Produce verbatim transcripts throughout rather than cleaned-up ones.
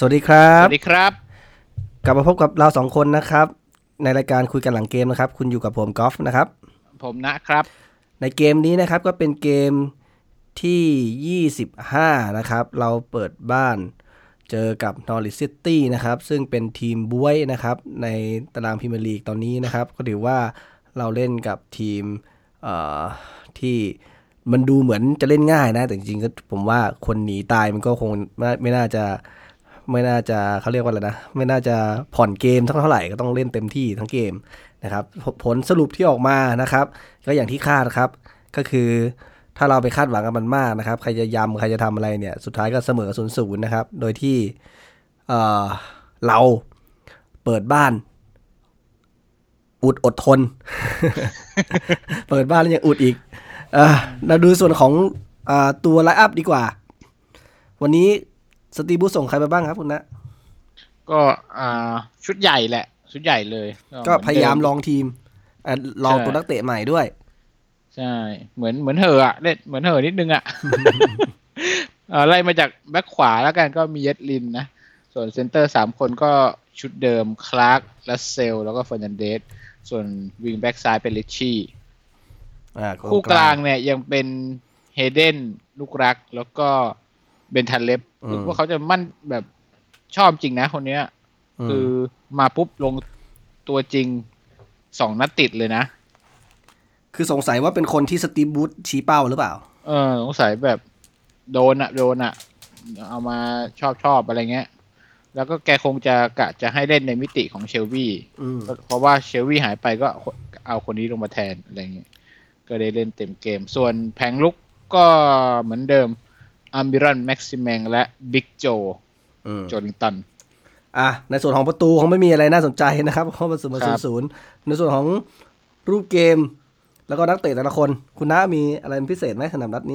วัสดีครับสวัสดีครับกลับมาพบกับเราสองคนนะครับในรายการคุยกันหลังเกมนะครับคุณอยู่กับผมกอล์ฟนะครับผมนะครับในเกมนี้นะครับก็เป็นเกมที่ยี่สิบห้านะครับเราเปิดบ้านเจอกับ Norwich City นะครับซึ่งเป็นทีมบ๊วยนะครับในตารางพรีเมียร์ลีกตอนนี้นะครับก็ถือว่าเราเล่นกับทีมเอ่อที่มันดูเหมือนจะเล่นง่ายนะแต่จริงๆก็ผมว่าคนหนีตายมันก็คงไม่ไม่น่าจะไม่น่าจะเขาเรียกว่าอะไรนะไม่น่าจะผ่อนเกมเท่าไหร่ก็ต้องเล่นเต็มที่ทั้งเกมนะครับผลสรุปที่ออกมานะครับก็อย่างที่คาดครับก็คือถ้าเราไปคาดหวังกับมันมากนะครับใครจะยำใครจะทำอะไรเนี่ยสุดท้ายก็เสมอศูนย์ศูนย์นะครับโดยที่เอ่อเราเปิดบ้านอุดอดทน เปิดบ้านแล้วยังอุดอีกอ่าเราดูส่วนของอ่าตัวไลน์อัพดีกว่าวันนี้สตีบูส่งใครมาบ้างครับคุณนะก็อ่าชุดใหญ่แหละชุดใหญ่เลยก็พยายามลองทีมลองตัวนักเตะใหม่ด้วยใช่เหมือนเหมือนเหอะอะเล่นเหมือนเหอะนิดนึงอะ ไล่มาจากแบ็คขวาแล้วกันก็มีเยดลินนะส่วนเซนเตอร์สามคนก็ชุดเดิมคลาร์กลัสเซลแล้วก็เฟอร์นันเดสส่วนวิงแบ็กซ้ายเป็นลิชชี่คู่กลางเนี่ยยังเป็นเฮเดนลูกรักแล้วก็เบนทันเล็บว่าเขาจะมั่นแบบชอบจริงนะคนเนี้ยคือมาปุ๊บลงตัวจริงสองนัดติดเลยนะคือสงสัยว่าเป็นคนที่สตีฟบูธชี้เป้าหรือเปล่าเออสงสัยแบบโดนอะโดนอะเอามาชอบชอบอะไรเงี้ยแล้วก็แกคงจะกะจะให้เล่นในมิติของเชลวี่เพราะว่าเชลวี่หายไปก็เอาคนนี้ลงมาแทนอะไรเงี้ยก็ได้เล่นเต็มเกมส่วนแผงลุกก็เหมือนเดิมอาร์มิรันแม็กซิแมงและบิ๊กโจโจลิงตันอ่ะในส่วนของประตูคงไม่มีอะไรน่าสนใจนะครับเพราะมันเสมอศูนย์ศูนย์ในส่วนของรูปเกมแล้วก็นักเตะแต่ละคนคุณน้ามีอะไรพิเศษไหมสำหรับนัดนี้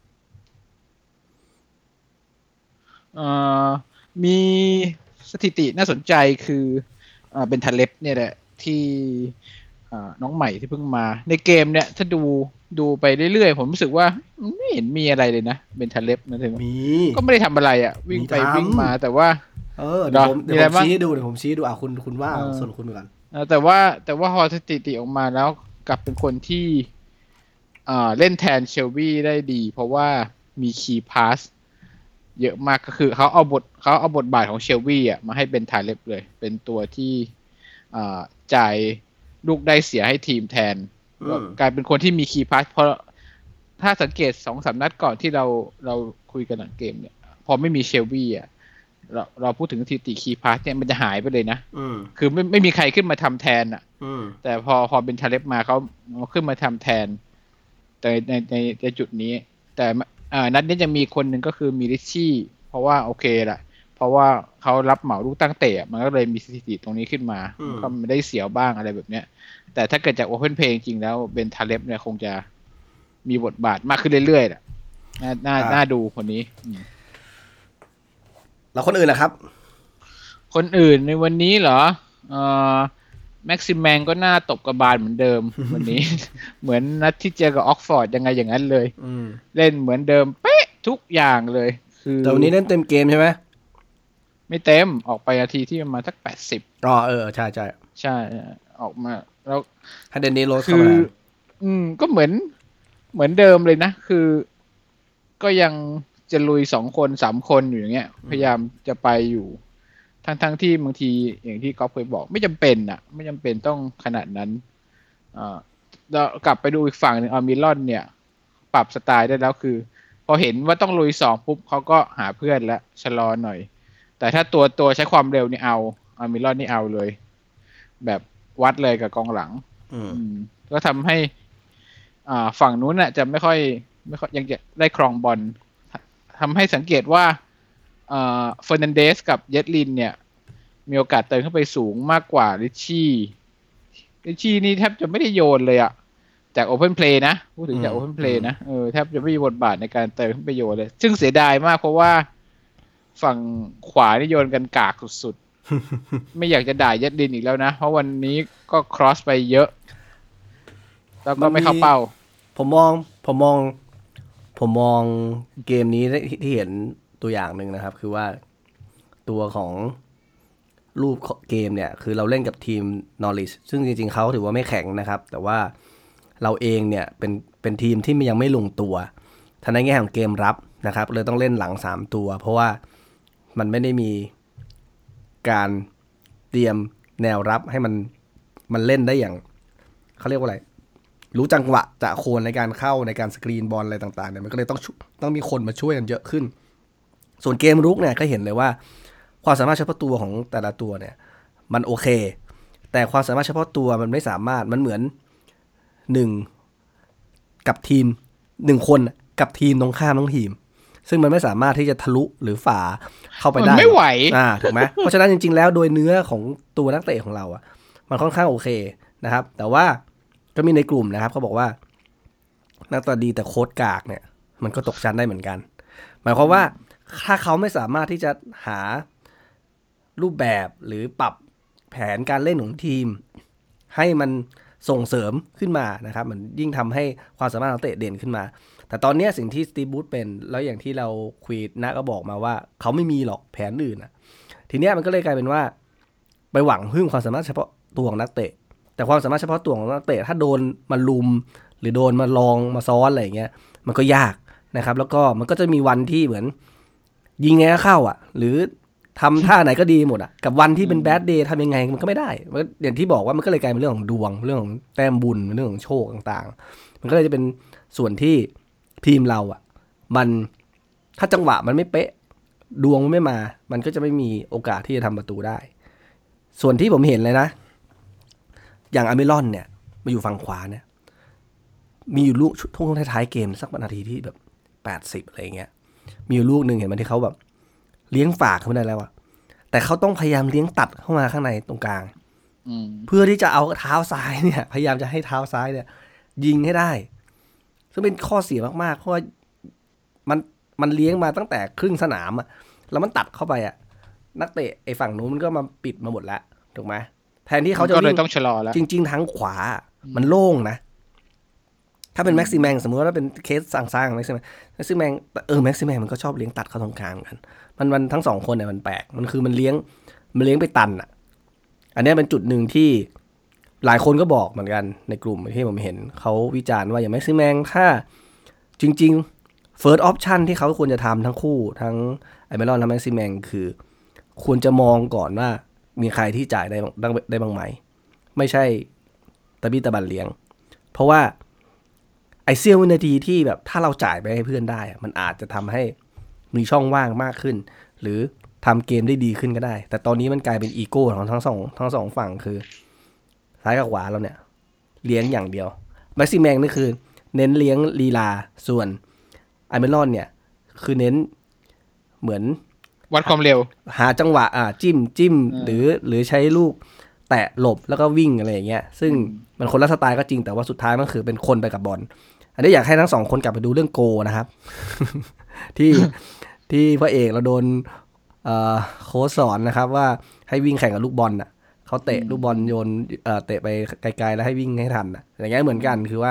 เอ่อมีสถิติน่าสนใจคืออ่าเป็นทันเล็บเนี่ยแหละที่น้องใหม่ที่เพิ่งมาในเกมเนี่ยถ้าดูดูไปเรื่อยๆผมรู้สึกว่าไม่เห็นมีอะไรเลยนะเบนทันเล็บนะถึงก็ไม่ได้ทำอะไรอ่ะวิ่งไปวิ่งมาแต่ว่าเออเดี๋ยวผมเดี๋ยวผมชี้ดูเดี๋ยวผมชี้ดูอ่ะคุณคุณว่าส่วนคุณก่อนแต่ว่าแต่ว่าพอสถิติออกมาแล้วกลับเป็นคนที่อ่าเล่นแทนเชลบี้ได้ดีเพราะว่ามีคีย์พาสเยอะมากก็คือเขาเอาบทเขาเอาบทบาทของเชลบี้อ่ะมาให้เป็นทันเล็บเลยเป็นตัวที่อ่าจ่ายลูกได้เสียให้ทีมแทนกลายเป็นคนที่มีคีย์พาสเพราะถ้าสังเกตสองสามนัดก่อนที่เราเราคุยกันหลังเกมเนี่ยพอไม่มีเชลบี้อ่ะเราเราพูดถึงสถิติคีย์พาสเนี่ยมันจะหายไปเลยนะคือไม่ไม่มีใครขึ้นมาทำแทนอ่ะแต่พอพอเป็นทาเล็บมาเขาขึ้นมาทำแทนแต่ในในในจุดนี้แต่อ่านัดนี้ยังมีคนหนึ่งก็คือมีริชชี่เพราะว่าโอเคแหละเพราะว่าเขารับเหมาลูกตั้งเตะมันก็เลยมีสถิติตรงนี้ขึ้นมาก็ไม่ได้เสียวบ้างอะไรแบบเนี้ยแต่ถ้าเกิดจากโอเพนเพลย์จริงแล้วเบนทาเล็บเนี่ยคงจะมีบทบาทมากขึ้นเรื่อยๆแหละน่าน่าน่าดูคนนี้แล้วคนอื่นนะครับคนอื่นในวันนี้เหรอเอ่อแม็กซิมแมงก็น่าตบกระบาลเหมือนเดิมวันนี้ เหมือนนัดที่เจอกับออกฟอร์ดยังไงอย่างนั้นเลยเล่นเหมือนเดิมเป๊ะทุกอย่างเลยคือแต่วันนี้เล่นเต็มเกมใช่ไหมไม่เต็มออกไปนาทีที่ประมาณสักแปดสิบอ๋อเออใช่ใช่ใช่ออกมาแล้วให้เดนนิโรสเข้ามาอืมก็เหมือนเหมือนเดิมเลยนะคือก็ยังจะลุยสองคนสามคนอยู่อย่างเงี้ยพยายามจะไปอยู่ทั้งทั้งที่บางทีอย่างที่ก๊อฟเคยบอกไม่จำเป็นอ่ะไม่จำเป็นต้องขนาดนั้นอ่าเรากลับไปดูอีกฝั่งหนึ่งอาร์มิลอนเนี่ยปรับสไตล์ได้แล้วคือพอเห็นว่าต้องลุยสองปุ๊บเขาก็หาเพื่อนแล้วชะลอหน่อยแต่ถ้าตัวตัวใช้ความเร็วนี่เอาอาร์มิลอนนี่เอาเลยแบบวัดเลยกับกองหลังก็ทำให้อ่าฝั่งนู้นน่ะจะไม่ค่อยไม่ค่อยยังจะได้ครองบอลทำให้สังเกตว่าเฟอร์นันเดสกับเยดลินเนี่ยมีโอกาสเติมขึ้นไปสูงมากกว่าริชชี่ริชชี่นี่แทบจะไม่ได้โยนเลยอะจากโอเพนเพลย์นะพูดถึงจากโอเพนเพลย์นะเออแทบจะไม่มีบทบาทในการเติมขึ้นไปโยนเลยซึ่งเสียดายมากเพราะว่าฝั่งขวานี่โยนกันกากสุดๆไม่อยากจะด่าเยดลินอีกแล้วนะเพราะวันนี้ก็ครอสไปเยอะแล้วก็ไม่เข้าเป้าผมมองผมมองผมมองเกมนี้ที่เห็นตัวอย่างหนึ่งนะครับคือว่าตัวของรูปเกมเนี่ยคือเราเล่นกับทีม Knowledge ซึ่งจริงๆเขาถือว่าไม่แข็งนะครับแต่ว่าเราเองเนี่ยเป็นเป็นทีมที่ยังไม่ลงตัวทั้งในแง่ของเกมรับนะครับเลยต้องเล่นหลังสามตัวเพราะว่ามันไม่ได้มีการเตรียมแนวรับให้มันมันเล่นได้อย่างเขาเรียกว่าอะไรรู้จังหวะจะโคนในการเข้าในการสกรีนบอลอะไรต่างๆเนี่ยมันก็เลยต้องต้องมีคนมาช่วยกันเยอะขึ้นส่วนเกมรุกเนี่ยก็เห็นเลยว่าความสามารถเฉพาะตัวของแต่ละตัวเนี่ยมันโอเคแต่ความสามารถเฉพาะตัวมันไม่สามารถมันเหมือนหนึ่งกับทีมหนึ่งคนกับทีมตรงข้ามทั้งทีมซึ่งมันไม่สามารถที่จะทะลุหรือฝ่าเข้าไปได้ไม่ไหวอ่าถูกไหม เพราะฉะนั้นจริงๆแล้วโดยเนื้อของตัวนักเตะของเราอ่ะมันค่อนข้างโอเคนะครับแต่ว่าก็มีในกลุ่มนะครับเขาบอกว่านักตะดีแต่โค้ชกากเนี่ยมันก็ตกชั้นได้เหมือนกันหมายความว่าถ้าเขาไม่สามารถที่จะหารูปแบบหรือปรับแผนการเล่นของทีมให้มันส่งเสริมขึ้นมานะครับมันยิ่งทำให้ความสามารถนักเตะเด่นขึ้นมาแต่ตอนนี้สิ่งที่สตีฟบูธเป็นแล้วอย่างที่เราคุยนะก็บอกมาว่าเขาไม่มีหรอกแผนอื่นนะทีเนี้ยมันก็เลยกลายเป็นว่าไปหวังพึ่งความสามารถเฉพาะตัวของนักเตะแต่ความสามารถเฉพาะตัวของนักเตะถ้าโดนมาลุมหรือโดนมาลองมาซ้อนอะไรอย่างเงี้ยมันก็ยากนะครับแล้วก็มันก็จะมีวันที่เหมือนยิงไงก็เข้าอ่ะหรือทำท่าไหนก็ดีหมดอ่ะกับวันที่เป็นแบดเดย์ทำยังไงมันก็ไม่ได้อย่างที่บอกว่ามันก็เลยกลายเป็นเรื่องของดวงเรื่องของแต้มบุญเรื่องของโชคต่างๆมันก็เลยจะเป็นส่วนที่ทีมเราอ่ะมันถ้าจังหวะมันไม่เป๊ะดวงมันไม่มามันก็จะไม่มีโอกาสที่จะทำประตูได้ส่วนที่ผมเห็นเลยนะอย่างอาร์เมลอนเนี่ยมาอยู่ฝั่งขวาเนี่ยมีอยู่ลูกช่วงท้ายๆเกมสักนาทีที่แบบแปดสิบอะไรเงี้ยมีอยู่ลูกนึงเห็นมันที่เขาแบบเลี้ยงฝากเข้ามาได้แล้วอะแต่เขาต้องพยายามเลี้ยงตัดเข้ามาข้างในตรงกลางเพื่อที่จะเอาเท้าซ้ายเนี่ยพยายามจะให้เท้าซ้ายเนี่ยยิงให้ได้ซึ่งเป็นข้อเสียมากๆเพราะว่ามันมันเลี้ยงมาตั้งแต่ครึ่งสนามอะแล้วมันตัดเข้าไปอะนักเตะไอ้ฝั่งนู้นมันก็มาปิดมาหมดแล้วถูกไหมแทนที่เขาจะก็เลยต้องชะลอแล้วจริงๆทางขวามันโล่งนะถ้าเป็นแม็กซิแมงสมมติว่าเป็นเคสสร้างๆแม็กซิแมงแม็กซิแมงเออแม็กซิแมงมันก็ชอบเลี้ยงตัดเข้าตรงกลางกันมันมันทั้งสองคนเนี่ยมันแปลกมันคือมันเลี้ยงมันเลี้ยงไปตันอ่ะอันนี้เป็นจุดหนึ่งที่หลายคนก็บอกเหมือนกันในกลุ่มที่ผมเห็นเขาวิจารณ์ว่าอย่างแม็กซิแมงถ้าจริงๆ first option ที่เขาควรจะทำทั้งคู่ทั้งไอเมลอนและแม็กซิแมงคือควรจะมองก่อนว่ามีใครที่จ่ายได้ได้บ้างไหมไม่ใช่ตะบี้ตะบันเลี้ยงเพราะว่าไอเสี้ยววินาทีที่แบบถ้าเราจ่ายไปให้เพื่อนได้มันอาจจะทำให้มีช่องว่างมากขึ้นหรือทำเกมได้ดีขึ้นก็ได้แต่ตอนนี้มันกลายเป็นอีโก้ของทั้งสองทั้งสองฝั่งคือซ้ายกับขวาเราเนี่ยเลี้ยงอย่างเดียวแม็กซิแมงนี่คือเน้นเลี้ยงลีลาส่วนไอเมลอนเนี่ยคือเน้นเหมือนวัดความเร็วหาจังหวะอ่าจิ้มจิ้มหรือหรือใช้ลูกแตะหลบแล้วก็วิ่งอะไรอย่างเงี้ยซึ่งมันคนละสไตล์ก็จริงแต่ว่าสุดท้ายมันคือเป็นคนไปกับบอลอันนี้อยากให้ทั้งสองคนกลับไปดูเรื่องโกนะครับ ที่ที่พระเอกเราโดนเอ่อโค้ชสอนนะครับว่าให้วิ่งแข่งกับลูกบอลน่ะเขาเตะลูกบอลโยนเอ่อเตะไปไกลๆแล้วให้วิ่งให้ทันน่ะอย่างเงี้ยเหมือนกันคือว่า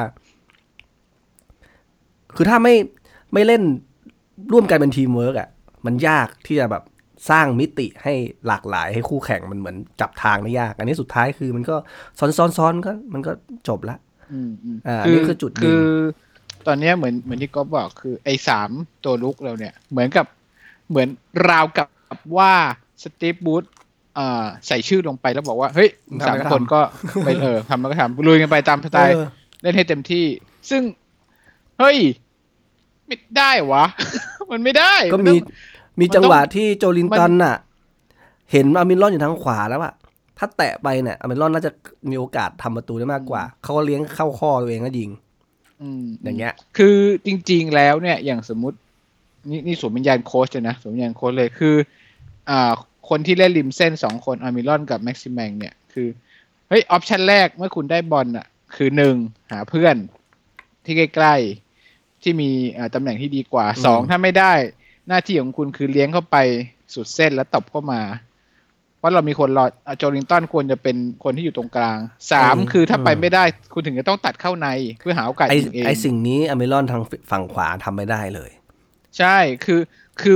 คือถ้าไม่ไม่เล่นร่วมกันเป็นทีมเวิร์กอ่ะมันยากที่จะแบบสร้างมิติให้หลากหลายให้คู่แข่งมันเหมือนจับทางได้ยากอันนี้สุดท้ายคือมันก็ซ้อนๆๆก็มันก็จบละอ่านี่คือจุดดึงคือตอนนี้เหมือนเหมือนที่ก๊อฟบอกคือไอ้สามตัวลุกเราเนี่ยเหมือนกับเหมือนราวกับว่าสตีฟบูธอ่าใส่ชื่อลงไปแล้วบอกว่าเฮ้ยสามคนก็ไปเออทำแล้วก็ทำลุยกันไปตามสไตล์เล่นให้เต็มที่ซึ่งเฮ้ยไม่ได้วะมันไม่ได้ก็มีมีจังหวะที่โจลินตันน่ะเห็นอามินลอนอยู่ทางขวาแล้วอะถ้าแตะไปเนี่ยอามินลอนน่าจะมีโอกาสทำประตูได้มากกว่าเขาก็เลี้ยงเข้าข้อตัวเองก็ยิงอย่างเงี้ยคือจริงๆแล้วเนี่ยอย่างสมมุตินี่นี่สวมวิญญาณโค้ชเลยนะสวมวิญญาณโค้ชเลยคืออ่าคนที่เล่นริมเส้นสองคนอามิลอนกับแม็กซิแมงเนี่ยคือเฮ้ยออปชั่นแรกเมื่อคุณได้บอลอ่ะคือหนึ่งหาเพื่อนที่ใกล้ๆที่มีตำแหน่งที่ดีกว่าสองถ้าไม่ได้หน้าที่ของคุณคือเลี้ยงเข้าไปสุดเส้นแล้วตบเข้ามาเพราะเรามีคนรอโจลิงตันควรจะเป็นคนที่อยู่ตรงกลางสามคือถ้าไปไม่ได้คุณถึงจะต้องตัดเข้าในเพื่อหาโอกาสยิงเองไอ้สิ่งนี้อามิลอนทางฝั่งขวาทำไม่ได้เลยใช่คือคือ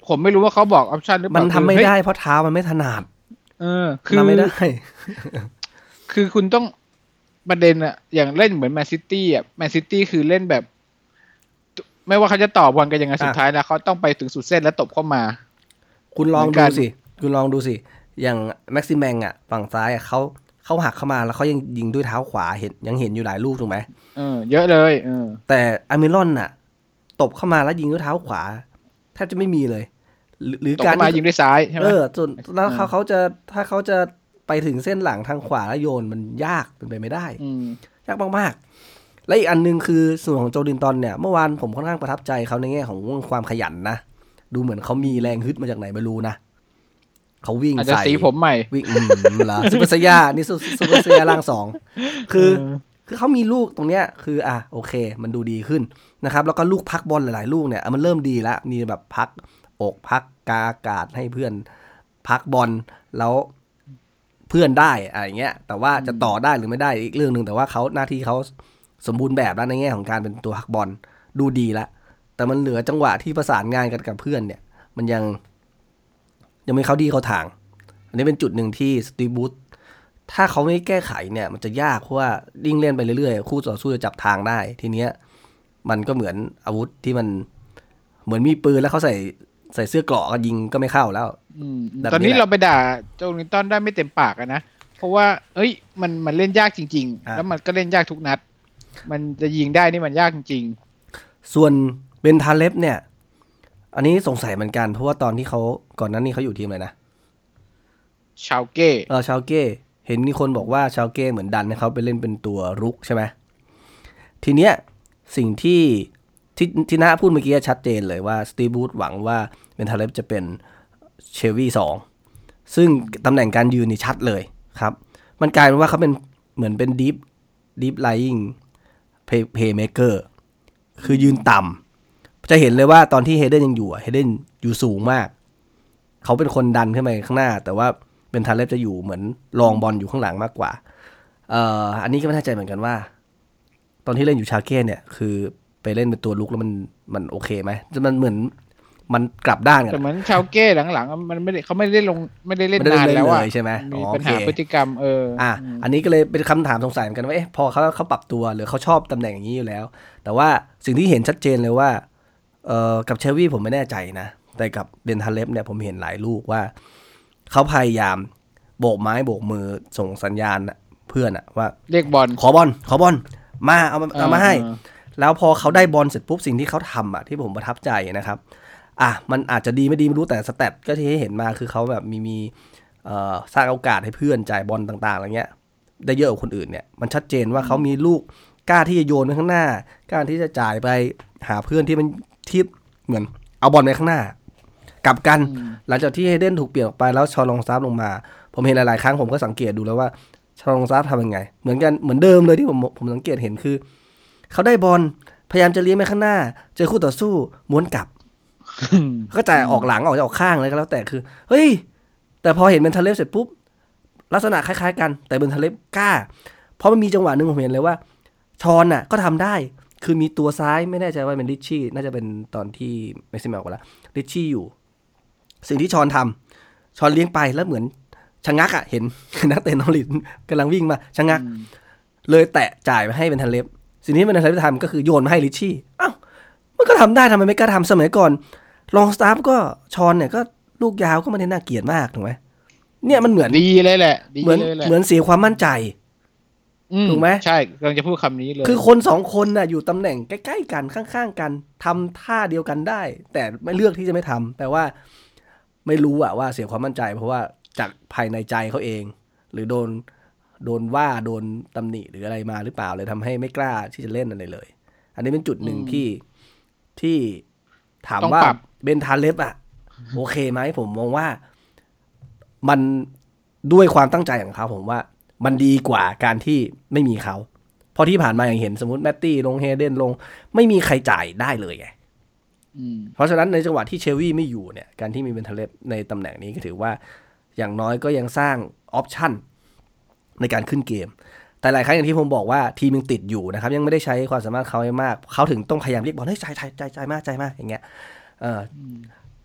ผมไม่รู้ว่าเขาบอกออปชันหรือเปล่ามันทำไม่ได้เพราะเท้ามันไม่ถนัดเออคือทำไม่ได้คือคุณต้องประเด็นอะอย่างเล่นเหมือนแมนซิตี้อะแมนซิตี้คือเล่นแบบไม่ว่าเขาจะต่อบอลกันยังไงสุดท้ายแล้วเขาต้องไปถึงสุดเส้นแล้วตบเข้ามาคุณลองดูสิคุณลองดูสิอย่างแม็กซิแมงอ่ะฝั่งซ้ายอ่ะเขาเขาหักเข้ามาแล้วเขายังยิงด้วยเท้าขวาเห็นยังเห็นอยู่หลายลูกถูกไหมเออเยอะเลยเออแต่อามิรอนอ่ะตบเข้ามาแล้วยิงด้วยเท้าขวาแทบจะไม่มีเลยหรือการมายิงด้วยซ้ายใช่ไหมเออส่วนแล้วเขาเขาจะถ้าเขาจะไปถึงเส้นหลังทางขวาแล้วโยนมันยากเป็นไปไม่ได้ยากมากๆและอีกอันนึงคือส่วนของโจลินตันเนี่ยเมื่อวานผมค่อนข้างประทับใจเขาในแง่ของความขยันนะดูเหมือนเขามีแรงฮึดมาจากไหนไม่รู้นะเขาวิ่งใส่สีผมใหม่วิ่งอืมเหรอซูเปอร์เซียนี่ซูเปอร์เซียร่างสองคือคือเขามีลูกตรงเนี้ยคืออ่ะโอเคมันดูดีขึ้นนะครับแล้วก็ลูกพักบอลหลายๆลูกเนี่ยมันเริ่มดีแล้วมีแบบพักอกพักกาอากาศให้เพื่อนพักบอลแล้วเพื่อนได้อะไรเงี้ยแต่ว่าจะต่อได้หรือไม่ได้อีกเรื่องนึงแต่ว่าเขาหน้าที่เขาสมบูรณ์แบบแล้วในแง่ของการเป็นตัวพักบอลดูดีแล้วแต่มันเหลือจังหวะที่ประสานงานกันกับเพื่อนเนี่ยมันยังยังไม่เข้าที่เข้าทางอันนี้เป็นจุดหนึ่งที่สตีฟบูธถ้าเขาไม่แก้ไขเนี่ยมันจะยากเพราะว่ายิ่งเล่นไปเรื่อยๆคู่ต่อสู้จะจับทางได้ทีเนี้ยมันก็เหมือนอาวุธที่มันเหมือนมีปืนแล้วเขาใส่ใส่เสื้อเกราะก็ยิงก็ไม่เข้าแล้วตอนนี้เราไปด่าโจลินตันได้ไม่เต็มปากนะเพราะว่าเอ้ยมันมันเล่นยากจริงๆแล้วมันก็เล่นยากทุกนัดมันจะยิงได้นี่มันยากจริงๆส่วนเบนทาเลฟเนี่ยอันนี้สงสัยเหมือนกันเพราะว่าตอนที่เขาก่อนนั้นนี่เขาอยู่ทีมอะไรนะชาวเก้เออชาวเก้เห็นมีคนบอกว่าชาวเก้เหมือนดันให้เขาไปเล่นเป็นตัวรุกใช่ไหมทีเนี้ยสิ่งที่ที่ที่น้าพูดเมื่อกี้ชัดเจนเลยว่าสตีฟบูธหวังว่าเบนทาเลฟจะเป็นเชลวีสองซึ่งตำแหน่งการยืนนี่ชัดเลยครับมันกลายเป็นว่าเขาเป็นเหมือนเป็นดีฟดีฟไลน์เพย์เพย์เมเกอร์คือยืนต่ำจะเห็นเลยว่าตอนที่เฮเดนยังอยู่เฮเดนอยู่สูงมากเขาเป็นคนดันขึ้นไปข้างหน้าแต่ว่าเบนทาเลฟจะอยู่เหมือนรองบอลอยู่ข้างหลังมากกว่าเอ่ออันนี้ก็ไม่แน่ใจเหมือนกันว่าตอนที่เล่นอยู่ชาเก้เนี่ยคือไปเล่นเป็นตัวลุกแล้วมันมันโอเคไหมมันเหมือนมันกลับด้านกันแต่เหมือนชาวเก้หลังๆมันไม่ได้เขาไม่ได้ลงไม่ได้เล่นนานแล้วอ่ะใช่ไหมมีปัญหาพฤติกรรมเอออ่ะอันนี้ก็เลยเป็นคำถามสงสัยเหมือนกันว่าเอ๊ะพอเขาเขาปรับตัวหรือเขาชอบตำแหน่งอย่างนี้อยู่แล้วแต่ว่าสิ่งที่เห็นชัดเจนเลยว่าเอ่อกับเชลวี่ผมไม่แน่ใจนะแต่กับเบนทาเลฟเนี่ยผมเห็นหลายลูกว่าเขาพยายามโบกไม้โบกมือส่งสัญญาณเพื่อนอะว่าเรียกบอลขอบอลขอบอลมาเอามาเอามาให้แล้วพอเขาได้บอลเสร็จปุ๊บสิ่งที่เขาทำอะที่ผมประทับใจนะครับอ่ะมันอาจจะดีไม่ดีไม่รู้แต่สแตทก็ที่ให้เห็นมาคือเขาแบบมีมีเอ่อสร้างโอกาสให้เพื่อนจ่ายบอลต่างๆอะไรเงี้ยได้เยอะกว่าคนอื่นเนี่ยมันชัดเจนว่าเขามีลูกกล้าที่จะโยนไปข้างหน้ากล้าที่จะจ่ายไปหาเพื่อนที่มันที่เหมือนเอาบอลไปข้างหน้ากลับกันหลังจากที่เฮเดนถูกเปลี่ยนออกไปแล้วชอลองซาฟลงมาผมเห็นหลายๆครั้งผมก็สังเกตดูแล้วว่าชอลองซาฟทำยังไงเหมือนกันเหมือนเดิมเลยที่ผมผมสังเกตเห็นคือเขาได้บอลพยายามจะเลี้ยงไปข้างหน้าเจอคู่ต่อสู้ม้วนกลับก็จ่ายออกหลังออกจะออกข้างเลยก็แล้วแต่คือเฮ้ยแต่พอเห็นเบนทาเลฟเสร็จปุ๊บลักษณะคล้ายๆกันแต่เบนทาเลฟกล้าเพราะมันมีจังหวะนึงผมเห็นเลยว่าชอนน่ะก็ทำได้คือมีตัวซ้ายไม่แน่ใจว่าเป็นริชชี่น่าจะเป็นตอนที่แม็กซิมออกแล้วริชชี่อยู่สิ่งที่ชอนทำชอนเลี้ยงไปแล้วเหมือนชะงักอ่ะเห็นนักเตะนอริทกำลังวิ่งมาชะงักเลยแตะจ่ายไปให้เบนทาเลฟสิ่งที่เบนทาเลฟทำก็คือโยนมาให้ริชชี่อ้าวมันก็ทำได้ทำไมไม่กล้าทำสมัยก่อนลองสตาร์ฟก็ชอนเนี่ยก็ลูกยาวก็ไม่ได้น่าเกลียดมากถูกไหมเนี่ยมันเหมือนดีเลยแหละเหมือนเหมือนเสียความมั่นใจถูกไหมใช่กำลังจะพูดคำนี้เลยคือคนสองคนน่ะอยู่ตำแหน่งใกล้ๆกันข้างๆกันทำท่าเดียวกันได้แต่ไม่เลือกที่จะไม่ทำแต่ว่าไม่รู้อะว่าเสียความมั่นใจเพราะว่าจากภายในใจเขาเองหรือโดนโดนว่าโดนตำหนิหรืออะไรมาหรือเปล่าเลยทำให้ไม่กล้าที่จะเล่นอะไรเลยอันนี้เป็นจุดหนึ่งที่ที่ถามว่าเบนทาเลฟอะโอเคไหมผมมองว่ามันด้วยความตั้งใจของเขาผมว่ามันดีกว่าการที่ไม่มีเขาเพราะที่ผ่านมาอย่างเห็นสมมติแมตตี้ลงเฮเดนลงไม่มีใครจ่ายได้เลยไงเพราะฉะนั้นในจังหวะที่เชลวี่ไม่อยู่เนี่ยการที่มีเบนทาเลฟในตำแหน่งนี้ก็ถือว่าอย่างน้อยก็ยังสร้างออปชั่นในการขึ้นเกมแต่หลายครั้งอย่างที่ผมบอกว่าทีมยังติดอยู่นะครับยังไม่ได้ใช้ความสามารถเขาให้มากเขาถึงต้องพยายามเรียกบอลให้จ่ายจ่ายจ่ายจ่ายมากจ่ายมากอย่างเงี้ยเออ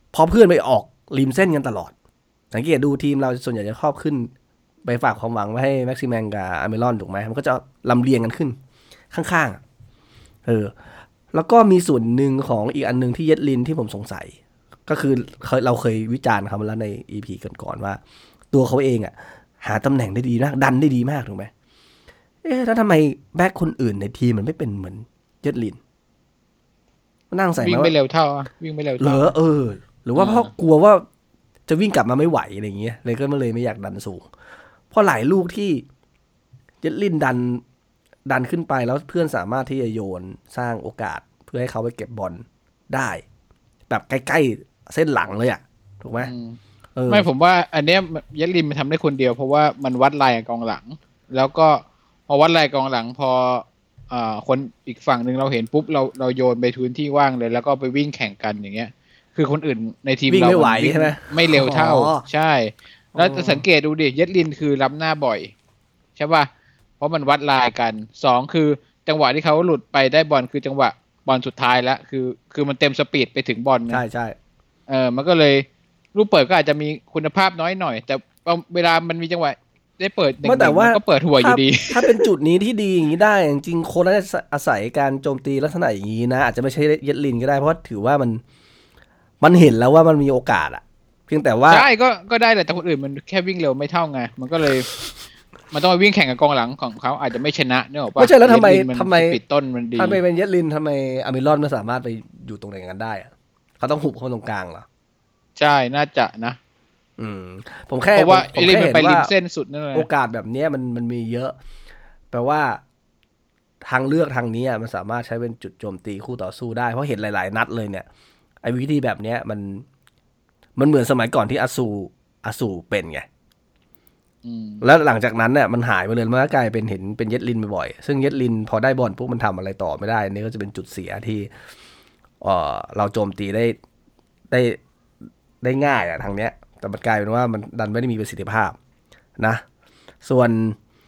พอเพื่อนไปออกริมเส้นกันตลอดสังเกตดูทีมเราส่วนใหญ่จะชอบขึ้นไปฝากความหวังไว้ให้แม็กซิแมนกับอาร์เมรอนถูกไหมมันก็จะลำเลียงกันขึ้นข้างๆเออแล้วก็มีส่วนหนึ่งของอีกอันนึงที่เย็ดลินที่ผมสงสัยก็คือเราเคยวิจารณ์เขามาแล้วใน อี พี ก่อนๆว่าตัวเขาเองอ่ะหาตำแหน่งได้ดีมากดันได้ดีมากถูกไหมเอ๊ะแล้วทำไมแบ็คคนอื่นในทีมมันไม่เป็นเหมือนเย็ดลินนั่งใส่วิ่งไม่เร็วเท่าวิ่งไม่เร็วเท่าเหรอเออหรือว่าเพราะกลัวว่าจะวิ่งกลับมาไม่ไหวอะไรอย่างเงี้ยเลยก็เลยไม่อยากดันสูงเพราะหลายลูกที่เย็ดลินดันดันขึ้นไปแล้วเพื่อนสามารถที่จะโยนสร้างโอกาสเพื่อให้เขาไปเก็บบอลได้แบบใกล้ๆเส้นหลังเลยอ่ะถูกไหมไม่ผมว่าอันเนี้ยเย็ดลินมันทำได้คนเดียวเพราะว่ามันวัดลายกับกองหลังแล้วก็พอวัดลายกองหลังพออ่าคนอีกฝั่งหนึ่งเราเห็นปุ๊บเราเราโยนไปพื้นที่ว่างเลยแล้วก็ไปวิ่งแข่งกันอย่างเงี้ยคือคนอื่นในทีมเราไม่ไหวใช่ไหมไม่เร็วเท่าใช่แล้วจะสังเกตดูดิเย็ดลินคือล้ำหน้าบ่อยใช่ป่ะเพราะมันวัดลายกันสองคือจังหวะที่เขาหลุดไปได้บอลคือจังหวะบอลสุดท้ายแล้วคือคือมันเต็มสปีดไปถึงบอลใช่ใช่เออมันก็เลยลูกเปิดก็อาจจะมีคุณภาพน้อยหน่อยแต่เวลามันมีจังหวะได้เปิดหนึ่งมันก็เปิดหัวอยู่ดีถ้าเป็นจุดนี้ที่ดีอย่างนี้ได้จริงๆโค้ชน่าจะอาศัยการโจมตีลักษณะอย่างนี้นะอาจจะไม่ใช่เย็ดลินก็ได้เพราะถือว่ามันมันเห็นแล้วว่ามันมีโอกาสอะเพียงแต่ว่าใช่ก็ก็ได้แหละแต่คนอื่นมันแค่วิ่งเร็วไม่เท่าไงมันก็เลยมันต้องไปวิ่งแข่งกับกองหลังของเขาอาจจะไม่ชนะเนี่ยหรอป่ะไม่ใช่แล้วทำไมทำไมปิดต้นมันดีทำไมเป็นเย็ดลินทำไมอาร์มิรอนไม่สามารถไปอยู่ตรงไหนกันได้อะเขาต้องหุบเข้าตรงกลางเหรอใช่น่าจะนะอืมผมแค่เพราะว่าผมแค่เห็นว่าเส้นสุดนั่นแหละโอกาสแบบนี้มันมันมีเยอะแปลว่าทางเลือกทางนี้มันสามารถใช้เป็นจุดโจมตีคู่ต่อสู้ได้เพราะเห็นหลายๆนัดเลยเนี่ยไอ้วิธีแบบนี้มันมันเหมือนสมัยก่อนที่อาซูอาซูเป็นไงแล้วหลังจากนั้นเนี่ยมันหายไปเลยมันก็กลายเป็นเห็นเป็นเย็ดลินบ่อยๆซึ่งเย็ดลินพอได้บอลปุ๊บมันทำอะไรต่อไม่ได้นี่ก็จะเป็นจุดเสียที่เออเราโจมตีได้ได้ได้ง่ายอะทางเนี้ยแต่มันกลายเป็นว่ามันดันไม่ได้มีประสิทธิภาพนะส่วน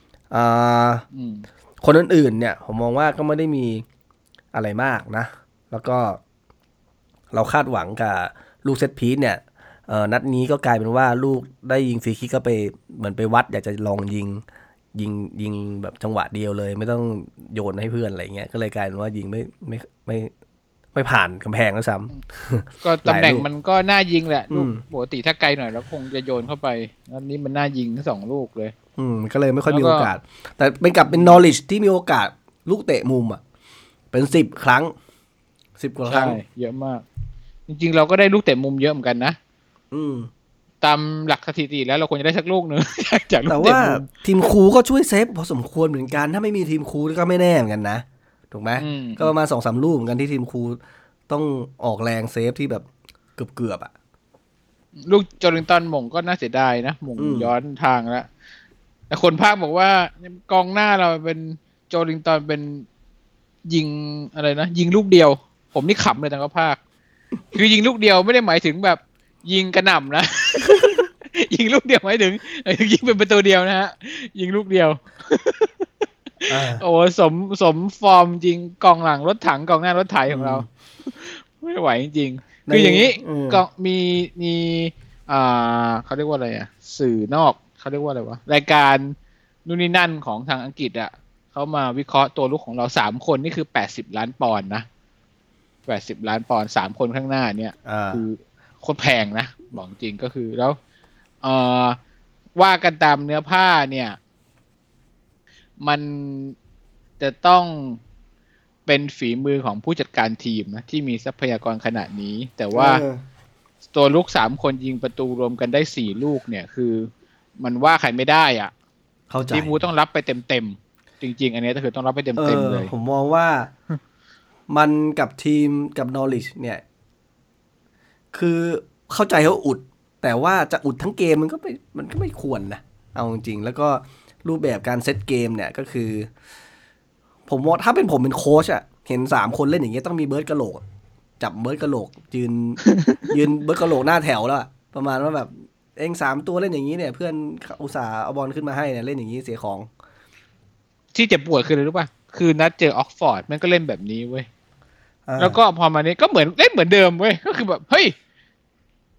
คนอื่นๆเนี่ยผมมองว่าก็ไม่ได้มีอะไรมากนะแล้วก็เราคาดหวังกับลูกเซตพีซเนี่ยเออนัดนี้ก็กลายเป็นว่าลูกได้ยิงฟรีคิกก็ไปเหมือนไปวัดอยากจะลองยิงยิงยิงแบบจังหวะเดียวเลยไม่ต้องโยนให้เพื่อนอะไรเงี้ยก็เลยกลายเป็นว่ายิงไม่ไม่ไม่ไม่ผ่านกำแพงแล้วซ้ำก็ตำแหน่งมันก็น่ายิงแหละลูกปกติถ้าไกลหน่อยแล้วคงจะโยนเข้าไปอันนี้มันน่ายิงทั้งสองลูกเลยอืมก็เลยไม่ค่อยมีโอกาสแต่เป็นกับเป็น knowledge ที่มีโอกาสลูกเตะมุมอ่ะเป็นสิบครั้งสิบกว่าครั้งเยอะมากจริงๆเราก็ได้ลูกเตะมุมเยอะเหมือนกันนะอืมตามหลักสถิติแล้วเราควรจะได้สักลูกนึงจากลูกเตะมุมแต่ว่าทีมครูก็ช่วยเซฟพอสมควรเหมือนกันถ้าไม่มีทีมครูก็ไม่แน่เหมือนกันนะถูกไหมก็ประมาณ สองสาม ลูกเหมือนกันที่ทีมครูต้องออกแรงเซฟที่แบบเกือบๆอ่ะลูกโจลิงตันหม่งก็น่าเสียดายนะหม่งย้อนทางแล้วแต่คนภาคบอกว่ากองหน้าเราเป็นโจลิงตันเป็นยิงอะไรนะยิงลูกเดียวผมนี่ขำเลยแต่ก็ภาคคือยิงลูกเดียวไม่ได้หมายถึงแบบยิงกระหน่ำนะ ยิงลูกเดียวหมายถึงยิงเป็นประตูเดียวนะฮะยิงลูกเดียว โอ้สมสมฟอร์มจริงกองหลังรถถังกองหน้ารถไถของเราไม่ไหวจริงคืออย่างนี้ก็มีมีอ่าเขาเรียกว่าอะไรอ่ะสื่อนอกเขาเรียกว่าอะไรวะรายการนู่นนี่นั่นของทางอังกฤษอ่ะเขามาวิเคราะห์ตัวลูกของเราสามคนนี่คือแปดสิบล้านปอนด์นะแปดสิบล้านปอนด์สามคนข้างหน้าเนี่ยคือโคตรแพงนะบอกจริงก็คือแล้วเอ่อว่ากันตามเนื้อผ้าเนี่ยมันจะต้องเป็นฝีมือของผู้จัดการทีมนะที่มีทรัพยากรขนาดนี้แต่ว่าตัวลูกสามคนยิงประตูรวมกันได้สี่ลูกเนี่ยคือมันว่าใครไม่ได้อ่ะทีมมูต้องรับไปเต็มๆจริงๆอันนี้ก็คือต้องรับไปเต็มๆเลยผมมองว่ามันกับทีมกับ knowledge เนี่ยคือเข้าใจเขาอุดแต่ว่าจะอุดทั้งเกมมันก็ไม่มันก็ไม่ควรนะเอาจริงๆแล้วก็รูปแบบการเซตเกมเนี่ยก็คือผมว่าถ้าเป็นผมเป็นโค้ชอะเห็นสามคนเล่นอย่างเงี้ยต้องมีเบิร์ดกะโหลกจับเบิร์ดกะโหลกยืน ยืนเบิร์ดกะโหลกหน้าแถวแล้วประมาณว่าแบบเองสามตัวเล่นอย่างนี้เนี่ยเพื่อนอุตส่าห์เอาบอลขึ้นมาให้เนี่ยเล่นอย่างนี้เสียของที่เจ็บปวดคืออะไรรู้ป่ะคือนัดเจอออกฟอร์ดมันก็เล่นแบบนี้เว้ยแล้วก็พอมานี้ก็เหมือนเล่นเหมือนเดิมเว้ยก็คือแบบเฮ้ย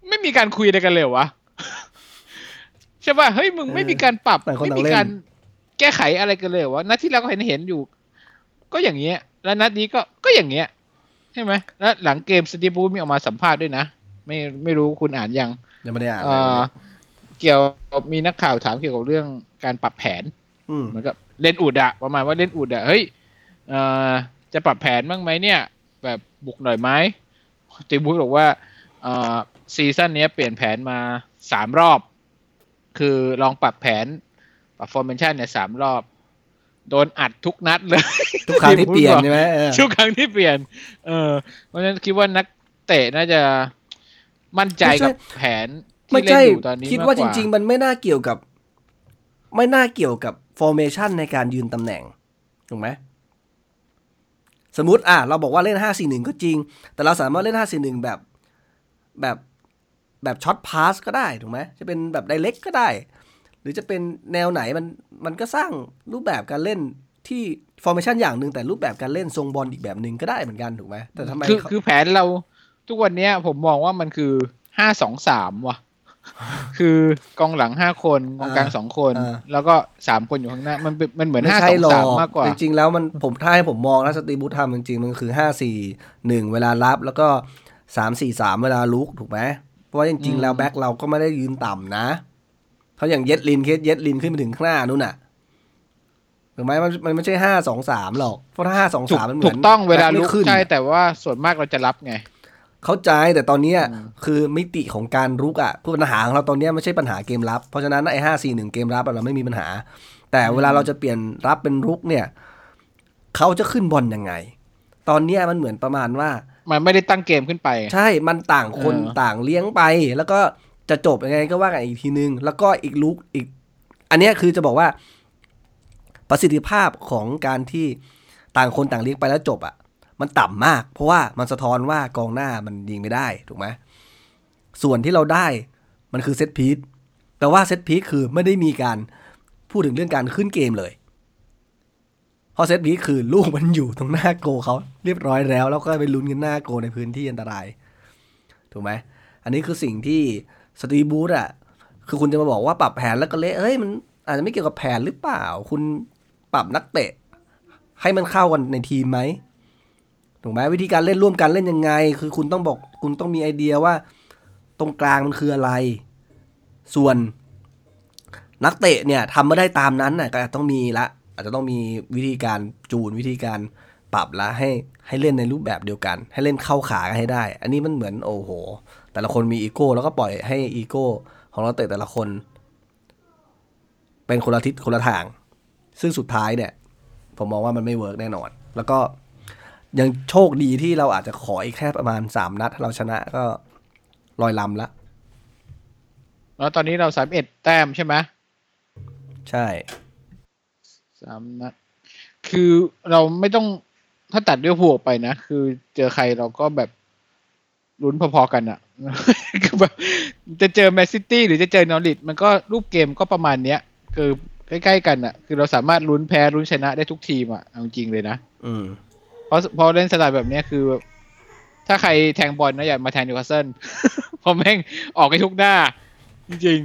ไม่มีการคุยอะไรกันเลยวะใช่ป่ะเฮ้ยมึงไม่มีการปรับไม่มีการแก้ไขอะไรกันเลยวะนัดที่เราก็เห็นเห็นอยู่ก็อย่างเงี้ยแล้วนัดนี้ก็ก็อย่างเงี้ยใช่ไหมแล้วหลังเกมสตีฟ บูธมีออกมาสัมภาษณ์ด้วยนะไม่ไม่รู้คุณอ่านยังยังไม่ได้อ่านเกี่ยวกับมีนักข่าวถามเกี่ยวกับเรื่องการปรับแผนเหมือนกับเล่นอุดอะประมาณว่าเล่นอุดอะเฮ้ยจะปรับแผนบ้างไหมเนี่ยแบบบุกหน่อยไหมสตีฟ บูธบอกว่าซีซั่นนี้เปลี่ยนแผนมาสามรอบคือลองปรับแผนปรับฟอร์เมชั่นเนี่ยสามรอบโดนอัดทุกนัดเลยทุกครั้งที่เปลี่ยนใช่ไหมทุกครั้งที่เปลี่ยนเออเพราะฉะนั้นคิดว่านักเตะน่าจะมั่นใจกับแผนที่เล่นอยู่ตอนนี้คิดว่าจริงๆมันไม่น่าเกี่ยวกับไม่น่าเกี่ยวกับฟอร์เมชั่นในการยืนตำแหน่งถูกไหมสมมุติอ่ะเราบอกว่าเล่น ห้า สี่ หนึ่ง ก็จริงแต่เราสามารถเล่น ห้า สี่ หนึ่ง แบบแบบแบบช็อตพาสก็ได้ถูกไหมจะเป็นแบบไดเรกก็ได้หรือจะเป็นแนวไหนมันมันก็สร้างรูปแบบการเล่นที่ฟอร์เมชันอย่างนึงแต่รูปแบบการเล่นทรงบอลอีกแบบนึงก็ได้เหมือนกันถูกไหมแต่ทำไมคือคือแผนเราทุกวันนี้ผมมองว่ามันคือ ห้า สอง สาม ว่ะคือกองหลังห้าคนกองกลางสองคนแล้วก็สามคนอยู่ข้างหน้ามันมันเหมือน ห้า สอง สาม มากกว่าจริงๆแล้วมันผมถ้าให้ผมมองนะสตีฟ บูธทำจริงๆมันคือห้า สี่ หนึ่งเวลารับแล้วก็สาม สี่ สามเวลาลุกถูกไหมเพราะว่าจริงๆแล้วแบ็คเราก็ไม่ได้ยืนต่ำนะเขาอย่างเย็ดลินเคสเย็ดลินขึ้นไปถึงข้างหน้านู่นน่ะถูกไหมมันมันไม่ใช่ห้า สอง สามหรอกเพราะถ้าห้า สอง สามมันเหมือนถูกต้องเวลาลุกใช่แต่ว่าส่วนมากเราจะรับไงเข้าใจแต่ตอนนี้คือมิติของการรุกอ่ะปัญหาของเราตอนนี้ไม่ใช่ปัญหาเกมรับเพราะฉะนั้นไอ้ห้า สี่ หนึ่งเกมรับเราไม่มีปัญหาแต่เวลาเราจะเปลี่ยนรับเป็นรุกเนี่ยเขาจะขึ้นบอลยังไงตอนนี้มันเหมือนประมาณว่ามันไม่ได้ตั้งเกมขึ้นไปใช่มันต่างคนต่างเลี้ยงไปแล้วก็จะจบยังไงก็ว่ากันอีกทีนึงแล้วก็อีกลุกอีกอันนี้คือจะบอกว่าประสิทธิภาพของการที่ต่างคนต่างเลี้ยงไปแล้วจบอ่ะมันต่ำมากเพราะว่ามันสะท้อนว่ากองหน้ามันยิงไม่ได้ถูกไหมส่วนที่เราได้มันคือเซตพีซแต่ว่าเซตพีซคือไม่ได้มีการพูดถึงเรื่องการขึ้นเกมเลยเพราะเซตพีซคือลูกมันอยู่ตรงหน้าโกเขาเรียบร้อยแล้วแล้วก็ไปลุ้นกันหน้าโกในพื้นที่อันตรายถูกไหมอันนี้คือสิ่งที่สตีฟ บูธอ่ะคือคุณจะมาบอกว่าปรับแผนแล้วก็เละเอ้ยมันอาจจะไม่เกี่ยวกับแผนหรือเปล่าคุณปรับนักเตะให้มันเข้ากันในทีมไหมถูกไหมวิธีการเล่นร่วมกันเล่นยังไงคือคุณต้องบอกคุณต้องมีไอเดียว่าตรงกลางมันคืออะไรส่วนนักเตะเนี่ยทำไม่ได้ตามนั้นน่ะก็อาจต้องมีละอาจจะต้องมีวิธีการจูนวิธีการปรับละให้ให้เล่นในรูปแบบเดียวกันให้เล่นเข้าขากันให้ได้อันนี้มันเหมือนโอ้โหแต่ละคนมีอีโก้แล้วก็ปล่อยให้อีโก้ของนักเตะแต่ละคนเป็นคนละทิศคนละทางซึ่งสุดท้ายเนี่ยผมมองว่ามันไม่เวิร์กแน่นอนแล้วก็ยังโชคดีที่เราอาจจะขออีกแค่ประมาณสามนัดถ้าเราชนะก็ลอยลำละแล้วตอนนี้เราสามสิบเอ็ดแต้มใช่ไหมใช่สามนัดคือเราไม่ต้องถ้าตัดด้วยพวกไปนะคือเจอใครเราก็แบบลุ้นพอๆกันอะคือแบบจะเจอแมนซิตี้หรือจะเจอนอริทมันก็รูปเกมก็ประมาณเนี้ยคือใกล้ๆกันอะคือเราสามารถลุ้นแพ้ลุ้นชนะได้ทุกทีมอะเอาจริงเลยนะอืมเพราะพอเล่นสไตล์แบบนี้คือถ้าใครแทงบอลนะอย่ามาแทงนิวคาสเซิลเพราะแม่งออกให้ทุกหน้าจริง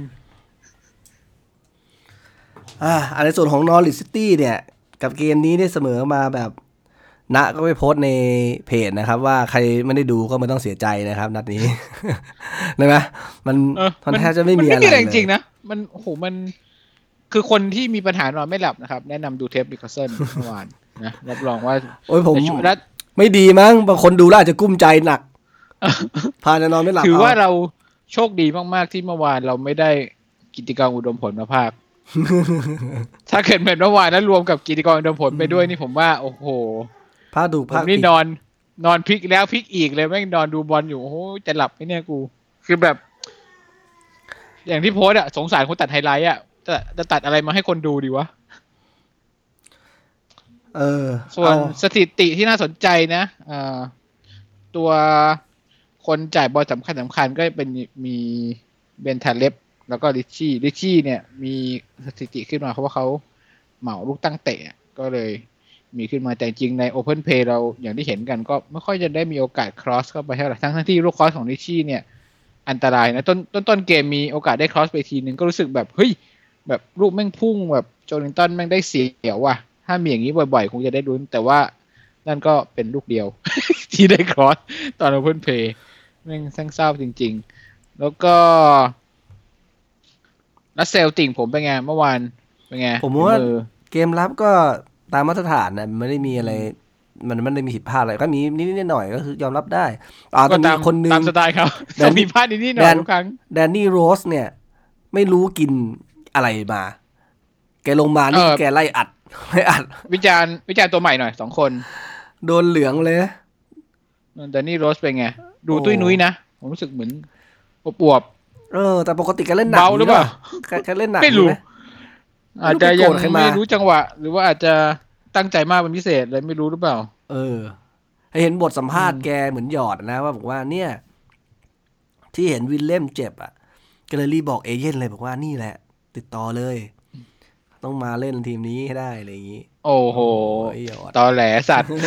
ๆอ่าในส่วนของนอริทซิตี้เนี่ยกับเกมนี้ได้เสมอมาแบบณก็ไปโพสต์ในเพจนะครับว่าใครไม่ได้ดูก็ไม่ต้องเสียใจนะครับนัดนี้ได้ไหมมันมันแทบจะไม่มีอะไรเลยจริงๆนะมันโอ้โหมันคือคนที่มีปัญหานอนไม่หลับนะครับแนะนำดูเทปนิวคาสเซิลเมื่อวานนะรับรองว่าโอ้ยผมไม่ดีมั้งบางคนดูแล้วอาจจะกุ้มใจหนักพาจะนอนไม่หลับถือว่าเราโชคดีมากๆที่เมื่อวานเราไม่ได้กิจกรรมอุดมผลมาภาคถ้าเกิดเป็นเมื่อวานแล้วรวมกับกิจกรรมอุดมผลไปด้วยนี่ผมว่าโอ้โหพาดูภาคนี่นอนนอนพลิกแล้วพลิกอีกเลยแม่งนอนดูบอลอยู่โอ้โหจะหลับไหมเนี่ยกูคือแบบอย่างที่โพสอะสงสารคนตัดไฮไลท์อะจะจะตัดอะไรมาให้คนดูดีวะเออส่วนสถิติที่น่าสนใจนะอ่าตัวคนจ่ายบอลสำคัญสำคัญก็เป็นมีเบนทาเล็บแล้วก็ริชชี่ริชชี่เนี่ยมีสถิติขึ้นมาเพราะว่าเขาเหมาลูกตั้งเตะก็เลยมีขึ้นมาแต่จริงใน Open Play เราอย่างที่เห็นกันก็ไม่ค่อยจะได้มีโอกาส cross เข้าไปเท่าไหร่ทั้งที่ลูก cross ของริชชี่เนี่ยอันตรายนะต้นต้นต้นเกมมีโอกาสได้ครอสไปทีนึงก็รู้สึกแบบเฮ้ยแบบลูกแม่งพุ่งแบบโจลิงตันแม่งได้เสียวว่ะถ้ามีอย่างนี้บ่อยๆคงจะได้ลุ้นแต่ว่านั่นก็เป็นลูกเดียว ที่ได้ครอสตอนโอเพ่นเพลย์แม่งเศร้าจริงๆแล้วก็นัดเซลติ่งผมเป็นไงเมื่อวานเป็นไงผมว่าเกมรับก็ตามมาตรฐานนะไม่ได้มีอะไรมันไม่ได้มีผิดพลาดอะไรก็มีนิดๆหน่อยๆก็คือยอมรับได้อ่าก็มีคนนึงตามสไตล์เขาแต่มีพลาดนิดๆหน่อยทุกครั้งแดนนี่โรสเนี่ยไม่รู้กินอะไรมาแกลงมานี่แกไล่อัดไล่อัดวิจารณ์วิจารณ์ตัวใหม่หน่อยสองคนโดนเหลืองเลยแดนนี่โรสเป็นไงดูตุ้ยนุ้ยนะผมรู้สึกเหมือนอวบเออแต่ปกติแกเล่นหนักเบาหรือเปล่าแกเล่นหนักไม่รู้อาจจะยังไม่รู้จังหวะหรือว่าอาจจะตั้งใจมากเป็นพิเศษเลยไม่รู้หรือเปล่าเออเห็นบทสัมภาษณ์แกเหมือนหยอดนะว่าบอกว่าเนี่ยที่เห็นวิลเล่มเจ็บอ่ะก็เลยรีบบอกเอเย่นเลยบอกว่านี่แหละติดต่อเลยต้องมาเล่นทีมนี้ให้ได้อะไรอย่างนี้โอ้โหตอแหลสัตว์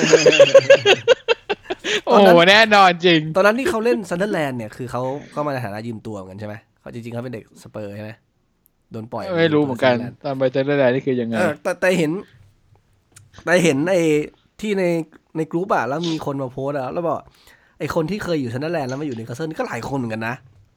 โอ้โหแน่นอนจริงตอนนั้นที่เขาเล่นซันเดอร์แลนด์เนี่ยคือเขาก็มาในฐานะยืมตัวเหมือนกันใช่ไหมเขาจริงๆเขาเป็นเด็กสเปอร์ใช่ไหมโดนปล่อยไม่รู้เหมือนกันตอนไปซันเดอร์แลนด์นี่คือยังไงแต่แต่เห็นแต่เห็นไอ้ที่ในในกรุ๊ปอะแล้วมีคนมาโพสอะแล้วบอกไอ้คนที่เคยอยู่ซันเดอร์แลนด์แล้วมาอยู่ในคาสเซิลนี่ก็หลายคนเหมือนกันนะ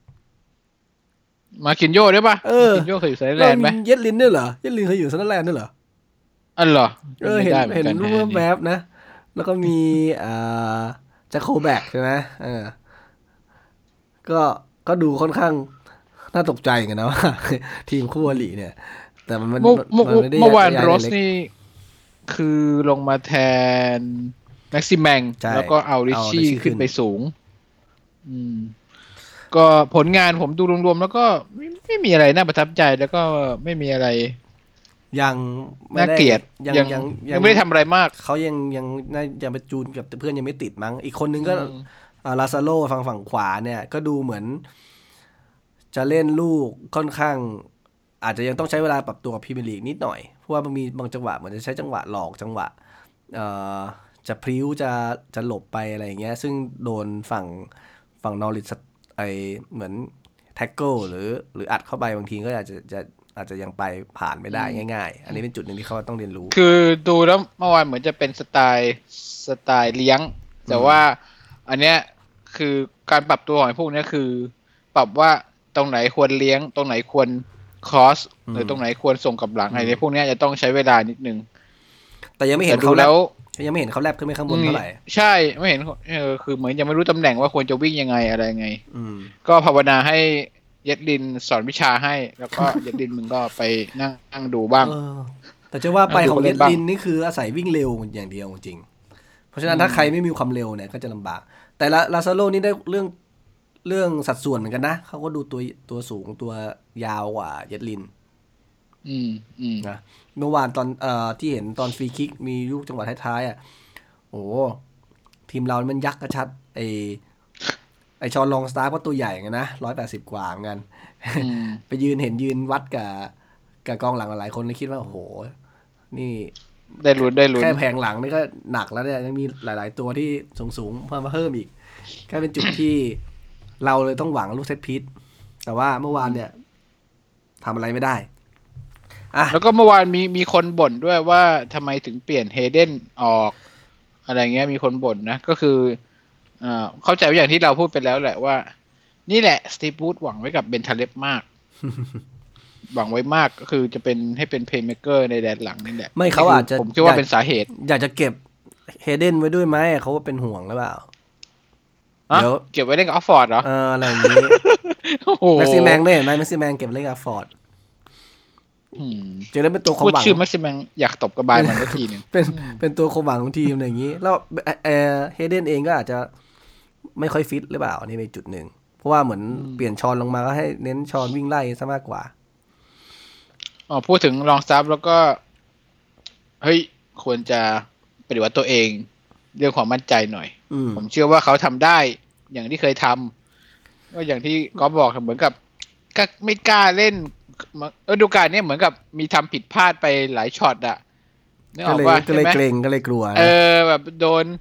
มาคินโย่ด้วยป่ะมาคินโย่เคยอยู่ซันเดอร์แลนด์ไหมเยดลินด้วยเหรอเยดลินเคยอยู่ซันเดอร์แลนด์ด้วยเหรออันเหรอเออเห็นเห็นรูปแวบนะแล้วก็มีอ่าจะโคแบกใช่ไหมเออก็ก็ดูค่อนข้างน่าตกใจกันนะว่าทีมคู่อริเนี่ยแต่มันมันไม่ได้เมื่อวานโรสนี่คือลงมาแทนแม็กซิแมงแล้วก็เอาริชี่ขึ้นไปสูงอืมก็ผลงานผมดูรวมๆแล้วก็ไม่ไม่มีอะไรน่าประทับใจแล้วก็ไม่มีอะไรยังน่าเกลียดยังยังยังไม่ได้ทำอะไรมากเขายังยังน่ายังไปจูนกับเพื่อนยังไม่ติดมั้งอีกคนนึงก็ลาซาโลฝั่งฝั่งขวาเนี่ยก็ดูเหมือนจะเล่นลูกค่อนข้างอาจจะยังต้องใช้เวลาปรับตัวกับพรีเมียร์ลีกนิดหน่อยเพราะว่ามันมีบางจังหวะเหมือนจะใช้จังหวะหลอกจังหวะเอ่อจะพลิ้วจะจะหลบไปอะไรอย่างเงี้ยซึ่งโดนฝั่งฝั่งนอริทไอเหมือนแท็กเกิลหรือหรืออัดเข้าไปบางทีก็อาจจะจะอาจจะยังไปผ่านไม่ได้ง่ายๆอันนี้เป็นจุดหนึ่งที่เขาต้องเรียนรู้คือดูแล้วเมื่อวานเหมือนจะเป็นสไตล์สไตล์เลี้ยงแต่ว่าอันเนี้ยคือการปรับตัวของพวกนี้คือปรับว่าตรงไหนควรเลี้ยงตรงไหนควรครอสหรือตรงไหนควรส่งกับหลังอะไรพวกนี้จะต้องใช้เวลานิดนึงแต่ยังไม่เห็นเขาแล้วยังไม่เห็นเขาแลบขึ้นไปข้างบนเท่าไหร่ใช่ไม่เห็นเออคือเหมือนยังไม่รู้ตำแหน่งว่าควรจะวิ่งยังไงอะไรไงก็ภาวนาให้เย็ดลินสอนวิชาให้แล้วก็เย็ดลินมึงก็ไปนั่งนั่งดูบ้างแต่จะว่าไปของเย็ดลินนี่คืออาศัยวิ่งเร็วอย่างเดียวจริงเพราะฉะนั้นถ้าใครไม่มีความเร็วเนี่ยก็จะลำบากแต่ลาซาโลนี่ได้เรื่องเรื่องสัดส่วนเหมือนกันนะเขาก็ดูตัวตัวสูงตัวยาวกว่าเย็ดลินอืมอืมนะเมื่อวานตอนเอ่อที่เห็นตอนฟรีคิกมีลูกจังหวะท้ายๆอ่ะโอ้ทีมเรามันยักษ์กระชัดไอไอชอนลองสตาร์ก็ตัวใหญ่ไงนะร้อยแปดสิบกว่าเหมือนกันไปยืนเห็นยืนวัดกับกับกองหลังหลายคนเลยคิดว่าโอ้โหนี่ได้ลุ้นได้ลุ้นแค่แผงหลังนี่ก็หนักแล้วเนี่ยยังมีหลายๆตัวที่สูงๆเพิ่มมาเพิ่มอีกก็เป็นจุดที่เราเลยต้องหวังลูกเซตพีซแต่ว่าเมื่อวานเนี่ยทำอะไรไม่ได้แล้วก็เมื่อวานมีมีคนบ่นด้วยว่าทำไมถึงเปลี่ยนเฮเดนออกอะไรเงี้ยมีคนบ่นนะก็คืออ่าเข้าใจอย่างที่เราพูดไปแล้วแหละว่านี่แหละสตีฟวูดหวังไว้กับเบนทาเลฟมาก หวังไว้มากก็คือจะเป็นให้เป็นเพลย์เมคเกอร์ในแดนหลังนี่แหละไม่เขาอาจจะผมคิดว่าเป็นสาเหตุอยากจะเก็บเฮเดนไว้ด้วยไหมเขาว่าเป็นห่วงหรือเปล่าเดี๋ยวเก็บไว้เล่นกับออฟฟอร์ดเหรอเอออะไรอย่างนี้แม็กซิแมงได้เห็นไหมแม็กซิแมงเก็บเล่นกับออฟฟอร์ดจะได้เป็นตัวความหวังชื่อแม็กซิแมงอยากตบกระบาลมันสักทีนึงเป็นเป็นตัวความหวังของทีมอย่างนี้แล้วเออเฮเดนเองก็อาจจะไม่ค่อยฟิตหรือเปล่านี่เป็นจุดหนึ่งเพราะว่าเหมือนเปลี่ยนชอนลงมาก็ให้เน้นชอนวิ่งไล่ซะมากกว่าอ๋อพูดถึงลองซับแล้วก็เฮ้ยควรจะปฏิวัติตัวเองเรื่องความมั่นใจหน่อยผมเชื่อว่าเขาทำได้อย่างที่เคยทำก็อย่างที่ก๊อฟบอกเหมือนกับก็ไม่กล้าเล่นฤดูกาลนี้เหมือนกับมีทำผิดพลาดไปหลายช็อตอะนึกออกว่าก็เลยเกรงก็เลยกลัวเออแบบโดน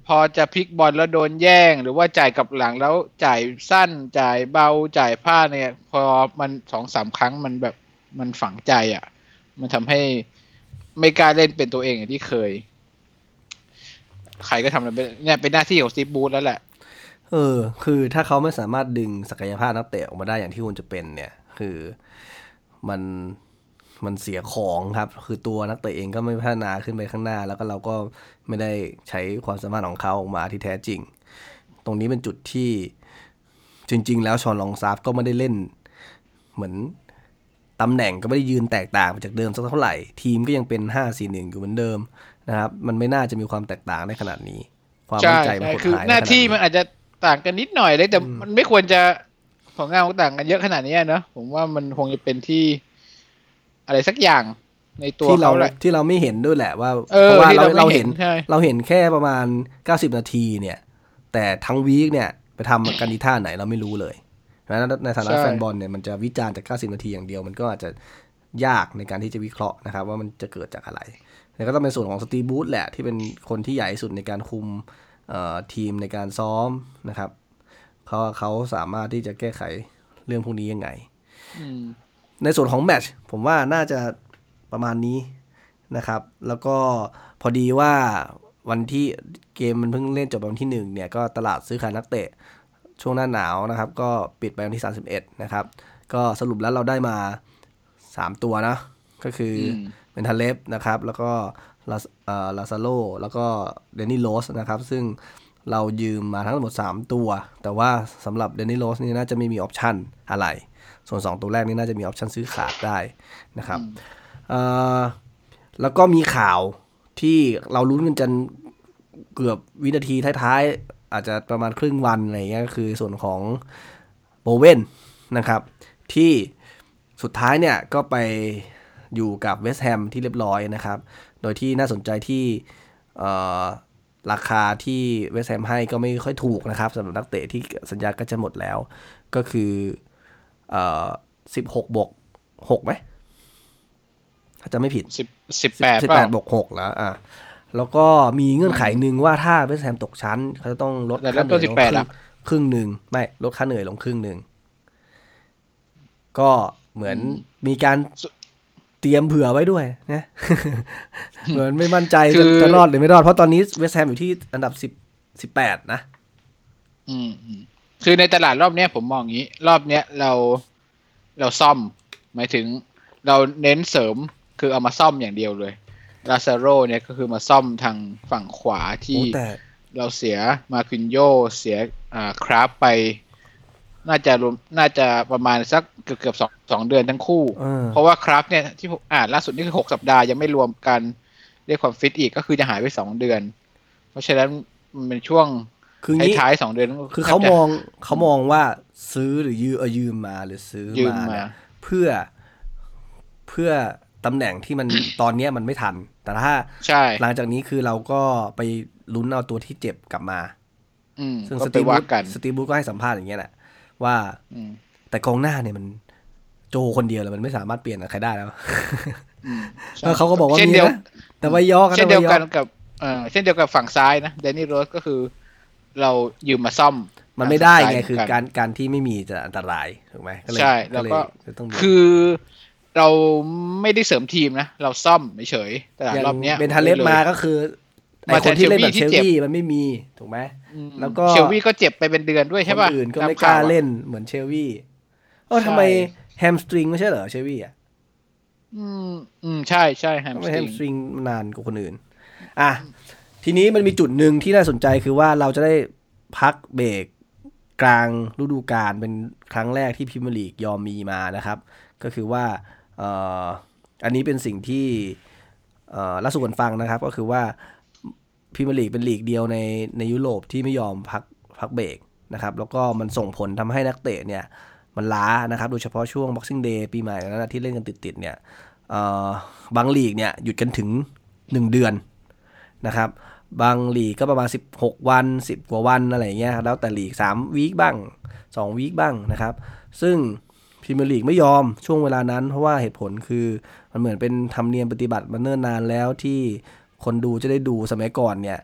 พอจะพลิกบอลแล้วโดนแย่งหรือว่าจ่ายกลับหลังแล้วจ่ายสั้นจ่ายเบาจ่ายพลาดเนี่ยพอมัน สองสาม ครั้งมันแบบมันฝังใจอ่ะมันทำให้ไม่กล้าเล่นเป็นตัวเองอย่างที่เคยใครก็ทำอะไรเนี่ยเป็นหน้าที่ของสตีฟบูธแล้วแหละเออคือถ้าเขาไม่สามารถดึงศักยภาพนักเตะออกมาได้อย่างที่ควรจะเป็นเนี่ยคือมันมันเสียของครับคือตัวนักเตะเองก็ไม่พัฒนาขึ้นไปข้างหน้าแล้วก็เราก็ไม่ได้ใช้ความสามารถของเขาออกมาที่แท้จริงตรงนี้เป็นจุดที่จริงๆแล้วชอนลองซาฟก็ไม่ได้เล่นเหมือนตำแหน่งก็ไม่ได้ยืนแตกต่างไปจากเดิมสักเท่าไหร่ทีมก็ยังเป็น ห้า สี่ หนึ่ง อยู่เหมือนเดิมนะครับมันไม่น่าจะมีความแตกต่างได้ขนาดนี้ความมั่นใจมันหดหายหน้าที่มันอาจจะต่างกันนิดหน่อยเลยแต่มันไม่ควรจะของงานต่างกันเยอะขนาดนี้เนอะผมว่ามันคงจะเป็นที่อะไรสักอย่างในตัวเขาแหละที่เราไม่เห็นด้วยแหละว่าเพราะว่าเราเราเห็นเราเห็นแค่ประมาณเก้าสิบนาทีเนี่ยแต่ทั้งวีคเนี่ยไปทำกันที่ท่าไหนเราไม่รู้เลยเพราะฉะนั้นในฐานะแฟนบอลเนี่ยมันจะวิจารณ์จากเก้าสิบนาทีอย่างเดียวมันก็อาจจะยากในการที่จะวิเคราะห์นะครับว่ามันจะเกิดจากอะไรแล้วก็ต้องเป็นส่วนของสตีฟบูธแหละที่เป็นคนที่ใหญ่ที่สุดในการคุมทีมในการซ้อมนะครับเขาเขาสามารถที่จะแก้ไขเรื่องพวกนี้ยังไงในส่วนของแมตช์ผมว่าน่าจะประมาณนี้นะครับแล้วก็พอดีว่าวันที่เกมมันเพิ่งเล่นจบวันที่หนึ่งเนี่ยก็ตลาดซื้อขายนักเตะช่วงหน้าหนาวนะครับก็ปิดไปวันที่สามสิบเอ็ดนะครับก็สรุปแล้วเราได้มาสามตัวนะก็คือเป็นทาเลฟนะครับแล้วก็ลาเอ่อลาซาโลแล้วก็เดนนี่โรสนะครับซึ่งเรายืมมาทั้งหมดสามตัวแต่ว่าสำหรับเดนนี่โรสนี่น่าจะไม่มีออปชั่นอะไรส่วนสองตัวแรกนี่น่าจะมีออปชั่นซื้อขาดได้นะครับแล้วก็มีข่าวที่เราลุ้นกันจนเกือบวินาทีท้ายๆอาจจะประมาณครึ่งวันอะไรเงี้ยก็คือส่วนของโบเว่นนะครับที่สุดท้ายเนี่ยก็ไปอยู่กับเวสต์แฮมที่เรียบร้อยนะครับโดยที่น่าสนใจที่ราคาที่เวสต์แฮมให้ก็ไม่ค่อยถูกนะครับสำหรับนักเตะที่สัญญาก็จะหมดแล้วก็คือเอ่อสิบหกบวกหกมั้ยถ้าจะไม่ผิด 10 สิบแปดสิบแปดบวกหกแล้วอ่ะแล้วก็มีเงื่อนไขนึงว่าถ้าเวสต์แฮมตกชั้นเขาจะต้องลดค่าเหนื่อยลงครึ่งนึงไม่ลดค่าเหนื่อยลงครึ่งนึงก็เหมือนมีการเตรียมเผื่อไว้ด้วยนะ เหมือนไม่มั่นใจจะจะรอดหรือไม่รอดเพราะตอนนี้เวสต์แฮมอยู่ที่อันดับสิบ สิบแปดนะอืมคือในตลาดรอบนี้ผมมองอย่างนี้รอบเนี้ยเราเราซ่อมหมายถึงเราเน้นเสริมคือเอามาซ่อมอย่างเดียวเลยลาซาโรเนี่ยก็คือมาซ่อมทางฝั่งขวาที่เราเสียมาคินโยเสียอ่าคราฟไปน่าจะรวมน่าจะประมาณสักเกือบๆสองเดือนทั้งคู่เพราะว่าคราฟเนี่ยที่ผมอ่านล่าสุดนี่คือหกสัปดาห์ยังไม่รวมกันเรียกความฟิตอีกก็คือจะหายไปสองเดือนเพราะฉะนั้นมันเป็นช่วงท้ายๆสองเดือนคือเขามองเขามองว่าซื้อหรือยืมเอายืมมาหรือซื้อมาเพื่อเพื่อตำแหน่งที่มัน ตอนนี้มันไม่ทันแต่ถ้าหลังจากนี้คือเราก็ไปลุ้นเอาตัวที่เจ็บกลับมาซึ่งสตีฟบูธสตีฟบูธก็ให้สัมภาษณ์อย่างเงี้ยแหละว่าแต่กองหน้าเนี่ยมันโจคนเดียวเลยมันไม่สามารถเปลี่ยนใครได้แล้วแล้วเขาก็บอกว่ามีนะแต่ว่ายอกันเช่นเดียวกันกับเอ่อเช่นเดียวกับฝั่งซ้ายนะแดนนี่โรสก็คือเรายืมมาซ่อมมันไม่ได้ไงคือการการที่ไม่มีจะอันตรายถูกไหมใช่แล้วก็คือเราไม่ได้เสริมทีมนะเราซ่อมเฉยๆแต่รอบนี้เป็นทาเลฟมาก็คือไอ้คนที่เล่นแบบเชลวี่มันไม่มีถูกไหมแล้วก็เชลวี่ก็เจ็บไปเป็นเดือนด้วยใช่ป่ะคนอื่นก็ไม่กล้าเล่นเหมือนเชลวี่เออทำไมแฮมสตริงไม่ใช่เหรอเชลวี่อ่ะอืมอืมใช่ใช่แฮมสตริงนานกว่าคนอื่นอ่ะทีนี้มันมีจุดหนึ่งที่น่าสนใจคือว่าเราจะได้พักเบรกกลางฤดูกาลเป็นครั้งแรกที่พรีเมียร์ลีกยอมมีมานะครับก็คือว่าเอ่ออันนี้เป็นสิ่งที่เอ่อล่าสุดคนฟังนะครับก็คือว่าพรีเมียร์ลีกเป็นลีกเดียวในในยุโรปที่ไม่ยอมพักพักเบรกนะครับแล้วก็มันส่งผลทำให้นักเตะเนี่ยมันล้านะครับโดยเฉพาะช่วง Boxing Day ปีใหม่นั้นที่เล่นกันติดๆเนี่ยเอ่อบางลีกเนี่ยหยุดกันถึงหนึ่งเดือนนะครับบางลีกก็ประมาณสิบหกวันสิบกว่าวันอะไรอย่างเงี้ยแล้วแต่ลีกสามวีคบ้างสองวีคบ้างนะครับซึ่งพรีเมียร์ลีกไม่ยอมช่วงเวลานั้นเพราะว่าเหตุผลคือมันเหมือนเป็นธรรมเนียมปฏิบัติมาเนิ่นนานแล้วที่คนดูจะได้ดูสมัยก่อนเนี่ย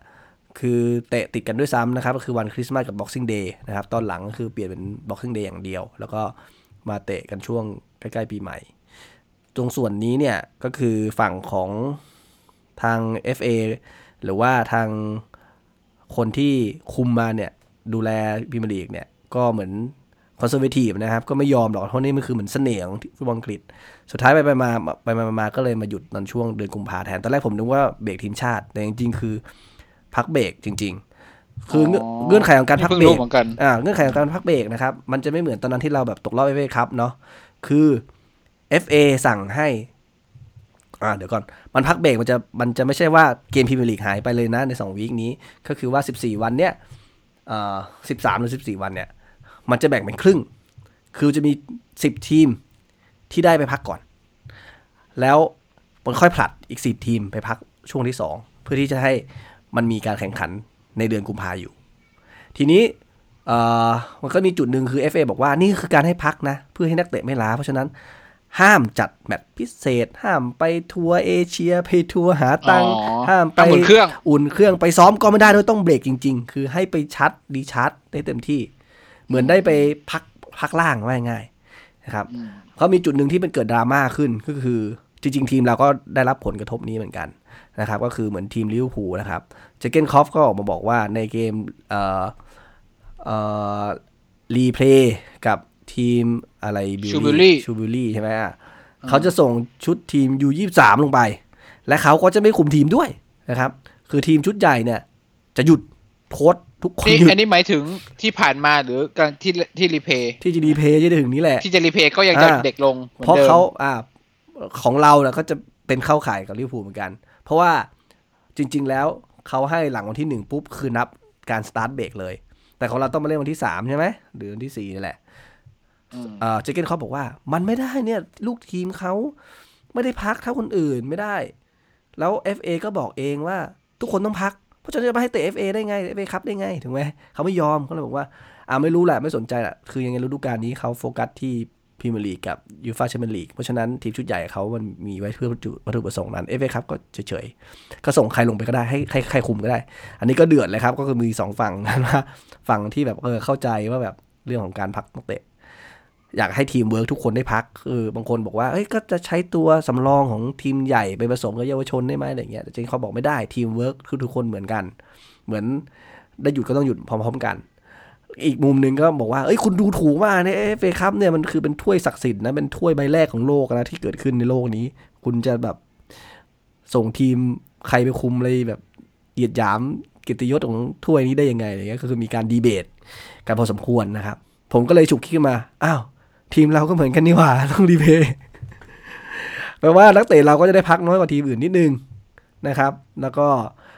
คือเตะติดกันด้วยซ้ำนะครับก็คือวันคริสต์มาสกับ Boxing Day นะครับตอนหลังก็คือเปลี่ยนเป็น Boxing Day อย่างเดียวแล้วก็มาเตะกันช่วงใกล้ๆปีใหม่ตรงส่วนนี้เนี่ยก็คือฝั่งของทาง เอฟ เอ หรือว่าทางคนที่คุมมาเนี่ยดูแลพรีเมียร์ลีกเนี่ยก็เหมือนคอนเซอร์เวทีฟนะครับก็ไม่ยอมหรอกเพราะนี่มันคือเหมือนเสน่ห์ของฟุตบอลอังกฤษสุดท้ายไปไปมาไปมามาก็เลยมาหยุดตอนช่วงเดือนกุมภาพันธ์แทนตอนแรกผมนึกว่าเบรกทีมชาติแต่จริงๆคือพักเบรกจริงๆคือเงื่อนไขของการพักเบรกอ่าเงื่อนไขของการพักเบรกนะครับมันจะไม่เหมือนตอนนั้นที่เราแบบตกรอบ เอฟ เอ Cup เนาะคือ เอฟ เอ สั่งให้อ่าเดี๋ยวก่อนมันพักเบรกมันจะมันจะไม่ใช่ว่าเกมพรีเมียร์ลีกหายไปเลยนะในสองวีคนี้ก็คือว่าสิบสี่วันเนี้ยเอ่อสิบสามหรือสิบสี่วันเนี่ยมันจะแบ่งเป็นครึ่งคือจะมีสิบทีมที่ได้ไปพักก่อนแล้วมันค่อยผลัดอีกสิบทีมไปพักช่วงที่สองเพื่อที่จะให้มันมีการแข่งขันในเดือนกุมภาพันธ์อยู่ทีนี้เอ่อมันก็มีจุดหนึ่งคือ เอฟ เอ บอกว่านี่คือการให้พักนะเพื่อให้นักเตะไม่ล้าเพราะฉะนั้นห้ามจัดแมตช์พิเศษห้ามไปทัวร์เอเชียไปทัวร์หาตังค์ห้ามไปอุ่นเครื่องอุ่นเครื่องไปซ้อมก็ไม่ได้ด้วยต้องเบรกจริงๆคือให้ไปชาร์จรีชาร์จได้เต็มที่เหมือนได้ไปพักพักล่างว่าง่ายๆนะครับเขามีจุดหนึ่งที่มันเกิดดราม่าขึ้นก็คือจริงๆทีมเราก็ได้รับผลกระทบนี้เหมือนกันนะครับก็คือเหมือนทีมลิเวอร์พูลนะครับเจเกนคอฟก็ออกมาบอกว่าในเกมเอ่อเอ่อรีเพลย์กับทีมอะไรชูบิลลี่ชูบิลลี่ใช่ไหมอ่ะเขาจะส่งชุดทีม ยู ยี่สิบสาม ลงไปและเขาก็จะไม่คุมทีมด้วยนะครับคือทีมชุดใหญ่เนี่ยจะหยุดโค้ชทุกคนหยุดอันนี้หมายถึงที่ผ่านมาหรือการที่ที่รีเพย์ที่จะรีเพย์จะถึงนี้แหละที่จะรีเพย์ก็ยังจะเด็กลงเพราะเขาอ่าของเราเนี่ยก็จะเป็นเข้าข่ายกับลิเวอร์พูลเหมือนกันเพราะว่าจริงๆแล้วเขาให้หลังวันที่หนึ่งปุ๊บคือนับการสตาร์ทเบรกเลยแต่ของเราต้องมาเล่นวันที่สามใช่ไหมหรือวันที่สี่นี่แหละเอ่อเจเกนเขาบอกว่ามันไม่ได้เนี่ยลูกทีมเขาไม่ได้พักเท่าคนอื่นไม่ได้แล้ว เอฟ เอ ก็บอกเองว่าทุกคนต้องพักเพราะฉะนั้นจะมาให้เตะ เอฟ เอ ได้ไง เอฟ เอ Cup ได้ไงถูกไหมเขาไม่ยอมเขาเลยบอกว่าอ่าไม่รู้แหละไม่สนใจแหละคือยังไงฤดูกาลนี้เขาโฟกัสที่พรีเมียร์ลีกกับยูฟ่าแชมเปี้ยนลีกเพราะฉะนั้นทีมชุดใหญ่เขามันมีไว้เพื่อวัตถุประสงค์นั้น เอฟ เอ Cup ก็เฉยๆก็ส่งใครลงไปก็ได้ให้ใครใครคุมก็ได้อันนี้ก็เดือดเลยครับก็คือมีสองฝั่งนะฝั่งที่แบบเออเข้าใจว่าแบบเรื่องของการพักนักเตะอยากให้ทีมเวิร์กทุกคนได้พักคือบางคนบอกว่าเอ้ยก็จะใช้ตัวสำรองของทีมใหญ่ไปผสมกับเยาวชนได้ไหมอะไรเงี้ยแต่จริงเขาบอกไม่ได้ทีมเวิร์กคือทุกคนเหมือนกันเหมือนได้หยุดก็ต้องหยุดพร้อมๆกันอีกมุมนึงก็บอกว่าเอ้ยคุณดูถูกมากเนี่ย เอฟ เอ Cup เนี่ยมันคือเป็นถ้วยศักดิ์สิทธิ์นะเป็นถ้วยใบแรกของโลกนะที่เกิดขึ้นในโลกนี้คุณจะแบบส่งทีมใครไปคุมเลยแบบเหยียดหยามเกียรติยศของถ้วยนี้ได้ยังไงอะไรเงี้ยก็คือมีการดีเบตกันพอสมควรนะครับผมก็เลยฉุกคิดขึ้นมาอ้าวทีมเราก็เหมือนกันนี่หว่าต้องรีเพย์แปลว่านักเตะเราก็จะได้พักน้อยกว่าทีมอื่นนิดนึงนะครับแล้วก็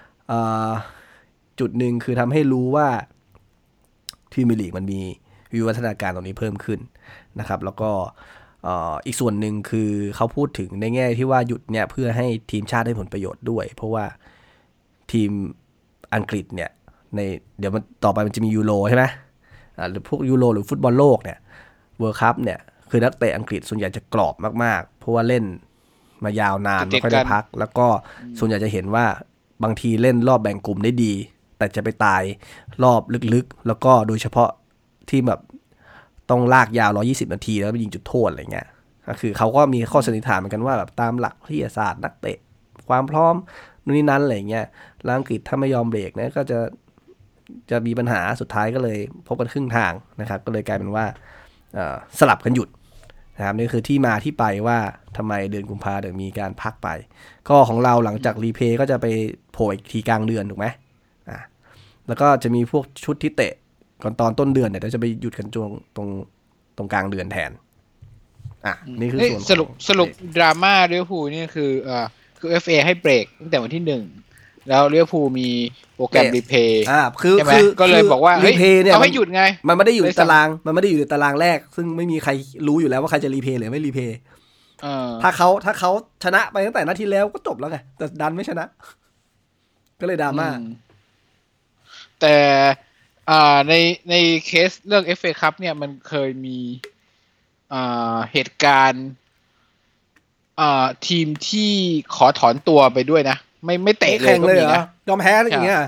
จุดหนึ่งคือทำให้รู้ว่าพรีเมียร์ลีกมันมีวิวัฒนาการตรงนี้เพิ่มขึ้นนะครับแล้วก็อีกส่วนหนึ่งคือเขาพูดถึงในแง่ที่ว่าหยุดเนี่ยเพื่อให้ทีมชาติได้ผลประโยชน์ด้วยเพราะว่าทีมอังกฤษเนี่ยในเดี๋ยวมันต่อไปมันจะมียูโรใช่ไหมหรือพวกยูโรหรือฟุตบอลโลกเนี่ยเวิลด์คัพเนี่ยคือนักเตะอังกฤษส่วนใหญ่จะกรอบมากๆเพราะว่าเล่นมายาวนานไม่ค่อยได้พักแล้วก็ส่วนใหญ่จะเห็นว่าบางทีเล่นรอบแบ่งกลุ่มได้ดีแต่จะไปตายรอบลึกๆแล้วก็โดยเฉพาะที่แบบต้องลากยาวหนึ่งร้อยยี่สิบนาทีแล้วไปยิงจุดโทษอะไรเงี้ยก็คือเขาก็มีข้อสันนิษฐานเหมือนกันว่าแบบตามหลักวิทยาศาสตร์นักเตะความพร้อมนู่นนี่นั่นอะไรเงี้ยแล้วอังกฤษถ้าไม่ยอมเบรกเนี่ยก็จะจะมีปัญหาสุดท้ายก็เลยพบกันครึ่งทางนะครับก็เลยกลายเป็นว่าสลับกันหยุดนะครับนี่คือที่มาที่ไปว่าทำไมเดือนกุมภาพันธ์ถึงมีการพักไปก็ของเราหลังจากรีเพย์ก็จะไปโผล่อีกทีกลางเดือนถูกไหมอ่าแล้วก็จะมีพวกชุดที่เตะก่อนตอนต้นเดือนเนี่ยจะไปหยุดกันตรงตรงตรงกลางเดือนแทนอ่ะนี่คือส่วนสรุปสรุปดราม่าลิเวอร์พูลนี่คืออ่าคือ เอฟ เอ ให้เบรกตั้งแต่วันที่หนึ่งแล้วลิเวอร์พูลมีโปรแกรมรีเพย์อ่าคือคือก็เลยบอกว่ารีเพย์เนี่ยเขาให้หยุดไงมันไม่ได้อยู่ในตารางมันไม่ได้อยู่ในตารางแรกซึ่งไม่มีใครรู้อยู่แล้วว่าใครจะรีเพย์หรือไม่รีเพย์ถ้าเขาถ้าเขาชนะไปตั้งแต่นัดที่แล้วก็จบแล้วไงแต่ดันไม่ชนะก็เลยดราม่าแต่อ่าในในเคสเรื่อง เอฟ เอ Cup เนี่ยมันเคยมีอ่าเหตุการณ์อ่าทีมที่ขอถอนตัวไปด้วยนะไม่ไม่เตะเลยก็มีนะยอมแพ้อะไรอย่างเงี้ย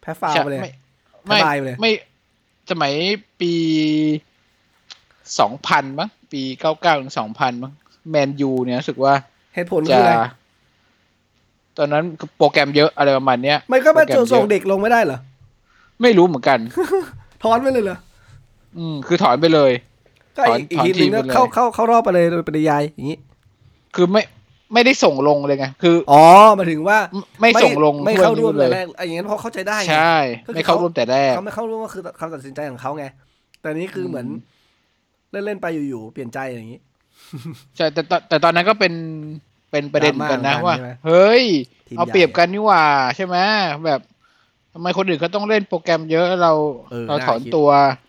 แพ้ฟาวไปเลยไม่ไม่ไม่สมัยปีสองพันมั้งปีเก้าสิบเก้าถึงสองพันมั้งแมนยูเนี่ยรู้สึกว่าเหตุผลคืออะไรตอนนั้นโปรแกรมเยอะอะไรประมาณเนี้ยไม่ก็มาส่งเด็กลงไม่ได้เหรอไม่รู้เหมือนกันถอนไปเลยเหรออืมคือถอนไปเลยก็อีกทีนึงก็เข้าเข้าเข้ารอบไปเลยโดยปริยายอย่างนี้คือไม่ไม่ได้ส่งลงเลยไงคืออ๋อมาถึงว่าไม่ส่งลงไม่เข้าร่วมเลยอย่างนั้นเพราะเข้าใจได้ใช่ไม่เข้าร่วมแต่แรกเขาไม่เข้าร่วมก็คือคำตัดสินใจของเขาไงแต่นี้คือเหมือนเล่นเล่นไปอยู่ๆเปลี่ยนใจอย่างนี้ใช่แต่แต่ตอนนั้นก็เป็นเป็นประเด็นกันนะว่าเฮ้ยเอาเปรียบกันนี่หว่าใช่ไหมแบบทำไมคนอื่นเขาต้องเล่นโปรแกรมเยอะเราเราถอนตัว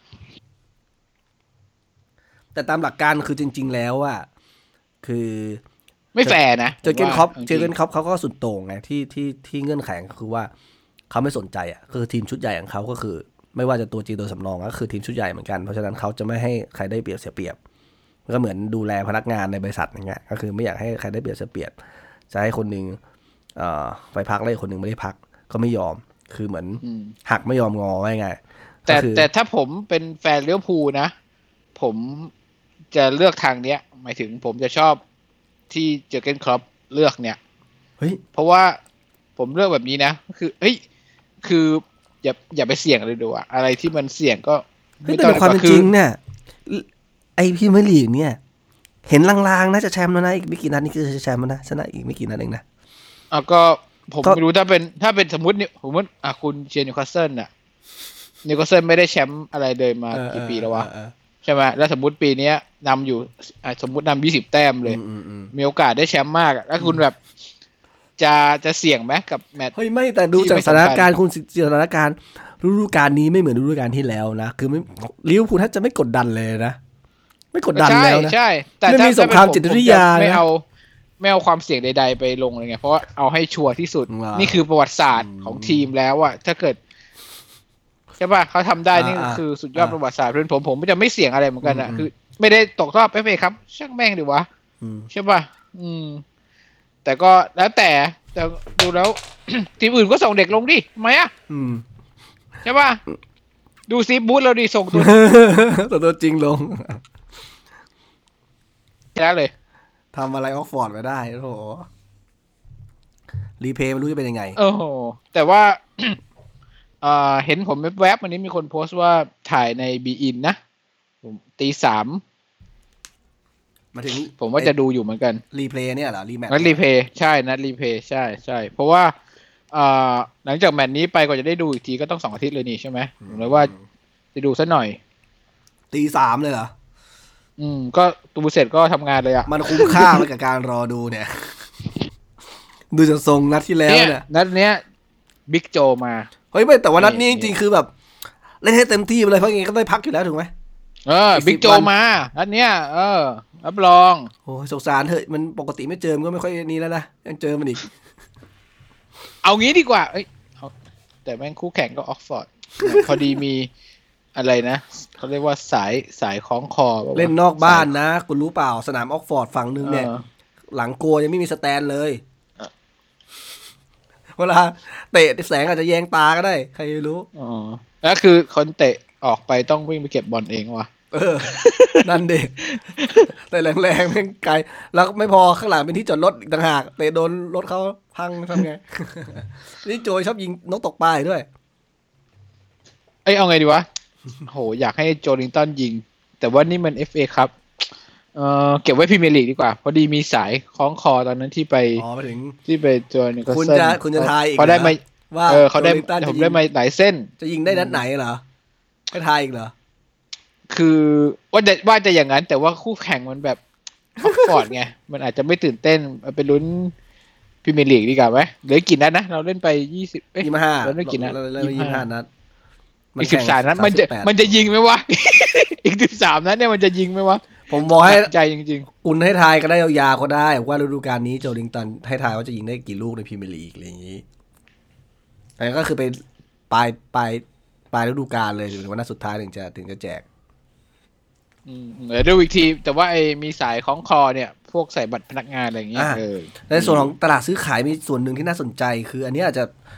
แต่ตามหลักการคือจริงๆแล้วอ่ะคือไม่แฟร์นะเจอเกนคอปเจอเกนคอปเขาก็สุดโต่งไงที่ที่ที่เงื่อนไขก็คือว่าเขาไม่สนใจอ่ะคือทีมชุดใหญ่ของเขาก็คือไม่ว่าจะตัวจริงตัวสำรองก็คือทีมชุดใหญ่เหมือนกันเพราะฉะนั้นเขาจะไม่ให้ใครได้เปรียบเสียเปรียบก็เหมือนดูแลพนักงานในบริษัทอย่างเงี้ยก็คือไม่อยากให้ใครได้เปรียบเสียเปรียบจะให้คนนึงเอ่อไปพักแล้วอีกคนนึงไม่ได้พักก็ไม่ยอมคือเหมือนหักไม่ยอมงอไว้ไงแต่แต่ถ้าผมเป็นแฟนลิเวอร์พูลนะผมจะเลือกทางเนี้ยหมายถึงผมจะชอบที่เจอร์เก้นคล็อปเลือกเนี่ยเฮ้ยเพราะว่าผมเลือกแบบนี้นะคือเฮ้ยคืออย่าอย่าไปเสี่ยงเลยดีกว่าอะไรที่มันเสี่ยงก็ไม่ต้องความจริงเนี่ยไอพี่ไม่หลีกเนี่ยเห็นลางๆนะจะแชมป์แล้วนะอีกไม่กี่นัดนี่คือจะแชมป์แล้วนะชนะอีกไม่กี่นัดเองนะอ่ะก็ผมไม่รู้ถ้าเป็นถ้าเป็นสมมติเนี่ยสมมติอ่ะคุณเชียร์นิวคาสเซิลน่ะนิวคาสเซิลไม่ได้แชมป์อะไรเลยมากี่ปีแล้ววะใช่ไหมแล้วสมมติปีนี้นำอยู่สมมตินำยี่สิบแต้มเลยมีโอกาสได้แชมป์มากแล้วคุณแบบจะจะเสี่ยงไหมกับแมตช์เฮ้ยไม่แต่ดูจากสถานการณ์คุณสถานการณ์ฤดูกาลนี้ไม่เหมือนฤดูกาลที่แล้วนะคือไม่ลิเวอร์พูลถ้าจะไม่กดดันเลยนะไม่กดดันแล้วนะใช่แต่ไม่มีสงครามจิตวิทยาไม่เอาไม่เอาความเสี่ยงใดๆไปลงเลยไงเพราะเอาให้ชัวร์ที่สุดนี่คือประวัติศาสตร์ของทีมแล้วอะถ้าเกิดใช่ป่ะเขาทำได้นี่คือสุดยอดประวัติศาสตร์เพื่อนผมผมจะไม่เสี่ยงอะไรเหมือนกันอ่ะคือไม่ได้ตกรอบเอฟเอครับช่างแม่งดีวะใช่ป่ะอืมแต่ก็แล้วแต่แต่ดูแล้ว ทีมอื่นก็ส่งเด็กลงดิทำไมอ่ะใช่ป่ะดูซีบูธเราดิส่งตัวส่งตัวจริงลงแล้วเลยทำอะไรออกฟอร์ดไปได้โอ้โหรีเพย์ไม่รู้จะเป็นยังไงโอ้โหแต่ว่าเอ่อเห็นผมแวบๆวันนี้มีคนโพสต์ว่าถ่ายในบีอินนะตีสามมาถึงผมว่าจะดูอยู่เหมือนกันรีเพลย์เนี่ยเหรอรีแมตช์นัดรีเพย์ใช่นัดรีเพย์ใช่ใช่เพราะว่าเอ่อหลังจากแมตช์นี้ไปก็จะได้ดูอีกทีก็ต้องสองอาทิตย์เลยนี่ใช่ไหมผมเลยว่าจะดูซะหน่อยตีสามเลยเหรออืมก็ดูเสร็จก็ทำงานเลยอ่ะมันคุ้มค่าไหมกับการรอดูเนี่ยดูจากทรงนัดที่แล้วเนี่ยนัดเนี้ยบิ๊กโจมาเฮ้ยไม่แต่ว่านัดนี้จริงๆคือแบบเล่นให้เต็มที่ไปเลยเพราะงี้ก็ได้พักอยู่แล้วถูกไหมเออบิ๊กโจมานัดเนี้ยเออรับรองโอ้สงสารเถอะมันปกติไม่เจอมันก็ไม่ค่อยนี้แล้วนะยังเจอมันอีกเอางี้ดีกว่าเอ้ยแต่แม่งคู่แข่งก็ออกฟอร์ดพอดีมีอะไรนะเขาเรียกว่าสายสายคล้องคอเล่นนอกบ้านนะคุณรู้เปล่าสนามออกฟอร์ดฝั่งนึงเนี่ยหลังโกยังไม่มีสแตนเลยเวลาเตะแสงอาจจะแยงตาก็ได้ใครรู้อ๋อแล้วคือคนเตะออกไปต้องวิ่งไปเก็บบอลเองวะเออนั่นเด็กแต่แรงๆแม่งไกลแล้วไม่พอข้างหลังเป็นที่จอดรถอีกต่างหากเตะโดนรถเขาพังทำไงนี่โจยชอบยิงนกตกปลาด้วยเอ้ยเอาไงดีวะโหอยากให้โจลิงตันยิงแต่ว่านี่มัน เอฟ เอ ครับเอ่อเก็บไว้พรีเมียร์ลีกดีกว่าพอดีมีสายคล้องคอตอนนั้นที่ไปอ๋อไปถึงที่ไปจอยนิวคาสเซิลคุณจะคุณจะทายอีกพอได้มาว่าเออเขาได้ผมได้มาหลายเส้นจะยิงได้นัดไหนเหรอให้ทายอีกเหรอคือว่าจะว่าจะอย่างนั้นแต่ว่าคู่แข่งมันแบบออกฟอร์ดไงมันอาจจะไม่ตื่นเต้นไปลุ้นพรีเมียร์ลีกดีกว่าไหมเหลือกี่นัดนะเราเล่นไปยี่สิบเอ้ยยี่สิบห้าเราเล่นกี่นัดยี่สิบห้านัดอีกสิบสามนัดมันจะมันจะยิงไหมวะอีกสิบสามนัดเนี่ยมันจะยิงไหมวะผมบอกให้ใจจริงๆคุณให้ทายก็ได้ยาวๆก็ได้ว่าฤดูกาลนี้โจลิงตันให้ทายว่าจะยิงได้กี่ลูกในพรีเมียร์ลีกอะไรอย่างนี้แต่ก็คือเป็นปลายปลายปลายฤดูกาลเลยหรือว่านัดสุดท้ายถึงจะถึงจะแจกอืมเดี๋ยวดูอีกทีแต่ว่าไอ้มีสายคล้องคอเนี่ยพวกใส่บัตรพนักงานอะไรอย่างเงี้ยเออในส่วนของตลาดซื้อขายมีส่วนหนึ่งที่น่าสนใจคืออันนี้อาจจะ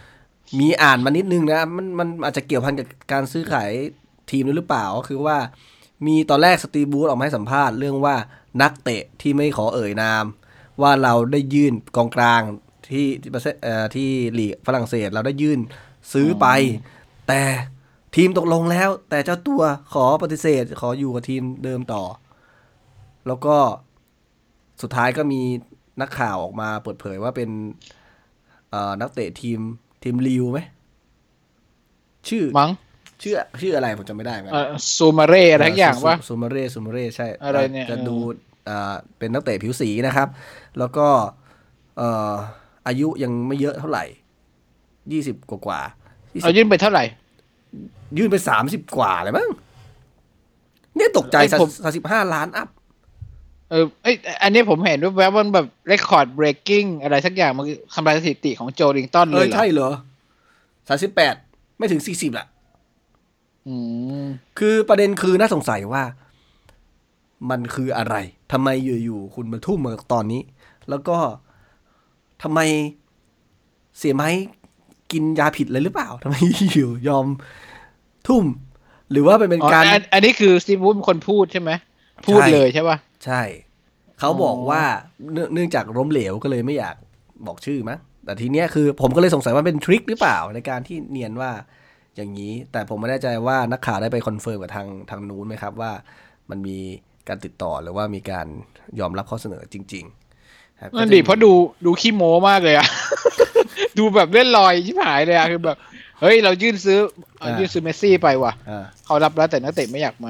มีอ่านมานิดนึงนะมันมันอาจจะเกี่ยวพันกับการซื้อขายทีมด้วยหรือเปล่าก็คือว่ามีตอนแรกสตีฟบูธออกมาให้สัมภาษณ์เรื่องว่านักเตะที่ไม่ขอเอ่ยนามว่าเราได้ยื่นกองกลางที่ที่ประเทศเอ่อที่ลีกฝรั่งเศสเราได้ยื่นซื้อไปแต่ทีมตกลงแล้วแต่เจ้าตัวขอปฏิเสธขออยู่กับทีมเดิมต่อแล้วก็สุดท้ายก็มีนักข่าวออกมาเปิดเผยว่าเป็นเอ่อนักเตะทีมทีมลิวไหมชื่อมั้งชื่อชื่ออะไรผมจำไม่ได้เหมือนกันซูมาเร่อะไรทั้งอย่างว่าซูมาเร่ซูมาเร่ใช่อะไรเนี่ยจะดูอ่าเป็นนักเตะผิวสีนะครับแล้วก็เอ่ออายุยังไม่เยอะเท่าไหร่ยี่สิบกว่าๆเอายื่นไปเท่าไหร่ยื่นไปสามสิบกว่าเลยมั้งเนี่ยตกใจสามสิบห้าล้านอัพเออไออันนี้ผมเห็นว่ามันแบบ record breaking อะไรสักอย่างมันทำลายสถิติของโจลิงตันเลยเหรอใช่เหรอสามสิบแปดไม่ถึงสี่สิบละอืมคือประเด็นคือน่าสงสัยว่ามันคืออะไรทำไมอยู่ๆคุณมาทุ่มมาตอนนี้แล้วก็ทำไมเสียไม้กินยาผิดเลยหรือเปล่าทำไมอยู่ยอมทุ่มหรือว่าเป็นเป็นการอ, อันนี้คือสตีฟวูดเป็นคนพูดใช่ไหมพูดเลยใช่ป่ะใช่เขาบอกว่าเนื่องจากล้มเหลวก็เลยไม่อยากบอกชื่อมั้งแต่ทีเนี้ยคือผมก็เลยสงสัยว่าเป็นทริคหรือเปล่าในการที่เนียนว่าอย่างนี้แต่ผมไม่แน่ใจว่านักข่าวได้ไปคอนเฟิร์มกับทางทางนู้นไหมครับว่ามันมีการติดต่อหรือว่ามีการยอมรับข้อเสนอจริงๆนั่นดิเพราะดูดูขี้โม้มากเลยอะ ดูแบบเล่นลอยชิบหายเลยอะคือแบบเฮ้ยเรายื่นซื้อยื่นซื้อเมสซี่ไปว่ะเขารับแล้วแต่นักเตะไม่อยากมา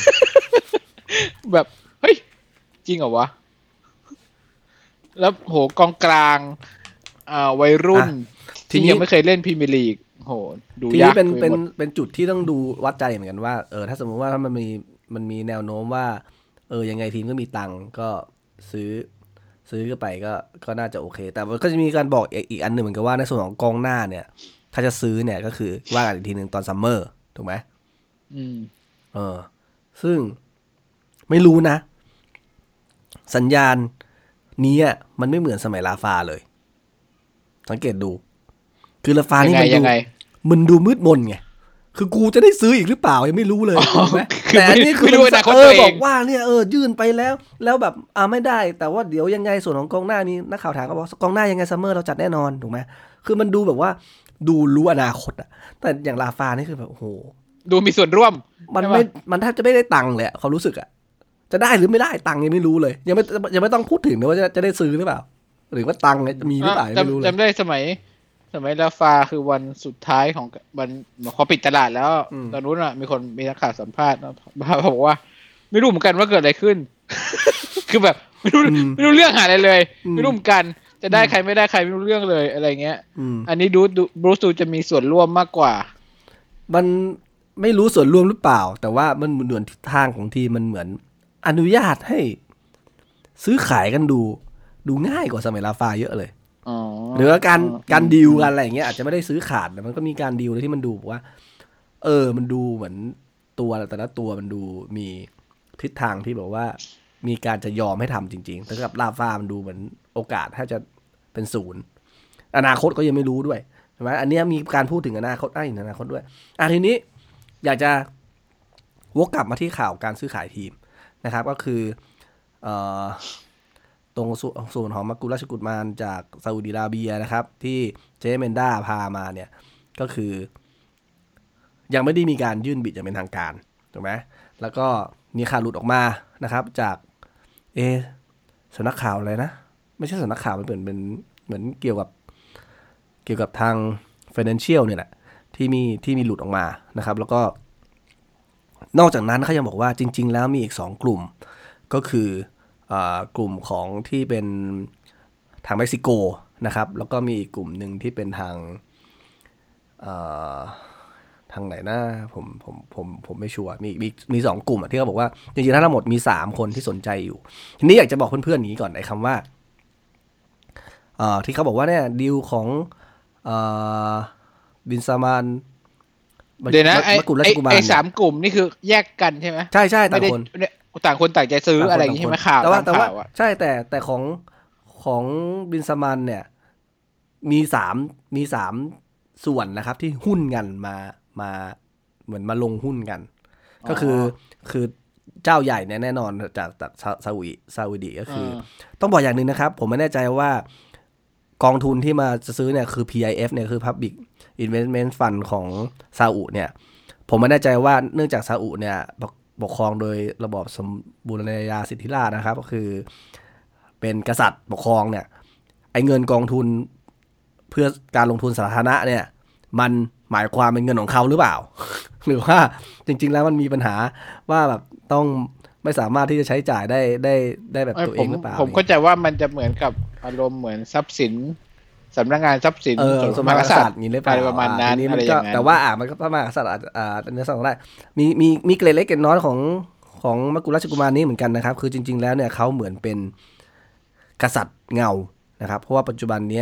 แบบเฮ้ยจริงเหรอวะแล้วโหกองกลางอ่าวัยรุ่นที่ยังไม่เคยเล่นพรีเมียร์ลีกโหดูยากเป็นเป็นเป็นจุดที่ต้องดูวัดใจเหมือนกันว่าเออถ้าสมมติว่าถ้ามันมีมันมีแนวโน้มว่าเออยังไงทีมก็มีตังค์ก็ซื้อซื้อก็ไปก็ก็น่าจะโอเคแต่มันก็จะมีการบอกอีกอันหนึ่งเหมือนกันว่าในส่วนของกองหน้าเนี่ยถ้าจะซื้อเนี่ยก็คือว่ากันอีกทีนึงตอนซัมเมอร์ถูกไหมอืมเออซึ่งไม่รู้นะสัญญาณนี้มันไม่เหมือนสมัยลาฟาเลยสังเกตดูคือลาฟานี่มันดูมันดูมืดมนไงคือกูจะได้ซื้ออีกหรือเปล่ายังไม่รู้เลยถูกไหมแต่อันนี้คือเออบอกว่าเนี่ยเออยื่นไปแล้วแล้วแบบอ่าไม่ได้แต่ว่าเดี๋ยวยังไงส่วนของกองหน้านี้นักข่าวถามก็บอกกองหน้ายังไงซัมเมอร์เราจัดแน่นอนถูกไหมคือมันดูแบบว่าดูรู้อนาคตอะแต่อย่างลาฟานี่คือแบบโอ้โหดูมีส่วนร่วมมันไม่มันแทบจะไม่ได้ตังค์เลยเขารู้สึกอะจะได้หรือไม่ได้ตังค์ยังไม่รู้เลยยังไม่ยังไม่ต้องพูดถึงเลยว่าจะจะได้ซื้อหรือเปล่าหรือว่าตังค์มีหรือเปล่าไม่รู้เลยจำได้สมัยสมัยลาฟาคือวันสุดท้ายของวันพอปิดตลาดแล้วตอนนู้นอ่ะมีคนมีนักข่าวสัมภาษณ์บอกว่าไม่รู้เหมือนกันว่าเกิดอะไรขึ้น คือแบบไม่รู้ไม่รู้เรื่องหาอะไรเลยไม่รู้เหมือนกันจะได้ใครไม่ได้ใครไม่รู้เรื่องเลยอะไรเงี้ยอันนี้ดูบรูซดูจะมีส่วนร่วมมากกว่ามันไม่รู้ส่วนร่วมหรือเปล่าแต่ว่ามันเหมือนทิศทางของทีมมันเหมือนอนุญาตให้ซื้อขายกันดูดูง่ายกว่าสมัยลาฟาเยอะเลยหรือว่าการการดีลกันอะไรอย่างเงี้ยอาจจะไม่ได้ซื้อขาดแต่มันก็มีการดีลที่มันดูว่าเออมันดูเหมือนตัวแต่ละตัวมันดูมีทิศทางที่แบบว่ามีการจะยอมให้ทำจริงๆแต่กับลาฟามันดูเหมือนโอกาสถ้าจะเป็นศูนย์อนาคตก็ยังไม่รู้ด้วยใช่ไหมอันนี้มีการพูดถึงอนาคตได้อนาคตด้วยอ่ะทีนี้อยากจะวกกลับมาที่ข่าวการซื้อขายทีมนะครับก็คือเอ่อตรงส่วนของมักกุลราชกุมารจากซาอุดิอาระเบียนะครับที่เจเมนด้าพามาเนี่ยก็คือยังไม่ได้มีการยื่นบิดอย่างเป็นทางการถูกไหมแล้วก็มีข่าวหลุดออกมานะครับจากเอสำนักข่าวอะไรนะไม่ใช่สำนักข่าวมันเหมือนเป็นเหมือนเกี่ยวกับเกี่ยวกับทาง Financial เนี่ยแหละที่มีที่มีหลุดออกมานะครับแล้วก็นอกจากนั้นเขายังบอกว่าจริงๆแล้วมีอีกสองกลุ่มก็คือกลุ่มของที่เป็นทางเม็กซิโกนะครับแล้วก็มีอีกกลุ่มหนึ่งที่เป็นทางทางไหนนะผมผมผมผมไม่ชัวร์มีมีมีสองกลุ่มที่เขาบอกว่าจริงๆทั้งหมดมีสามคนที่สนใจอยู่ทีนี้อยากจะบอกเพื่อนๆนี้ก่อนไอ้คำว่าที่เขาบอกว่าเนี่ยดีลของบินซามานเดี๋ยวนะไอ้ไอ้สามกลุ่มนี่คือแยกกันใช่ไหมใช่ใช่ต่างคนต่างคนต่างใจซื้ออะไรอย่างนี้ใช่ไหมข่าวแต่ว่าแต่ว่าใช่แต่แต่ของของบินซามานเนี่ยมีสามมีสามส่วนนะครับที่หุ้นกันมามาเหมือนมาลงหุ้นกันก็คือคือเจ้าใหญ่เนี่ยแน่นอนจากจากซาอุดิซาอุดิก็คือต้องบอกอย่างนึงนะครับผมไม่แน่ใจว่ากองทุนที่มาจะซื้อเนี่ยคือ พี ไอ เอฟ เนี่ยคือ Public Investment Fund ของซาอุเนี่ยผมไม่แน่ใจว่าเนื่องจากซาอุเนี่ยปกครองโดยระบอบสมบูรณาญาสิทธิราชย์นะครับก็คือเป็นกษัตริย์ปกครองเนี่ยไอ้เงินกองทุนเพื่อการลงทุนสาธารณะเนี่ยมันหมายความเป็นเงินของเขาหรือเปล่า หรือว่าจริงๆแล้วมันมีปัญหาว่าแบบต้องไม่สามารถที่จะใช้จ่ายได้ได้ได้แบบตัวเองหรือเปล่าผมเข้าใจว่ามันจะเหมือนกับอารมณ์เหมือนทรัพย์สินสำนักงานทรัพย์สินส่วนสมากษัตริย์นี้หรือเปล่าประมาณนั้นอะไรอย่างนั้นแต่ว่าอ่ะมันก็พระมหากษัตริย์อ่าในส่วนได้มีมีมีเกร็ดเล็กเกร็ดน้อยของของมกุฎราชกุมารนี้เหมือนกันนะครับคือจริงๆแล้วเนี่ยเขาเหมือนเป็นกษัตริย์เงานะครับเพราะว่าปัจจุบันเนี้ย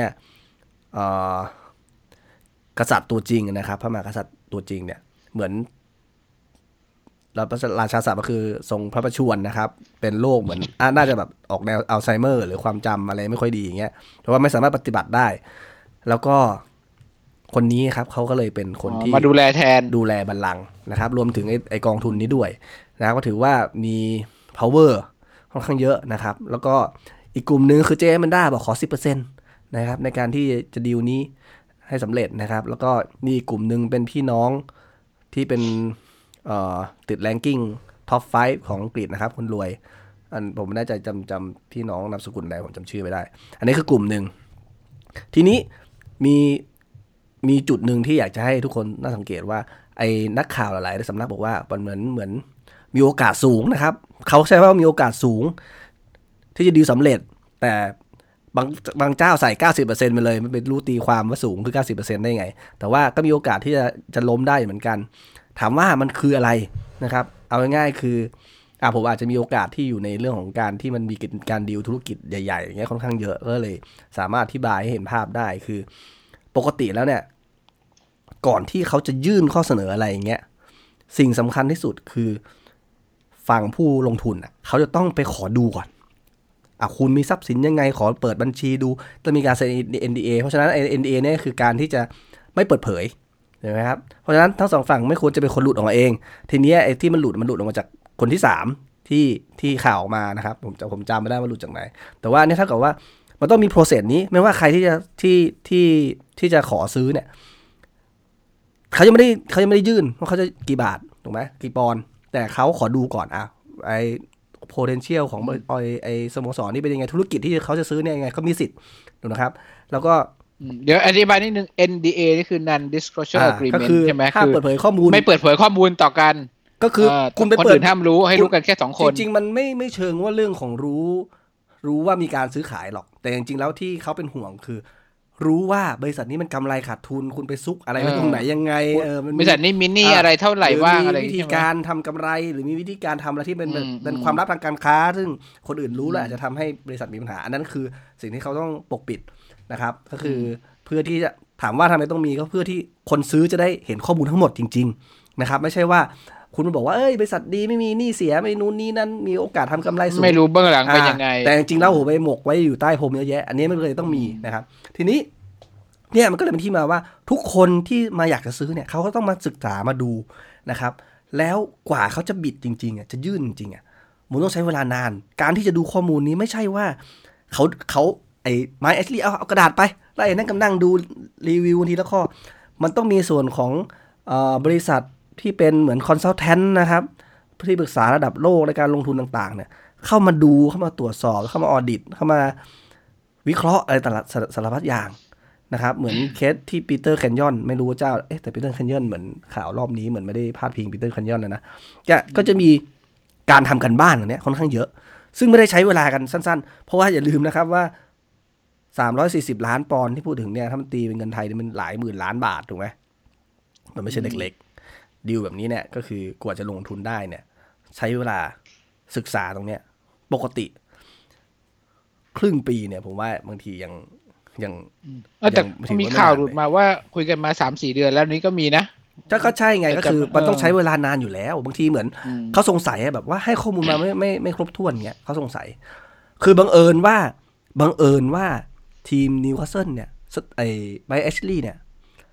กษัตริย์ตัวจริงนะครับพระมหากษัตริย์ตัวจริงเนี่ยเหมือนแล้วราชาศัพท์ก็คือทรงพระประชวรนะครับเป็นโรคเหมือนน่าจะแบบออกแนวอัลไซเมอร์หรือความจำอะไรไม่ค่อยดีอย่างเงี้ยเพราะว่าไม่สามารถปฏิบัติได้แล้วก็คนนี้ครับเขาก็เลยเป็นคนที่มาดูแลแทนดูแลบัลลังก์นะครับรวมถึงไอ้ไอกองทุนนี้ด้วยนะครับก็ถือว่ามี power ค่อนข้างเยอะนะครับแล้วก็อีกกลุ่มนึงคือเจมันด้าบอกขอ สิบเปอร์เซ็นต์ นะครับในการที่จะดีลนี้ให้สำเร็จนะครับแล้วก็มีกลุ่มนึงเป็นพี่น้องที่เป็นติดแรงกิ้งท็อปไฟว์ของอังกฤษนะครับคนรวยอันผมไม่แน่ใจจำจำพี่น้องนามสกุลใดผมจำชื่อไม่ได้อันนี้คือกลุ่มหนึ่งทีนี้มีมีจุดหนึ่งที่อยากจะให้ทุกคนน่าสังเกตว่าไอ้นักข่าวหลายๆสำนักบอกว่ามันเหมือนเหมือนมีโอกาสสูงนะครับเขาใช้ว่ามีโอกาสสูงที่จะดีลสำเร็จแต่บางบางเจ้าใส่ เก้าสิบเปอร์เซ็นต์ ไปเลยมันเป็นรู้ตีความว่าสูงคือ เก้าสิบเปอร์เซ็นต์ ได้ไงแต่ว่าก็มีโอกาสที่จะจะล้มได้เหมือนกันถามว่ามันคืออะไรนะครับเอาง่ายๆคืออ่ะผมอาจจะมีโอกาสที่อยู่ในเรื่องของการที่มันมีการดีลธุรกิจใหญ่ๆอย่างเงี้ยค่อนข้างเยอะก็เลยสามารถอธิบายให้เห็นภาพได้คือปกติแล้วเนี่ยก่อนที่เขาจะยื่นข้อเสนออะไรอย่างเงี้ยสิ่งสำคัญที่สุดคือฝั่งผู้ลงทุนอ่ะเขาจะต้องไปขอดูก่อนอ่ะคุณมีทรัพย์สินยังไงขอเปิดบัญชีดูต้องมีการเซ็น เอ็น ดี เอ เพราะฉะนั้น เอ็น ดี เอ เนี่ยคือการที่จะไม่เปิดเผยเห็นไหมครับเพราะฉะนั้นทั้งสองฝั่งไม่ควรจะเป็นคนหลุดออกมาเองทีนี้ไอ้ที่มันหลุดมันหลุดออกมาจากคนที่สามที่ที่ข่าวออกมานะครับผมจำผมจำไม่ได้ว่าหลุดจากไหนแต่ว่าเนี่ยถ้าเกิดว่ามันต้องมีโปรเซสนี้ไม่ว่าใครที่จะที่ที่ที่จะขอซื้อเนี่ยเขายังไม่ได้เขายังไม่ได้ยื่นว่าเขาจะกี่บาทถูกไหมกี่ปอนด์แต่เขาขอดูก่อนอ่ะไอ้ potential ของไอ้ไอ้สโมสรนี่เป็นยังไงธุรกิจที่เขาจะซื้อเนี่ยยังไงเขามีสิทธิ์ถูกนะครับแล้วก็เดี๋ยวอธิบายนิดนึง เอ็น ดี เอ นี่คือ non disclosure agreement ใช่ไหมคือห้ามเปิดเผยข้อมูลไม่เปิดเผยข้อมูลต่อกันก็คือคุณไปเปิดห้ามรู้ให้รู้กันแค่สองคนจริงๆมันไม่ไม่เชิงว่าเรื่องของรู้รู้ว่ามีการซื้อขายหรอกแต่จริงๆแล้วที่เขาเป็นห่วงคือรู้ว่าบริษัทนี้มันกำไรขาดทุนคุณไปซุกอะไรไว้ตรงไหนยังไงเออบริษัทนี้มินี่อะไรเท่าไหร่ว่างอะไรวิธีการทำกำไรหรือมีวิธีการทำอะไรที่เป็นเป็นความลับทางการค้าซึ่งคนอื่นรู้แล้วอาจจะทำให้บริษัทมีปัญหาอันนั้นคือสิ่งที่เขาต้องปกปิดนะครับก็คือเพื่อที่จะถามว่าทำไมต้องมีก็เพื่อที่คนซื้อจะได้เห็นข้อมูลทั้งหมดจริงๆนะครับไม่ใช่ว่าคุณบอกว่าเอ้ยบริษัทดีไม่มีหนี้เสียไม่นู้นนี่นั่นมีโอกาสทำกำไรสูงไม่รู้เบื้องหลังเป็นยังไงแต่จริงๆแล้วโหไปหมกไว้อยู่ใต้พรมเยอะแยะอันนี้มันเลยต้องมีนะครับทีนี้เนี่ยมันก็เลยเป็นที่มาว่าทุกคนที่มาอยากจะซื้อเนี่ยเขาก็ต้องมาศึกษามาดูนะครับแล้วกว่าเขาจะบิดจริงๆอ่ะจะยื่นจริงๆอ่ะมันต้องใช้เวลานานการที่จะดูข้อมูลนี้ไม่ใช่ว่าเขาเขาไอ้ไม้แอชลีย์เอาเอากระดาษไปแล้วไอ้นั่นกำลังดูรีวิวทีละข้อมันต้องมีส่วนของเอ่อบริษัทที่เป็นเหมือนคอนซัลแทนท์นะครับที่ปรึกษาระดับโลกในการลงทุนต่างๆเนี่ยเข้ามาดูเข้ามาตรวจสอบเข้ามาออดิตเข้ามาวิเคราะห์อะไรต่างๆสารพัดอย่างนะครับเหมือนเคสที่ปีเตอร์แคนยอนไม่รู้เจ้าเอ๊ะแต่ปีเตอร์แคนยอนเหมือนข่าวรอบนี้เหมือนไม่ได้พาดพิงปีเตอร์แคนยอนเลยนะก็จะมีการทำกันบ้านอย่างเนี้ยค่อนข้างเยอะซึ่งไม่ได้ใช้เวลากันสั้นๆเพราะว่าอย่าลืมนะครับว่าสามร้อยสี่สิบล้านปอนด์ที่พูดถึงเนี่ยถ้ามันตีเป็นเงินไทยมันหลายหมื่นล้านบาทถูกไหมมันไม่ใช่เล็กๆดีลแบบนี้เนี่ยก็คือกว่าจะลงทุนได้เนี่ยใช้เวลาศึกษาตรงเนี้ยปกติครึ่งปีเนี่ยผมว่าบางทียังยังแต่มีข่าวหลุดมาว่าคุยกันมา สามสี่ เดือนแล้วนี้ก็มีนะก็ใช่ไงก็คือมันต้องใช้เวลานานอยู่แล้วบางทีเหมือนเขาสงสัยแบบว่าให้ข้อมูลมาไม่ไม่ไม่ครบถ้วนเงี้ยเขาสงสัยคือบังเอิญว่าบังเอิญว่าทีมนิวคาสเซิลเนี่ยไอ้ไบรอัน แอชลีย์เนี่ย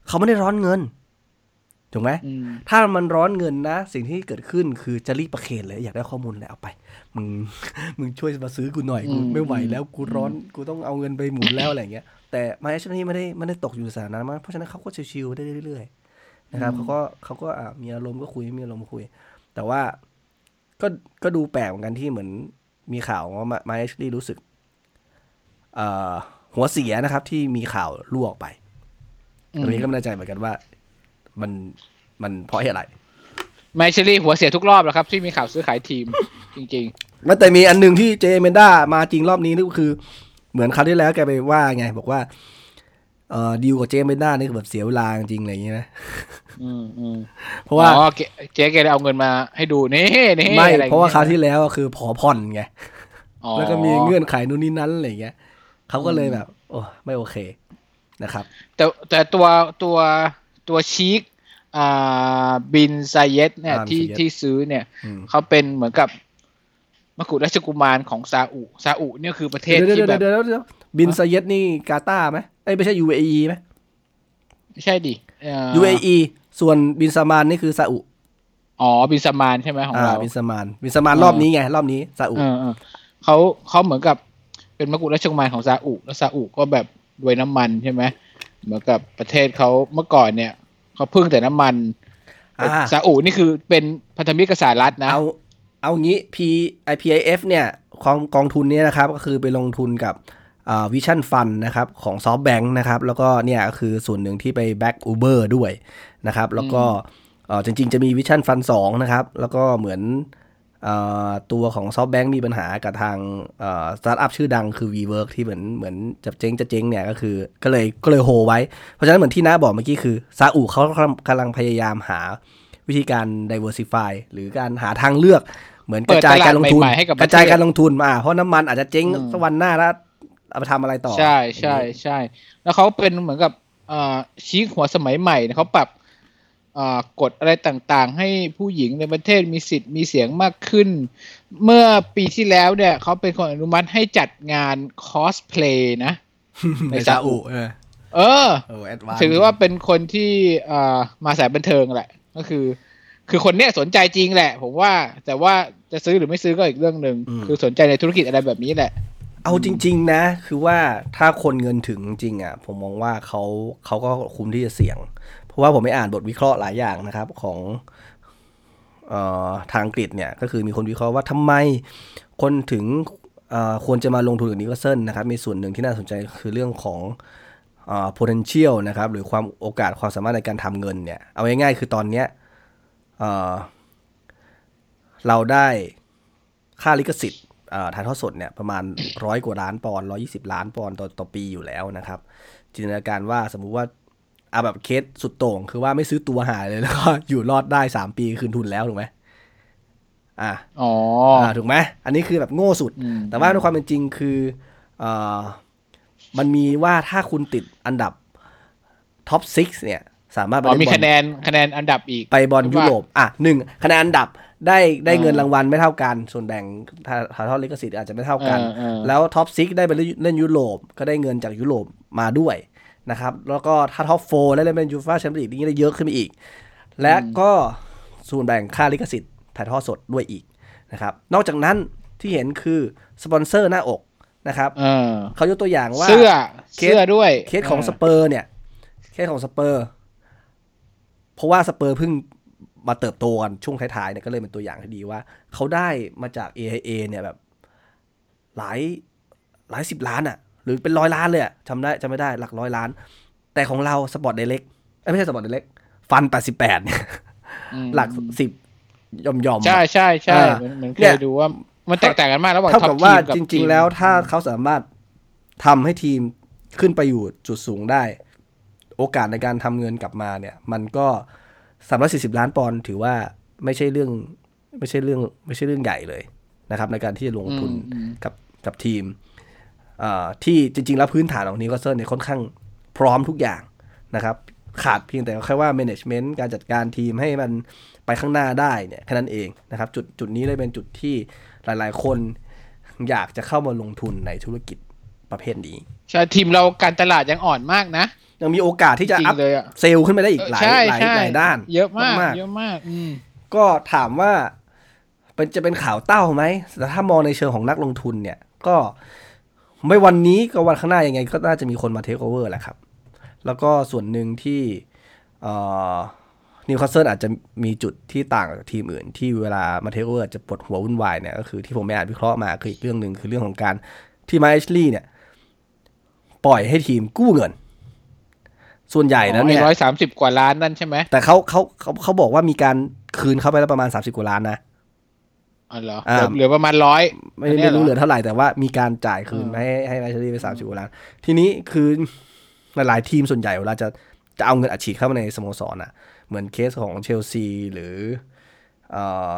เขาไม่ได้ร้อนเงินถูกไหมถ้ามันร้อนเงินนะสิ่งที่เกิดขึ้นคือจะรีบประเคนเลยอยากได้ข้อมูลแล้วเอาไปมึงมึงช่วยมาซื้อกูหน่อยกูไม่ไหวแล้วกูร้อนกูต้องเอาเงินไปหมุนแล้วอะไรเงี้ยแต่มาแอชนี่ไม่ได้ไม่ได้ตกอยู่สถานะนั้นเพราะฉะนั้นเขาก็ชิวๆได้เรื่อยๆนะครับเขาก็เขาก็อ่ะมีอารมณ์ก็คุยมีอารมณ์คุยแต่ว่าก็ก็ดูแปลกเหมือนกันที่เหมือนมีข่าวว่ามาแอชนี่รู้สึกเอ่อหัวเสียนะครับที่มีข่าวรั่วออกไปตรงนี้ก็ไม่แน่ใจเหมือนกันว่ามันมันเพราะอะไรแมชลี่หัวเสียทุกรอบแล้วครับที่มีข่าวซื้อขายทีม จริงๆแต่มีอันนึงที่เจเมนด้ามาจริงรอบนี้นี่ก็คือเหมือนคราวที่แล้วแกไปว่าไงบอกว่าเอ่อดีลกับเจเมนด้านี่คือแบบเสียเวลาจริงๆอะไรอย่างเงี้ยนะอืมอืมเพราะว่าอ๋อเจ๊แกได้เอาเงินมาให้ดูนี่นี่ไม่เพราะว่าคราวที่แล้วคือขอผ่อนไงแล้วก็มีเงื่อนไขนู่นนี่นั้นอะไรอย่างเงี้ยเขาก็เลยแบบโอ้ไม่โอเคนะครับแต่แต่ตัวตัวตัวชีคอ่าบินไซเยดเนี่ยที่ที่ซื้อเนี่ยเขาเป็นเหมือนกับมกุฎราชกุมารของซาอุซาอุเนี่ยคือประเทศที่แบบบินไซเยดนี่กาตาร์ไหมเอ้ยไม่ใช่ ยู เอ อี ไหมไม่ใช่ดิยู เอ อี ส่วนบินซามานนี่คือซาอุอ๋อบินซามานใช่ไหมของเราบินซามานบินซามานรอบนี้ไงรอบนี้ซาอุเขาเขาเหมือนกับเป็นมกุฎราชกุมารของซาอุแล้วซาอุก็แบบรวยน้ำมันใช่ไหมเหมือนกับประเทศเขาเมื่อก่อนเนี่ยเขาพึ่งแต่น้ำมันซาอุนี่คือเป็นพันธมิตรกับสหรัฐนะเอาเอางี้ P ไอ พี ไอ เอฟ เนี่ยของกองทุนนี้นะครับก็คือไปลงทุนกับอ่า Vision Fund นะครับของ SoftBank นะครับแล้วก็เนี่ยก็คือส่วนหนึ่งที่ไปแบ็ก Uber ด้วยนะครับแล้วก็เอ่อจริงๆจะมี Vision Fund สองนะครับแล้วก็เหมือนเอ่อตัวของ SoftBank มีปัญหากับทางเอ่อสตาร์ทอัพชื่อดังคือ WeWork ที่เหมือนเหมือนจะเจ๊งจะเจ๊งเนี่ยก็คือก็เลยก็เลยโฮไว้เพราะฉะนั้นเหมือนที่น้าบอกเมื่อกี้คือซาอุเขากำลังพยายามหาวิธีการ diversify หรือการหาทางเลือกเหมือนกระจายการลงทุนกระจายการลงทุนมาเพราะน้ำมันอาจจะเจ๊งสักวันหน้าแล้วเอาไปทำอะไรต่อใช่ใช่ใช่แล้วเขาเป็นเหมือนกับชี้หัวสมัยใหม่เขาปรับกฎอะไรต่างๆให้ผู้หญิงในประเทศมีสิทธิ์มีเสียงมากขึ้นเมื่อปีที่แล้วเนี่ยเขาเป็นคนอนุมัติให้จัดงานคอสเพลย์นะในซาอุเออเออถือว่าเป็นคนที่มาสายบันเทิงแหละก็คือคือคนเนี้ยสนใจจริงแหละผมว่าแต่ว่าจะซื้อหรือไม่ซื้อก็อีกเรื่องนึงคือสนใจในธุรกิจอะไรแบบนี้แหละเอาจริงๆนะคือว่าถ้าคนเงินถึงจริงอ่ะผมมองว่าเขาเขาก็คุ้มที่จะเสี่ยงเพราะว่าผมไปอ่านบทวิเคราะห์หลายอย่างนะครับของเอ่อทางอังกฤษเนี่ยก็คือมีคนวิเคราะห์ว่าทำไมคนถึงเอ่อควรจะมาลงทุนกับนิวคาสเซิลนะครับมีส่วนหนึ่งที่น่าสนใจคือเรื่องของเอ่อ potential นะครับหรือความโอกาสความสามารถในการทำเงินเนี่ยเอาง่ายๆคือตอนเนี้ยเอ่อเราได้ค่าลิขสิทธิ์ถ่ายทอดสดเนี่ยประมาณร้อยกว่าล้านปอนด์ร้อยยี่สิบล้านปอนด์ต่อต่อปีอยู่แล้วนะครับจินตนาการว่าสมมุติว่าเอาแบบเคสสุดโต่งคือว่าไม่ซื้อตัวหายเลยแล้วก็อยู่รอดได้สามปีคืนทุนแล้วถูกไหมอ่าอ๋ออ่าถูกไหมอันนี้คือแบบโง่สุดแต่ว่าในความเป็นจริงคืออ่ามันมีว่าถ้าคุณติดอันดับท็อปซิกซ์เนี่ยสามารถไปมีคะแนนคะแนนอันดับอีกไปบอลยุโรปอ่ะหนึ่งคะแนนอันดับได้ได้เงินรางวัลไม่เท่ากันส่วนแบ่งถ่ายทอดลิขสิทธิ์อาจจะไม่เท่ากันแล้วท็อปซิกได้ไปเล่นยุโรปก็ได้เงินจากยุโรปมาด้วยนะครับแล้วก็ถ้าท็อปโฟร์ได้เล่นเป็นยูฟ่าแชมเปี้ยนลีกนี่ได้เยอะขึ้นไปอีกและก็ส่วนแบ่งค่าลิขสิทธิ์ถ่ายทอดสดด้วยอีกนะครับนอกจากนั้นที่เห็นคือสปอนเซอร์หน้าอกนะครับเขายกตัวอย่างว่าเสื้อเสื้อด้วยเคสของสเปอร์เนี่ยเคสของสเปอร์เพราะว่าสเปอร์เพิ่งมาเติบโตกันช่วงท้ายๆเนี่ยก็เลยเป็นตัวอย่างที่ดีว่าเขาได้มาจาก เอ ไอ เอ เนี่ยแบบหลายหลายสิบล้านอ่ะหรือเป็นร้อยล้านเลยอ่ะจำได้จำไม่ได้หลักร้อยล้านแต่ของเราสปอร์ตไดเรกไม่ใช่สปอร์ตไดเรกฟันแปดสิบแปดเนี่ยหลักสิบยอมยอมใช่ใช่ใช่เหมือนเคยดูว่ามันแตกต่างกันมากระหว่างท็อปทีมกับว่าจริงๆแล้วถ้าเขาสามารถทำให้ทีมขึ้นไปอยู่จุดสูงได้โอกาสในการทำเงินกลับมาเนี่ยมันก็สามร้อยสี่สิบล้านปอนด์ถือว่าไม่ใช่เรื่องไม่ใช่เรื่องไม่ใช่เรื่องใหญ่เลยนะครับในการที่จะลงทุนกับกับทีมที่จริงๆแล้วพื้นฐานของนิวคาสเซิลเนี่ยค่อนข้างพร้อมทุกอย่างนะครับขาดเพียงแต่แค่ว่า management การจัดการทีมให้มันไปข้างหน้าได้เนี่ยแค่นั้นเองนะครับจุดจุดนี้เลยเป็นจุดที่หลายๆคนอยากจะเข้ามาลงทุนในธุรกิจประเภทนี้ใช่ทีมเราการตลาดยังอ่อนมากนะยังมีโอกาสที่จะอัพเซลล์ขึ้นไปได้อีกหลายหลายหลายด้านเยอะมากเยอะมากอืมก็ถามว่าเป็นจะเป็นข่าวเต้าไหมแต่ถ้ามองในเชิงของนักลงทุนเนี่ยก็ไม่วันนี้ก็วันข้างหน้ายังไงก็น่าจะมีคนมาเทคโอเวอร์แหละครับแล้วก็ส่วนหนึ่งที่เอ่อนิวคาสเซิลอาจจะมีจุดที่ต่างจากทีมอื่นที่เวลามาเทคโอเวอร์จะปวดหัววุ่นวายเนี่ยก็คือที่ผมไม่อ่านวิเคราะห์มาคืออีกเรื่องนึงคือเรื่องของการที่มาเอชลีย์เนี่ยปล่อยให้ทีมกู้เงินส่วนใหญ่แล้วเนี่ยหนึ่งร้อยสามสิบกว่าล้านนั่นใช่ไหมแต่เขาเขาเขาเขาบอกว่ามีการคืนเข้าไปแล้วประมาณสามสิบกว่าล้านนะอ๋อเหรอเหลือประมาณร้อยไม่ไม่รู้เหลือเท่าไหร่แต่ว่ามีการจ่ายคืนให้ให้มาเอชลีย์ไปสามสิบกว่าล้านทีนี้คือหลายๆทีมส่วนใหญ่เวลาจะจะเอาเงินอัดฉีดเข้ามาในสโมสรอ่ะเหมือนเคสของเชลซีหรือเอ่อ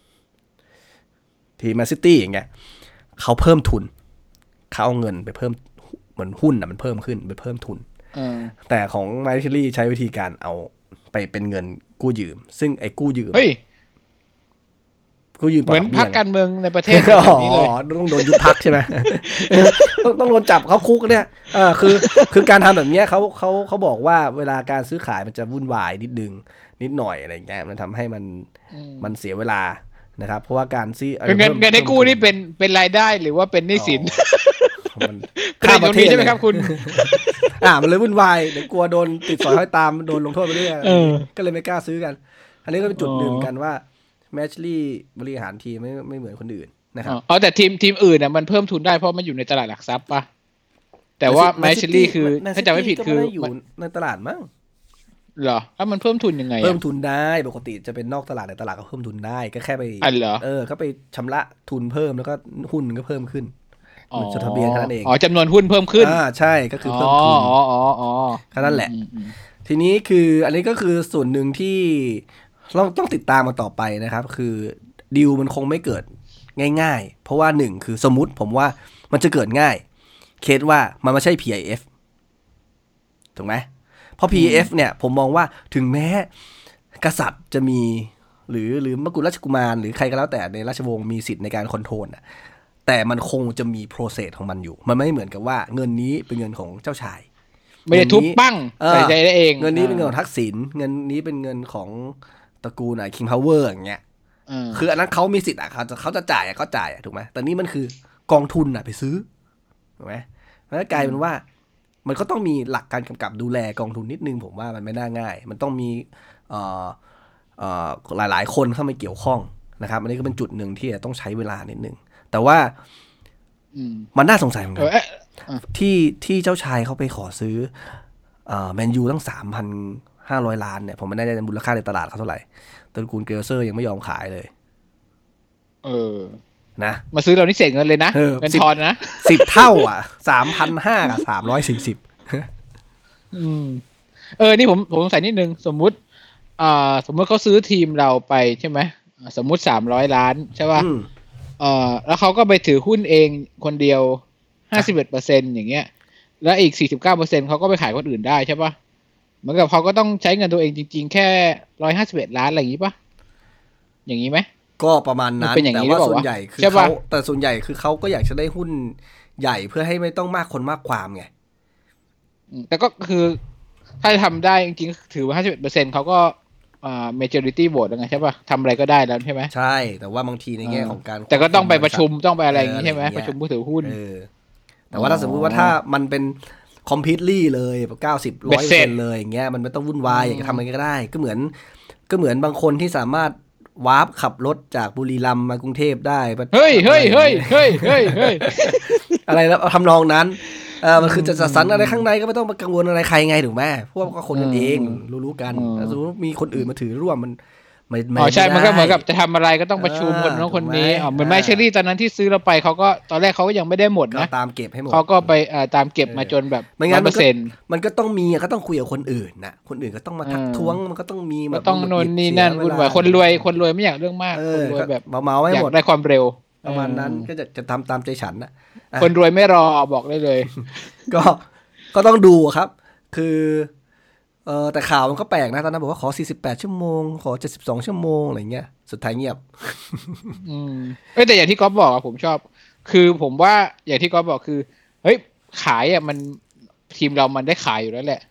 ทีมแมนซิตี้อย่างเงี้ยเขาเพิ่มทุนเขาเอาเงินไปเพิ่มเหมือนหุ้นอ่ะมันเพิ่มขึ้นไปเพิ่มทุนแต่ของแมนซิตี้ใช้วิธีการเอาไปเป็นเงินกู้ยืมซึ่งไอ้กู้ยืมเฮ้ยกู้ยืมเหมือนพรรคการเมืองในประเทศแบบนี้เลยต้องโดนยุบพรรคใช่ไหมต้องต้องโดนจับเขาคุกเนี่ยเออคือคือการทำแบบนี้เขาเขาเขาบอกว่าเวลาการซื้อขายมันจะวุ่นวายนิดนึงนิดหน่อยอะไรเงี้ยมันทำให้มันมันเสียเวลานะครับเพราะว่าการซื้อเงินเงินให้กู้นี่เป็นเป็นรายได้หรือว่าเป็นหนี้สินค่าประเทศใช่ไหมครับคุณอ่ามันเลยวุ่นวายเดี๋ยวกลัวโดนติดสอยห้อยตามโดนลงโทษไปเรื่อยก็เลยไม่กล้าซื้อกันอันนี้ก็เป็นจุดหนึ่งกันว่าแมชลี่บริหารทีมไม่ไม่เหมือนคนอื่นนะครับอ๋อแต่ทีมทีมอื่นน่ะมันเพิ่มทุนได้เพราะมันอยู่ในตลาดหลักทรัพย์ป่ะแต่ว่าแมชลี่คือถ้าจำไม่ผิดคืออยู่ในตลาดมั้งเหรอแล้วมันเพิ่มทุนยังไงเพิ่มทุนได้ปกติจะเป็นนอกตลาดในตลาดก็เพิ่มทุนได้ก็แค่ไปเออก็ไปชำระทุนเพิ่มแล้วก็หุ้นก็เพิ่มขึ้นจดทะเบียนแค่นั้นเองอ๋อจำนวนหุ้นเพิ่มขึ้นอ่าใช่ก็คือเพิ่มทุนอ๋ออ๋ออ๋อแค่นั้นแหละทีนี้คืออันนี้ก็คือส่วนหนึ่งที่เราต้องติดตามมาต่อไปนะครับคือดีลมันคงไม่เกิดง่ายๆเพราะว่าหนึ่งคือสมมุติผมว่ามันจะเกิดง่ายเคสว่ามันไม่ใช่ พี ไอ เอฟ ถูกไหมเพราะ พี ไอ เอฟ เนี่ยผมมองว่าถึงแม้กษัตริย์จะมีหรือหรือมกุฎราชกุมารหรือใครก็แล้วแต่ในราชวงศ์มีสิทธิ์ในการคอนโทรลนะแต่มันคงจะมีโปรเซสของมันอยู่มันไม่เหมือนกับว่าเงินนี้เป็นเงินของเจ้าชายไม่ได้ทุบปั้งใส่ใจได้เองเงินนี้เป็นเงินของทักษิณเงินนี้เป็นเงินของตระกูลไหนคิงพาวเวอร์อย่างเงี้ยคืออันนั้นเขามีสิทธิ์อ่ะเขาจะเขาจะจ่ายอ่ะเขาจ่ายอ่ะถูกไหมแต่นี่มันคือกองทุนอ่ะไปซื้อถูกไหมแล้วกลายเป็นว่ามันก็ต้องมีหลักการกำกับดูแลกองทุนนิดนึงผมว่ามันไม่น่าง่ายมันต้องมีเอ่อเอ่อหลายๆคนเข้ามาเกี่ยวข้องนะครับอันนี้ก็เป็นจุดหนึ่งที่ต้องใช้เวลานิดนึงแต่ว่ามันน่าสงสัยเหมือนกันที่ที่เจ้าชายเขาไปขอซื้อเอ่อแมนยูตั้ง สามพันห้าร้อย ล้านเนี่ยผมไม่แน่ใจมูลค่าในตลาดเขาเท่าไหร่ตระกูลเกลเซอร์ยังไม่ยอมขายเลยเออนะมาซื้อเรานี่เสียเงินเลยนะเงินทอนนะสิบเท่าอ่ะ สามพันห้าร้อย กับ สามร้อยสี่สิบอืมเออนี่ผมผมสงสัยนิดนึงสมมุติอ่าสมมุติเขาซื้อทีมเราไปใช่ไหมสมมุติสามร้อยล้านใช่ป่ะเอ่อแล้วเขาก็ไปถือหุ้นเองคนเดียว ห้าสิบเอ็ดเปอร์เซ็นต์ อย่างเงี้ยแล้วอีก สี่สิบเก้าเปอร์เซ็นต์ เขาก็ไปขายคนอื่นได้ใช่ป่ะเหมือนกับเขาก็ต้องใช้เงินตัวเองจริงๆแค่หนึ่งร้อยห้าสิบเอ็ดล้านอะไรอย่างงี้ป่ะอย่างงี้ไหมก็ประมาณนั้นแต่ว่าส่วนใหญ่คือเขาแต่ส่วนใหญ่คือเขาก็อยากจะได้หุ้นใหญ่เพื่อให้ไม่ต้องมากคนมากความไงแต่ก็คือถ้าทำได้จริงๆถือว่า ห้าสิบเอ็ดเปอร์เซ็นต์ เขาก็อ่า majority vote แล้วไงใช่ป่ะทำอะไรก็ได้แล้วใช่ไหมใช่แต่ว่าบางทีในแง่ของการแต่ก็ต้องไปประชุมต้องไปอะไรอย่างงี้ใช่ไหมประชุมผู้ถือหุ้นแต่ว่าถ้าสมมติว่าถ้ามันเป็น completely เลยแบบเก้าสิบ ร้อยเปอร์เซ็นต์ เลยอย่างเงี้ยมันไม่ต้องวุ่นวายอยากจะทำอะไรก็ได้ก็เหมือนก็เหมือนบางคนที่สามารถวาร์ปขับรถจากบุรีรัมย์มากรุงเทพได้เฮ้ยเฮ้ยเฮ้ยเฮ้ยเฮ้ยเฮ้ยอะไรแล้วทำนองนั้นเออมันคือจะจัดสรรอะไรข้างในก็ไม่ต้องมากังวลอะไรใครไงถูกไหมพวกก็คนกันเองรู้ๆกันถ้าสมมติมีคนอื่นมาถือร่วมมันอ๋อใช่มันก็เหมือนกับจะทำอะไรก็ต้องประชุมคนน้องคนนี้อ๋อเหมือนแมชเชอรี่ตอนนั้นที่ซื้อเราไปเขาก็ตอนแรกเขาก็ยังไม่ได้หมดนะตามเก็บให้หมดเขาก็ไปตามเก็บมาจนแบบไม่งั้นมันก็มันก็ต้องมีก็ต้องคุยกับคนอื่นนะคนอื่นก็ต้องมาทักท้วงมันก็ต้องมีแบบต้องโน่นนี่นั่นวุ่นวายคนรวยคนรวยไม่อยากเรื่องมากคนรวยแบบเมาๆให้หมดได้ความเร็วประมาณนั้นก็จะจะทำตามใจฉันนะคนรวยไม่รอบอกได้เลยก็ก็ต้องดูครับคือเออแต่ข่าวมันก็แปลกนะตอนนั้นบอกว่าขอสี่สิบแปดชั่วโมงขอเจ็ดสิบสองชั่วโมงอะไรเงี้ยสุดท้ายเงียบอืมเอ้ยแต่อย่างที่ก๊อฟบอกอะผมชอบคือผมว่าอย่างที่ก๊อฟบอกคือเฮ้ยขายอะมันทีมเรามันได้ขายอยู่แล้วแหละ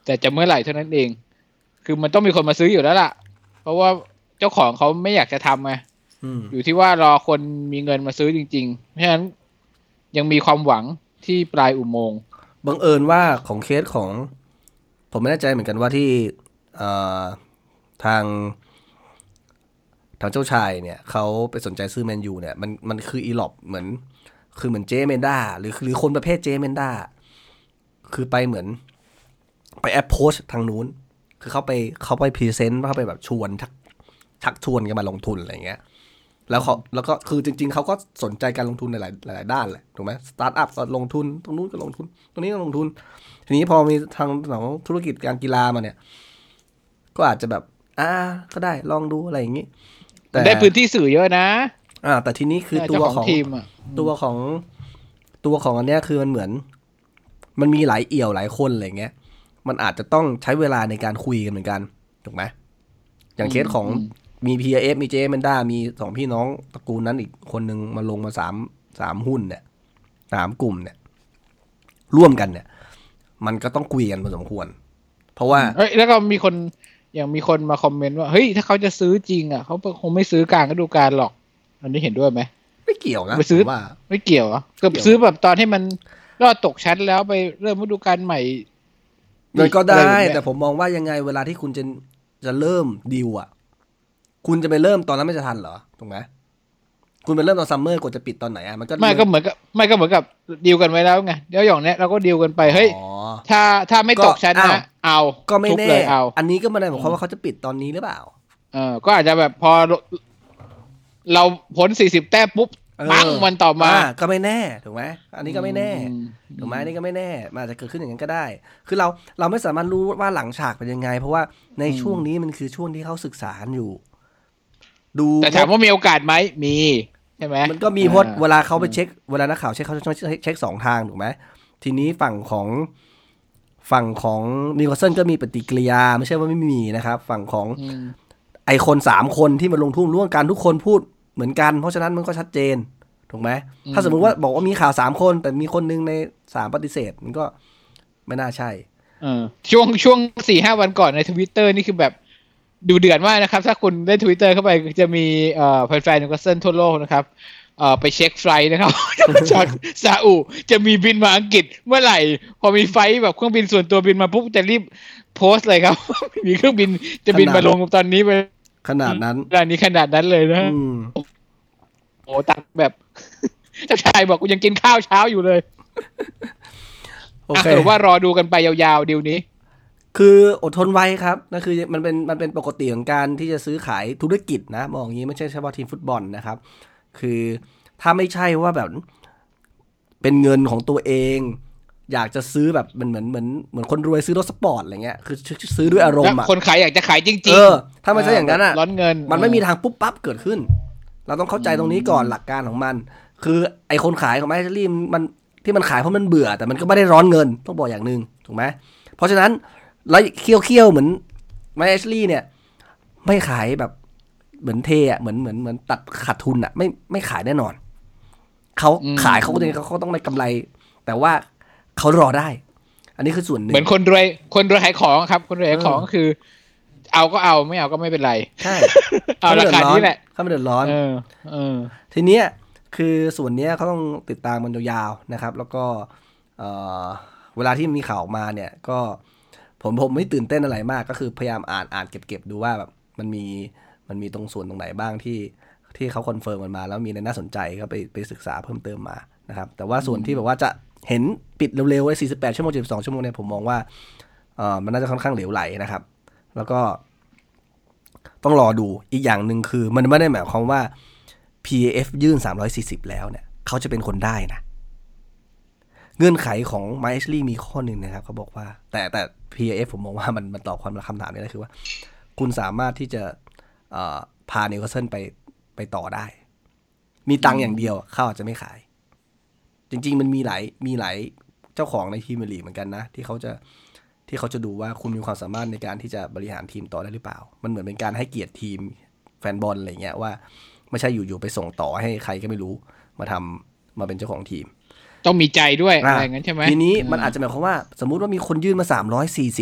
แต่จะเมื่อไหร่เท่านั้นเองคือมันต้องมีคนมาซื้ออยู่แล้วล่ะเพราะว่าเจ้าของเขาไม่อยากจะทำไงอยู่ที่ว่ารอคนมีเงินมาซื้อจริงๆเพราะฉะนั้นยังมีความหวังที่ปลายอุโมงค์บังเอิญว่าของเคสของผมไม่แน่ใจเหมือนกันว่าที่ทางทางเจ้าชายเนี่ยเขาไปสนใจซื้อแมนยูเนี่ยมันมันคืออีหลอบเหมือนคือเหมือนเจเมนด้าหรือหรือคนประเภทเจเมนด้าคือไปเหมือนไปแอปโพสทางนู้นคือเขาไปเขาไปพรีเซนต์เขาไปแบบชวนชักชักชวนกันมาลงทุนอะไรเงี้ยแล้วเขาแล้วก็คือจริงๆเขาก็สนใจการลงทุนในหลายหลายด้านแหละถูกไหมสตาร์ทอัพก็ลงทุนตรงนู้นก็ลงทุนตรงนี้ก็ลงทุนทีนี้พอมีทางของธุรกิจการกีฬามาเนี่ยก็อาจจะแบบอ่าก็ได้ลองดูอะไรอย่างงี้แต่ได้พื้นที่สื่อเยอะนะอ่าแต่ทีนี้คือตัวของทีมอ่ะตัวของตัวของอันเนี้ยคือมันเหมือนมันมีหลายเอี่ยวหลายคนอะไรเงี้ยมันอาจจะต้องใช้เวลาในการคุยกันเหมือนกันถูกไหมอย่างเคสของมี พี เอฟ มีเจแมนด้ามีสองพี่น้องตระกูลนั้นอีกคนนึงมาลงมาสามสามหุ้นเนี่ยสามกลุ่มเนี่ยร่วมกันเนี่ยมันก็ต้องคุยกันพอสมควรเพราะว่าเอ้ยแล้วก็มีคนอย่างมีคนมาคอมเมนต์ว่าเฮ้ยถ้าเขาจะซื้อจริงอ่ะเขาคงไม่ซื้อกลางฤดูกาลหรอกอันนี้เห็นด้วยไหมไม่เกี่ยวนะไปซื้อว่าไม่เกี่ยวอ่ะก็ซื้อแบบตอนที่มันรอดตกชั้นแล้วไปเริ่มฤดูกาลใหม่มันก็ได้แต่ผมมองว่ายังไงเวลาที่คุณจะจะเริ่มดีลอ่ะคุณจะไปเริ่มตอนนั้นไม่จะทันเหรอถูกไหมคุณไปเริ่มตอนซัมเมอร์กว่าจะปิดตอนไหนอ่ะมันก็ไม่ก็เหมือนกับไม่ก็เหมือนกับดีลกันไว้แล้วไงเดี๋ยวอย่างเนี้ยเราก็ดีลกันไปเฮ้ยถ้าถ้าไม่ตกชั้นนะเอาก็ไม่แน่อันนี้ก็ไม่ได้หมายความว่าเขาจะปิดตอนนี้หรือเปล่าเออก็อาจจะแบบพอเราพ้นสี่สิบแต้มปุ๊บปังวันต่อมาก็ไม่แน่ถูกไหมอันนี้ก็ไม่แน่ถูกไหมอันนี้ก็ไม่แน่มันอาจจะเกิดขึ้นอย่างนั้นก็ได้คือเราเราไม่สามารถรู้ว่าหลังฉากเป็นยังไงเพราะว่าในช่วงนี้มันคือช่วงที่เขาศึกษาอยู่ดูแต่ถามว่ามีโอกาสไหมมีใช่ไหมมันก็มีเพราะเวลาเขาไปเช็คเวลานักข่าวเช็คเขาจะเช็คสองทางถูกไหมทีนี้ฝั่งของฝั่งของนิวคาสเซิลก็มีปฏิกิริยาไม่ใช่ว่าไม่มีนะครับฝั่งของไอคนสามคนที่มาลงทุนร่วมกันทุกคนพูดเหมือนกันเพราะฉะนั้นมันก็ชัดเจนถูกไหมถ้าสมมติว่าบอกว่ามีข่าวสามคนแต่มีคนนึงในสามปฏิเสธมันก็ไม่น่าใช่เออช่วงช่วงสี่ห้าวันก่อนใน Twitter นี่คือแบบดูเดือดมากนะครับถ้าคุณเล่น Twitter เข้าไปจะมีเอ่อแฟนๆนิวคาสเซิลทั่วโลกนะครับเอ่อไปเช็คไฟล์นะครับจากซาอุจะมีบินมาอังกฤษเมื่อไหร่พอมีไฟล์แบบเครื่องบินส่วนตัวบินมาปุ๊บจะรีบโพสต์เลยครับมีเครื่องบินจะบินมาลงตอนนี้ไปขนาดนั้นขนาดนี้ขนาดนั้นเลยนะโอ้ตักแบบเจ้าชายบอกกูยังกินข้าวเช้าอยู่เลยโอเคว่ารอดูกันไปยาวๆดีลนี้คืออดทนไว้ครับนั่นคือมันเป็นมันเป็นปกติของการที่จะซื้อขายธุรกิจนะมองอย่างนี้ไม่ใช่เฉพาะทีมฟุตบอลนะครับคือถ้าไม่ใช่ว่าแบบเป็นเงินของตัวเองอยากจะซื้อแบบเหมือนเหมือนเหมือนเหมือนคนรวยซื้อรถสปอร์ตอะไรเงี้ยคือซื้อด้วยอารมณ์อ่ะคนขายอยากจะขายจริงๆเออถ้าไม่ใช่อย่างนั้นอ่ะร้อนเงินมันไม่มีทางปุ๊บปั๊บเกิดขึ้นเราต้องเข้าใจตรงนี้ก่อนหลักการของมันคือไอคนขายของแมชลี่มันที่มันขายเพราะมันเบื่อแต่มันก็ไม่ได้ร้อนเงินต้องบอกอย่างนึงถูกไหมเพราะฉะนั้นแล้วเคี่ยวเคี่ยวเหมือนแมชลี่เนี่ยไม่ขายแบบเหมือนเทอ่ะเหมือนเหมือนเหมือนตัดขาดทุนอ่ะไม่ไม่ขายแน่นอนเขาขายเขาก็ยังเขาต้องได้กำไรแต่ว่าเขารอได้อันนี้คือส่วนหนึ่งเหมือนคนรวยคนรวยขายของครับคนรวยขายของก็คือเอาก็เอาไม่เอาก็ไม่เป็นไรใช่เอาราคานี้แหละเขาไม่เดือดร้อนเออเออทีเนี้ยคือส่วนเนี้ยเขาต้องติดตามมันยาวๆนะครับแล้วก็เอ่อเวลาที่มีข่าวออกมาเนี่ยก็ผมผมไม่ตื่นเต้นอะไรมากก็คือพยายามอ่านอ่านเก็บๆดูว่าแบบมันมีมันมีตรงส่วนตรงไหนบ้างที่ที่เขาคอนเฟิร์มมันมาแล้วมีในน่าสนใจก็ไปไปศึกษาเพิ่มเติมมานะครับแต่ว่าส่วนที่แบบว่าจะเห็นปิดเร็วๆไว้สี่สิบแปดชั่วโมงเจ็ดสิบสองชั่วโมงเนี่ยผมมองว่าเอ่อมันน่าจะค่อนข้างเหลวไหลนะครับแล้วก็ต้องรอดูอีกอย่างนึงคือมันไม่ได้หมายความว่า พี เอ เอฟ ยื่นสามร้อยสี่สิบแล้วเนี่ยเขาจะเป็นคนได้นะเงื่อนไขของ Mike Ashley มีข้อหนึ่งนะครับเขาบอกว่าแต่แต่ พี เอ เอฟ ผมมองว่ามันมันตอบความคำถามนี้ได้คือว่าคุณสามารถที่จะพานิวคาสเซิลไปไปต่อได้มีตังค์อย่างเดียวเขาอาจจะไม่ขายจริงๆมันมีหลายมีหลายเจ้าของในทีมลีกเหมือนกันนะที่เขาจะที่เขาจะดูว่าคุณมีความสามารถในการที่จะบริหารทีมต่อได้หรือเปล่ามันเหมือนเป็นการให้เกียรติทีมแฟนบอลอะไรเงี้ยว่าไม่ใช่อยู่ๆไปส่งต่อให้ใครก็ไม่รู้มาทำมาเป็นเจ้าของทีมต้องมีใจด้วยอะไรงั้นใช่ไหมทีนี้มันอาจจะหมายความว่าสมมุติว่ามีคนยื่นมาสามร้อยสี่สิบ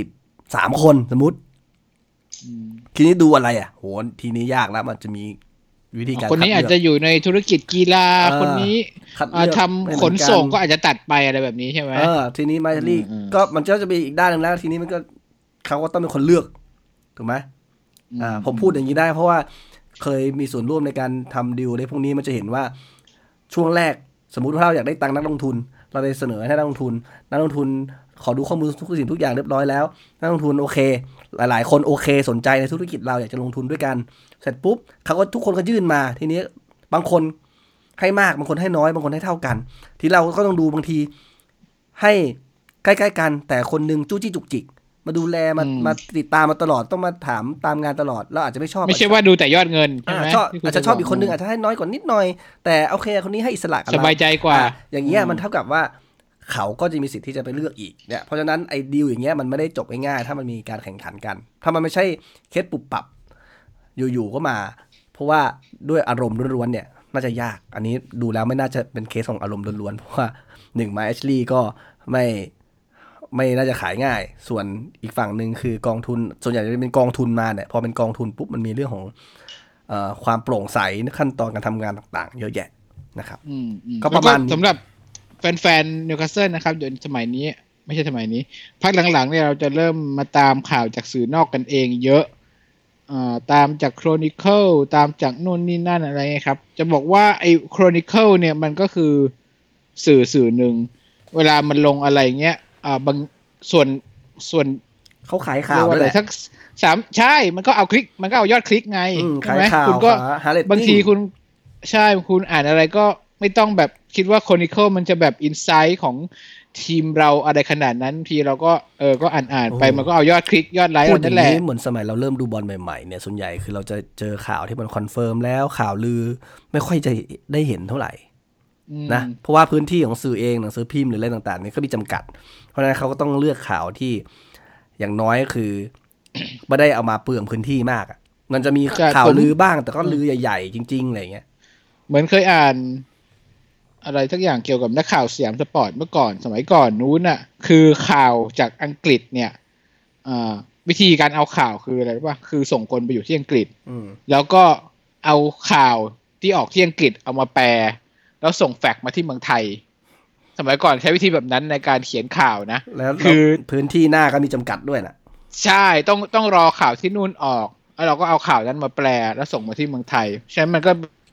สามคนสมมุติทีนี้ดูอะไรอ่ะโหทีนี้ยากแล้วมันจะมีวิธีการคนนี้อาจจะอยู่ในธุรกิจกีฬาคนนี้ทำขนส่งก็อาจจะตัดไปอะไรแบบนี้ใช่ไหมเออทีนี้มาลีก็มันก็จะมีอีกด้านนึงแล้วทีนี้มันก็เขาก็ต้องเป็นคนเลือกถูกไหมอ่าผมพูดอย่างนี้ได้เพราะว่าเคยมีส่วนร่วมในการทำดีลในพวกนี้มันจะเห็นว่าช่วงแรกสมมุติว่าเราอยากได้ตังค์นักลงทุนเราไปเสนอให้นักลงทุนนักลงทุนขอดูข้อมูลทุกสิ่งทุกอย่างเรียบร้อยแล้วนักลงทุนโอเคหลายๆคนโอเคสนใจในธุรกิจเราอยากจะลงทุนด้วยกันเสร็จปุ๊บเขาก็ทุกคนก็ยื่นมาทีนี้บางคนให้มากบางคนให้น้อยบางคนให้เท่ากันที่เราก็ต้องดูบางทีให้ใกล้ๆกันแต่คนนึงจู้จี้จุกจิกมาดูแลมามาติดตามมาตลอดต้องมาถามตามงานตลอดเราอาจจะไม่ชอบไม่ใช่ว่าดูแต่ยอดเงินใช่ไหมอาจจะชอบอีกคนนึงอาจจะให้น้อยกว่านิดหน่อยแต่โอเคคนนี้ให้อิสระกับเราสบายใจกว่าอย่างเงี้ยมันเท่ากับว่าเขาก็จะมีสิทธิ์ที่จะไปเลือกอีกเนี่ยเพราะฉะนั้นไอ้ดีลอย่างเงี้ยมันไม่ได้จบง่ายๆถ้ามันมีการแข่งขันกันถ้ามันไม่ใช่เคสปุบปับอยู่ๆก็มาเพราะว่าด้วยอารมณ์ล้วนๆเนี่ยน่าจะยากอันนี้ดูแล้วไม่น่าจะเป็นเคสของอารมณ์ล้วนๆเพราะว่าหนึ่งมาแอชลีย์ก็ไม่ไม่น่าจะขายง่ายส่วนอีกฝั่งนึงคือกองทุนส่วนใหญ่จะเป็นกองทุนมาเนี่ยพอเป็นกองทุนปุ๊บมันมีเรื่องของเอ่อความโปร่งใสขั้นตอนการทำงานต่างๆเยอะแยะนะครับก็ประมาณสำหรับแฟนๆนิวคาสเซิลนะครับเดี๋ยวสมัยนี้ไม่ใช่สมัยนี้พักหลังๆเนี่ยเราจะเริ่มมาตามข่าวจากสื่อนอกกันเองเยอะอ่าตามจากโครนิเคิลตามจากนู่นนี่นั่นอะไรเงี้ยครับจะบอกว่าไอ้โครนิเคิลเนี่ยมันก็คือสื่อสื่อหนึ่งเวลามันลงอะไรเงี้ยอ่าบางส่วนส่วนเขาขายข่าวด้วยแหละสักสามใช่มันก็เอาคลิกมันก็เอายอดคลิกไงใช่ไหมคุณก็บางทีคุณใช่คุณอ่านอะไรก็ไม่ต้องแบบคิดว่าโครนิเคิลมันจะแบบอินไซต์ของทีมเราอะไรขนาดนั้นทีเราก็เออก็อ่านๆไปมันก็เอายอดคลิกยอดไลค์นั่นแหละเหมือนสมัยเราเริ่มดูบอลใหม่ๆเนี่ยส่วนใหญ่คือเราจะเจอข่าวที่มันคอนเฟิร์มแล้วข่าวลือไม่ค่อยจะได้เห็นเท่าไหร่นะเพราะว่าพื้นที่ของสื่อเองหนังสือพิมพ์หรืออะไรต่างๆนี่ก็มีจำกัดเพราะฉะนั้นเขาก็ต้องเลือกข่าวที่อย่างน้อยก็คือไม่ได้เอามาเปลืองพื้นที่มากมันจะมีข่าวลือบ้างแต่ก็ลือใหญ่ๆจริงๆอะไรอย่างเงี้ยเหมือนเคยอ่านอะไรสักอย่างเกี่ยวกับนักข่าวสยามสปอร์ตเมื่อก่อนสมัยก่อนนู้นน่ะคือข่าวจากอังกฤษเนี่ยวิธีการเอาข่าวคืออะไรรู้ป่ะคือส่งคนไปอยู่ที่อังกฤษแล้วก็เอาข่าวที่ออกที่อังกฤษเอามาแปลแล้วส่งแฟกซ์มาที่เมืองไทยสมัยก่อนใช้วิธีแบบนั้นในการเขียนข่าวนะแล้วคือพื้นที่หน้าก็มีจำกัดด้วยนะใช่ต้องต้องรอข่าวที่นู่นออกแล้วเราก็เอาข่าวนั้นมาแปลแล้วส่งมาที่เมืองไทยฉะนั้นมันก็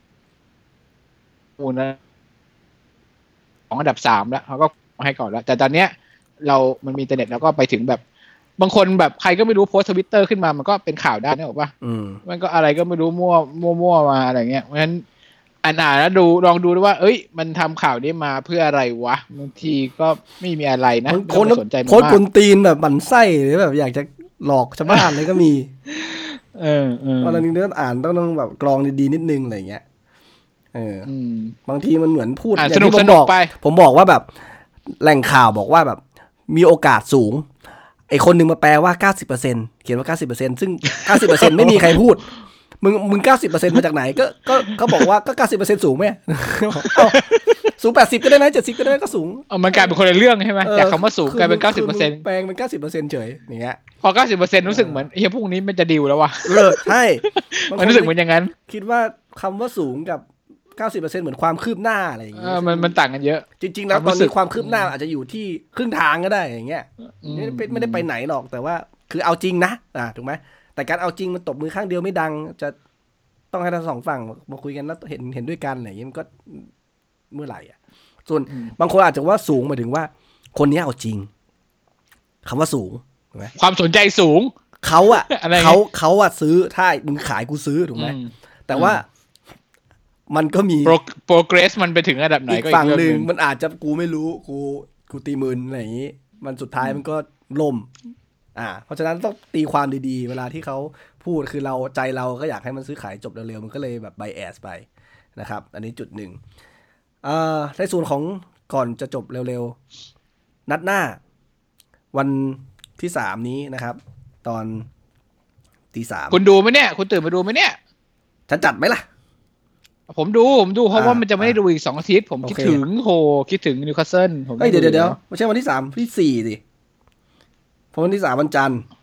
มูลนะของอันดับสามแล้วเขาก็ให้ก่อนแล้วแต่ตอนเนี้ยเรามันมีอินเทอร์เน็ตแล้วก็ไปถึงแบบบางคนแบบใครก็ไม่รู้โพสต์ Twitter ขึ้นมามันก็เป็นข่าวได้นะบอกว่ามันก็อะไรก็ไม่รู้มั่วมั่วๆมาอะไรเงี้ยเพราะฉะนั้นอ่านแล้วดูลองดูด้วยว่าเอ้ยมันทำข่าวนี้มาเพื่ออะไรวะบางทีก็ไม่มีอะไรนะคนสนใจมากคนคนตีนแบบบั่นไส้หรือแบบอยากจะหลอกชาวบ้านเลยก็มีเออเออตอนนี้เรื่องอ่านต้องต้องแบบกรองดีๆนิดนึงอะไรเงี้ยเออบางทีมันเหมือนพูดสนุกสนุกไปผมบอกว่าแบบแหล่งข่าวบอกว่าแบบมีโอกาสสูงไอ้คนนึงมาแปลว่า เก้าสิบเปอร์เซ็นต์ เขียนว่า เก้าสิบเปอร์เซ็นต์ ซึ่ง เก้าสิบเปอร์เซ็นต์ ไม่มีใครพูดมึงมึง เก้าสิบเปอร์เซ็นต์ มาจากไหนก็ก็เขาบอกว่าก็ เก้าสิบเปอร์เซ็นต์ สูงมั้ยสูงแปดสิบก็ได้นะเจ็ดสิบก็ได้ก็สูงเออมันกลายเป็นคนละเรื่องใช่มั้ยจากคำว่าสูงกลายเป็น เก้าสิบเปอร์เซ็นต์แปลงเป็น เก้าสิบเปอร์เซ็นต์ เฉยอย่างเงี้ยพอ เก้าสิบเปอร์เซ็นต์ รู้สึกเหมือนเฮ้ยพวกนี้มันจะดีลแล้วว่ะเออใช่มันรู้สึกเหมือนอย่างนั้นคิดว่าคำว่าสูงกับเก้าสิบเปอร์เซ็นต์ เหมือนความคืบหน้าอะไรอย่างเงี้ยมันมันต่างกันเยอะจริงๆแล้วตอนนี้ความคืบหน้าอาจจะอยู่ที่ครึ่งทางก็ได้อย่างเงี้ยไม่ได้ไปไหนหรอกแต่ว่าคือเอาจริงนะอ่าถูกไหมแต่การเอาจริงมันตบมือข้างเดียวไม่ดังจะต้องให้ทั้งสองฝั่งมาคุยกันแล้วเห็นเห็นด้วยกันอะไรอย่างเงี้ยมันก็เมื่อไหร่อ่ะส่วนบางคนอาจจะว่าสูงหมายถึงว่าคนนี้เอาจริงคำว่าสูงถูกไหมความสนใจสูงเขาอ่ะเขาเขาอ่ะซื้อถ้ามึงขายกูซื้อถูกไหมแต่ว่ามันก็มีโปรเกรสมันไปถึงระดับไหนก็อีกฝั่งนึงมันอาจจะกูไม่รู้กูกูตีมืนอะไรอย่างงี้มันสุดท้ายมันก็ล่มอ่าเพราะฉะนั้นต้องตีความดีๆเวลาที่เขาพูดคือเราใจเราก็อยากให้มันซื้อขายจบเร็วๆมันก็เลยแบบไบแอสไปนะครับอันนี้จุดหนึ่งอ่าในส่วนของก่อนจะจบเร็วๆนัดหน้าวันที่สามนี้นะครับตอนตีสามคุณดูไหมเนี่ยคุณตื่นมาดูไหมเนี่ยฉันจัดไหมล่ะผมดูผมดูเพราะว่ามันจะไม่ได้ดูอีกสองอาทิตย์ผมคิดถึงโหคิดถึงนิวคาสเซิลผมเฮ้ยเดี๋ยวๆๆไม่ใช่วันที่สามที่สี่สิเพราะวันที่สามวันจันทร์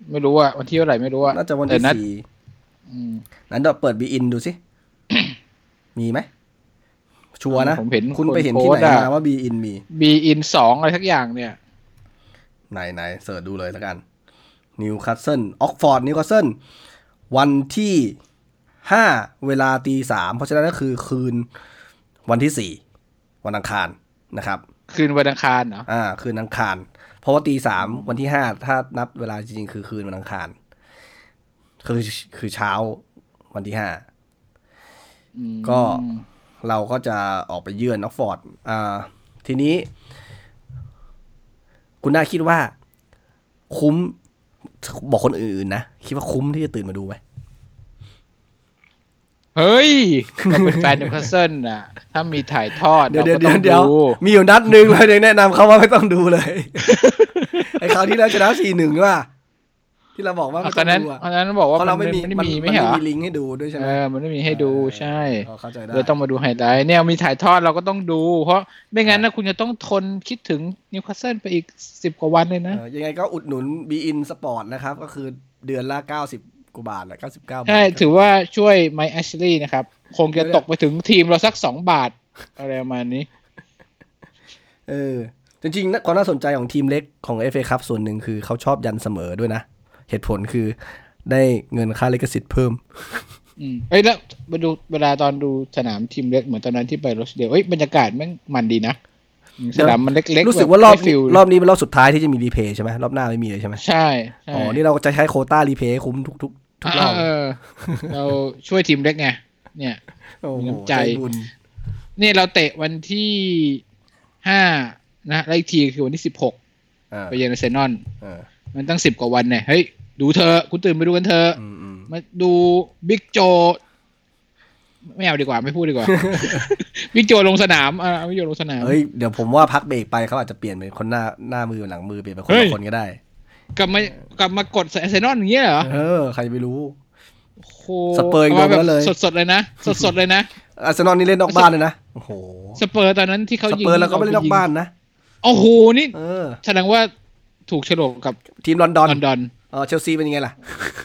ไม่รู้ว่าวันที่เท่าไหร่ไม่รู้ว่าน่าจะวันที่สี่นั้นเดี๋ยวเปิดบีอินดูสิ มีไหมชัวร์นะผมเห็นคุณไปเห็นที่ไหนมาว่าบีอินมีบีอินสองอะไรทักอย่างเนี่ยไหนไหนเสิร์ชดูเลยแล้วกันนิวคาสเซิลออกฟอร์ดนิวคาสเซิลวันที่ห้าเวลาตีสามเพราะฉะนั้นก็คือคืนวันที่สี่วันอังคารนะครับคืนวันอังคารเหรออ่าคืนอังคารเพราะว่าตีสามวันที่ห้าถ้านับเวลาจริงๆคือคืนวันอังคารคือคือเช้าวันที่ห้าก็เราก็จะออกไปเยือนออกฟอร์ดอ่าทีนี้คุณน่าคิดว่าคุ้มบอกคนอื่นๆนะคิดว่าคุ้มที่จะตื่นมาดูไหมเฮ้ยเราเป็นแฟนนิวคาสเซิลน่ะถ้ามีถ่ายทอดเราก็ต้องดูมีอยู่นัดนึงเรายังแนะนำเขาว่าไม่ต้องดูเลยไอ้คราวที่แล้วชนะ สี่หนึ่ง ว่าที่เราบอกว่าไม่ต้องดูอ่ะอันนั้นบอกว่ามันไม่มีไม่มีไม่เหรอมีลิงก์ให้ดูด้วยใช่ไหมเออมันไม่มีให้ดูใช่เข้าใจได้เราต้องมาดูไฮไลท์เนี่ยมีถ่ายทอดเราก็ต้องดูเพราะไม่งั้นนะคุณจะต้องทนคิดถึงนิวคาสเซิลไปอีกสิบกว่าวันเลยนะยังไงก็อุดหนุน บี อิน Sport นะครับก็คือเดือนละเก้าสิบกว่าบาทแหละเก้าสิบเก้าบาทใช่ถือว่าช่วยไมค์แอชลีย์นะครับคงจะตกไปถึงทีมเราสักสองบาทอะไรประมาณนี้เออจริงๆความน่าสนใจของทีมเล็กของ เอฟ เอ Cup ส่วนหนึ่งคือเขาชอบยันเสมอด้วยนะเหตุผลคือได้เงินค่าลิขสิทธิ์เพิ่มอืมเอ้ยแล้วมาดูเวลาตอนดูสนามทีมเล็กเหมือนตอนนั้นที่ไปโรสเดลเอ้ยบรรยากาศมันมันดีนะสนามมันเล็กๆรู้สึกว่ารอบรอบนี้เป็นรอบสุดท้ายที่จะมีรีเพย์ใช่ไหมรอบหน้าไม่มีเลยใช่ไหมใช่อ๋อนี่เราจะใช้โควต้ารีเพย์คุ้มทุกทุกทุกรอบเราช่วยทีมเล็กไงเนี่ยมีน้ำใจนี่เราเตะวันที่ห้านะแล้วอีกทีคือวันที่สิบหกไปเยือนอาร์เซนอลมันตั้งสิบกว่าวันเนี่ยเฮ้ยดูเธอคุณตื่นไปดูกันเธอมาดูบิ๊กโจไม่เอาดีกว่าไม่พูดดีกว่าบิ๊กโจลงสนามอ่าบิ๊กโจลงสนามเฮ้ยเดี๋ยวผมว่าพักเบรกไปเขาอาจจะเปลี่ยนเป็นคนหน้าหน้ามือหลังมือเปลี่ยนเป็นคนละคนก็ได้กลับมากลับมากดอาร์เซนอลอย่างเงี้ยเหรอเออใครไม่รู้โหสเปอร์โดนแล้วเลยสดๆเลยนะสดๆเลยนะอาร์เซนอลนี่เล่นนอกบ้านเลยนะโอ้โหสเปอร์ตอนนั้นที่เขายิงสเปอร์แล้วก็ไม่เล่นนอกบ้านนะโอ้โหนี่แสดงว่าถูกโฉลกกับทีมลอนดอนลอนดอนอ๋อเชลซีเป็นยังไงล่ะ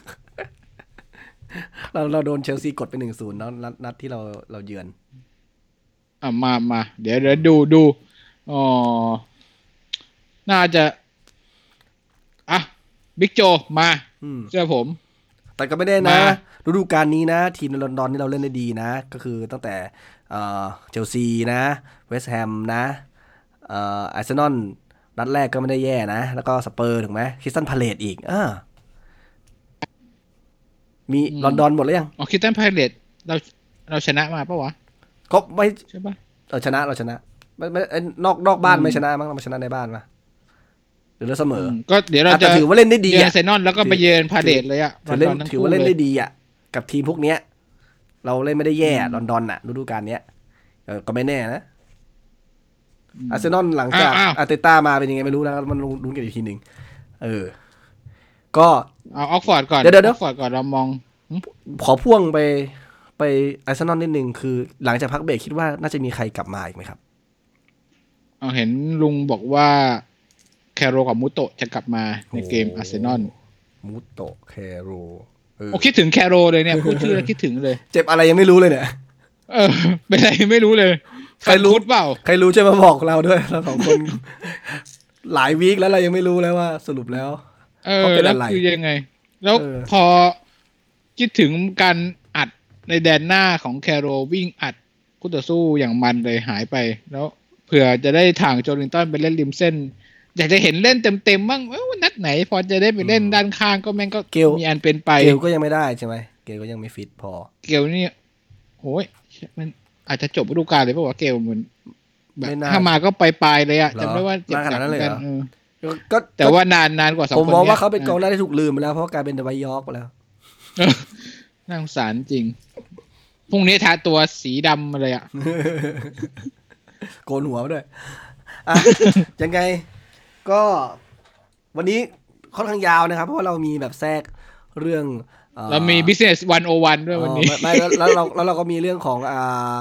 เราเราโดนเชลซีกดไป หนึ่งศูนย์ แล้วนัดนัดที่เราเราเยือนอ่ะมามาเดี๋ยวเดี๋ยวดูดูอ๋อน่าจะอ่ะบิ๊กโจมาเชื่อผมแต่ก็ไม่ได้นะฤดูกาลนี้นะทีมในลอนดอนนี่เราเล่นได้ดีนะก็คือตั้งแต่เอ่อเชลซีนะเวสต์แฮมนะเอ่ออาร์เซนอลนัดแรกก็ไม่ได้แย่นะแล้วก็สเปอร์ถูกไหมคริสตัลพาเลซอีกอ่ามีลอนดอนหมดแล้วยังอ๋อคริสตัลพาเลซเราเราชนะมาปะวะก็ไม่ใช่ปะเออชนะเราชนะไม่ไม่นอกนอกบ้านไม่ชนะมั้งเราชนะในบ้านมาหรือเราเสมอก็เดี๋ยวเราจะถือว่าเล่นได้ดีอ่ะเยือนอาร์เซนอลแล้วก็ไปเยือนพาเลซเลยอ่ะถือเล่นถือว่าเล่นได้ดีอ่ะกับทีมพวกเนี้ยเราเล่นไม่ได้แย่ลอนดอนน่ะฤดูกาลเนี้ยเออก็ไม่แน่นะอาร์เซนอลหลังจากอาร์เตต้ามาเป็นยังไงไม่รู้นะมันลุ้นกันอีกทีนึงเออก็เอาออกฟอร์ดก่อนเดี๋ยวๆออกฟอร์ดก่อนเรามองขอพ่วงไปไปอาร์เซนอลนิดนึงคือหลังจากพักเบรกคิดว่าน่าจะมีใครกลับมาอีกไหมครับเอาเห็นลุงบอกว่าแคโรกับมูโตะจะกลับมาในเกมอาร์เซนอลมูโตะแคโรโอ้คิดถึงแคโรเลยเนี่ยพูดชื่อแล้วคิดถึงเลยเจ็บอะไรยังไม่รู้เลยเนี่ยเออเป็นไรไม่รู้เลยใครรู้เปล่าใครรู้ช่วยมาบอกเราด้วยเราสองคนหลายวีคแล้วเรายังไม่รู้เลยว่าสรุปแล้วเขาเป็นอะไรคือยังไงแล้วพอคิดถึงการอัดในแดนหน้าของแคโรวิ่งอัดคู่ต่อสู้อย่างมันเลยหายไปแล้วเผื่อจะได้ทางโจลิงตันไปเล่นริมเส้นอยากจะเห็นเล่นเต็มๆบ้างว่านัดไหนพอจะได้ไปเล่นด้านข้างก็แม่งก็มีอันเป็นไปเกลก็ยังไม่ได้ใช่ไหมเกลก็ยังไม่ฟิตพอเกลนี่โหยมันอาจจะจบฤดูกาลเลยเพราะว่าเกลมันถ้ามาก็ไปปลายเลยอ่ะจำได้ว่าเจ็บหนักเลยก็แต่ว่านานนานกว่าสองคนผมมองว่าเขาเป็นกองหน้าที่ถูกลืมไปแล้วเพราะกลายเป็นเดวายยอร์กไปแล้วน่าสงสารจริงพรุ่งนี้ทาตัวสีดำมาเลยอ่ะโกนหัวมาด้วยอ่ะยังไงก็วันนี้ค่อนข้างยาวนะครับเพราะว่าเรามีแบบแทรกเรื่องเรามี business หนึ่งศูนย์หนึ่งด้วยวันนี้ไม่แล้วเราแล้วเราก็มีเรื่องของอ่า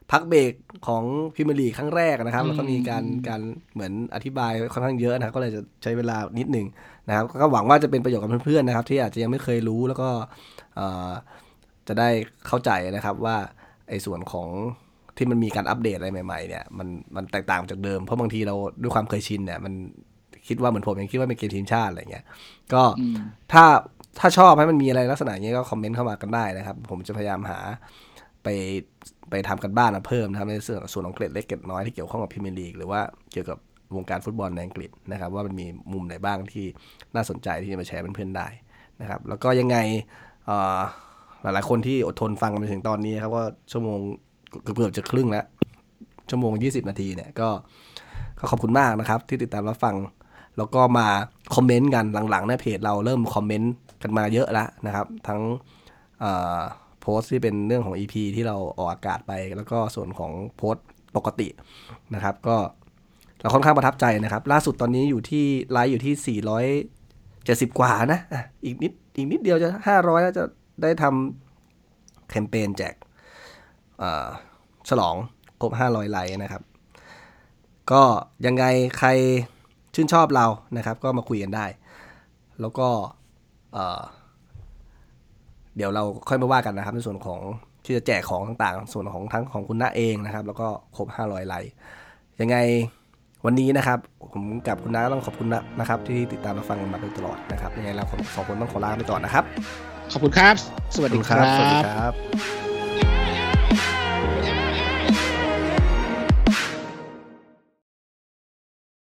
พักเบรกของพรีเมียร์ลีกครั้งแรกนะครับแล้วก็มีการการเหมือนอธิบายค่อนข้างเยอะนะครับก็เลยจะใช้เวลานิดหนึ่งนะครับก็หวังว่าจะเป็นประโยชน์กับเพื่อนๆนะครับที่อาจจะยังไม่เคยรู้แล้วก็จะได้เข้าใจนะครับว่าไอ้ส่วนของที่มันมีการอัปเดตอะไรใหม่ๆเนี่ยมันมันแตกต่างจากเดิมเพราะบางทีเราด้วยความเคยชินเนี่ยมันคิดว่าเหมือนผมยังคิดว่าเป็นเกมทีมชาติอะไรเงี้ยก็ถ้าถ้าชอบให้มันมีอะไรลักษณะนี้ก็คอมเมนต์เข้ามากันได้นะครับผมจะพยายามหาไปไปทำกันบ้านมาเพิ่มนะครับในส่วนส่วนของเกร็ดเล็กเกร็ดน้อยที่เกี่ยวข้องกับพรีเมียร์ลีกหรือว่าเกี่ยวกับวงการฟุตบอลในอังกฤษนะครับว่ามันมีมุมไหนบ้างที่น่าสนใจที่จะมาแชร์เพื่อนๆได้นะครับแล้วก็ยังไงหลายๆคนที่อดทนฟังกันมาถึงตอนนี้ครับก็ชั่วโมงเกือบจะครึ่งแล้วชั่วโมงยี่สิบนาทีเนี่ยก็ก็ขอบคุณมากนะครับที่ติดตามรับฟังแล้วก็มาคอมเมนต์กันหลังๆในเพจเราเริ่มคอมเมนต์กันมาเยอะแล้วนะครับทั้งโพสต์ที่เป็นเรื่องของ อี พี ที่เราออกอากาศไปแล้วก็ส่วนของโพสต์ปกตินะครับก็เราค่อนข้างประทับใจนะครับล่าสุดตอนนี้อยู่ที่ไลฟ์อยู่ที่สี่ร้อยเจ็ดสิบกว่านะอีกนิดอีกนิดเดียวจะห้าร้อยแล้วจะได้ทำแคมเปญแจกฉลองครบห้าร้อยไลค์นะครับก็ยังไงใครชื่นชอบเรานะครับก็มาคุยกันได้แล้วก็เอ่อเดี๋ยวเราค่อยมาว่ากันนะครับในส่วนของที่จะแจกของต่างๆส่วนของทั้งของคุณณเองนะครับแล้วก็ครบห้าร้อยไลค์ยังไงวันนี้นะครับผมกับคุณณต้องขอบคุณนะครับที่ติดตามรับฟังมาโดยตลอดนะครับยังไงเราสองคนต้องขอลาไปก่อนนะครับขอบคุณครับสวัสดีครับสวัสดีครับ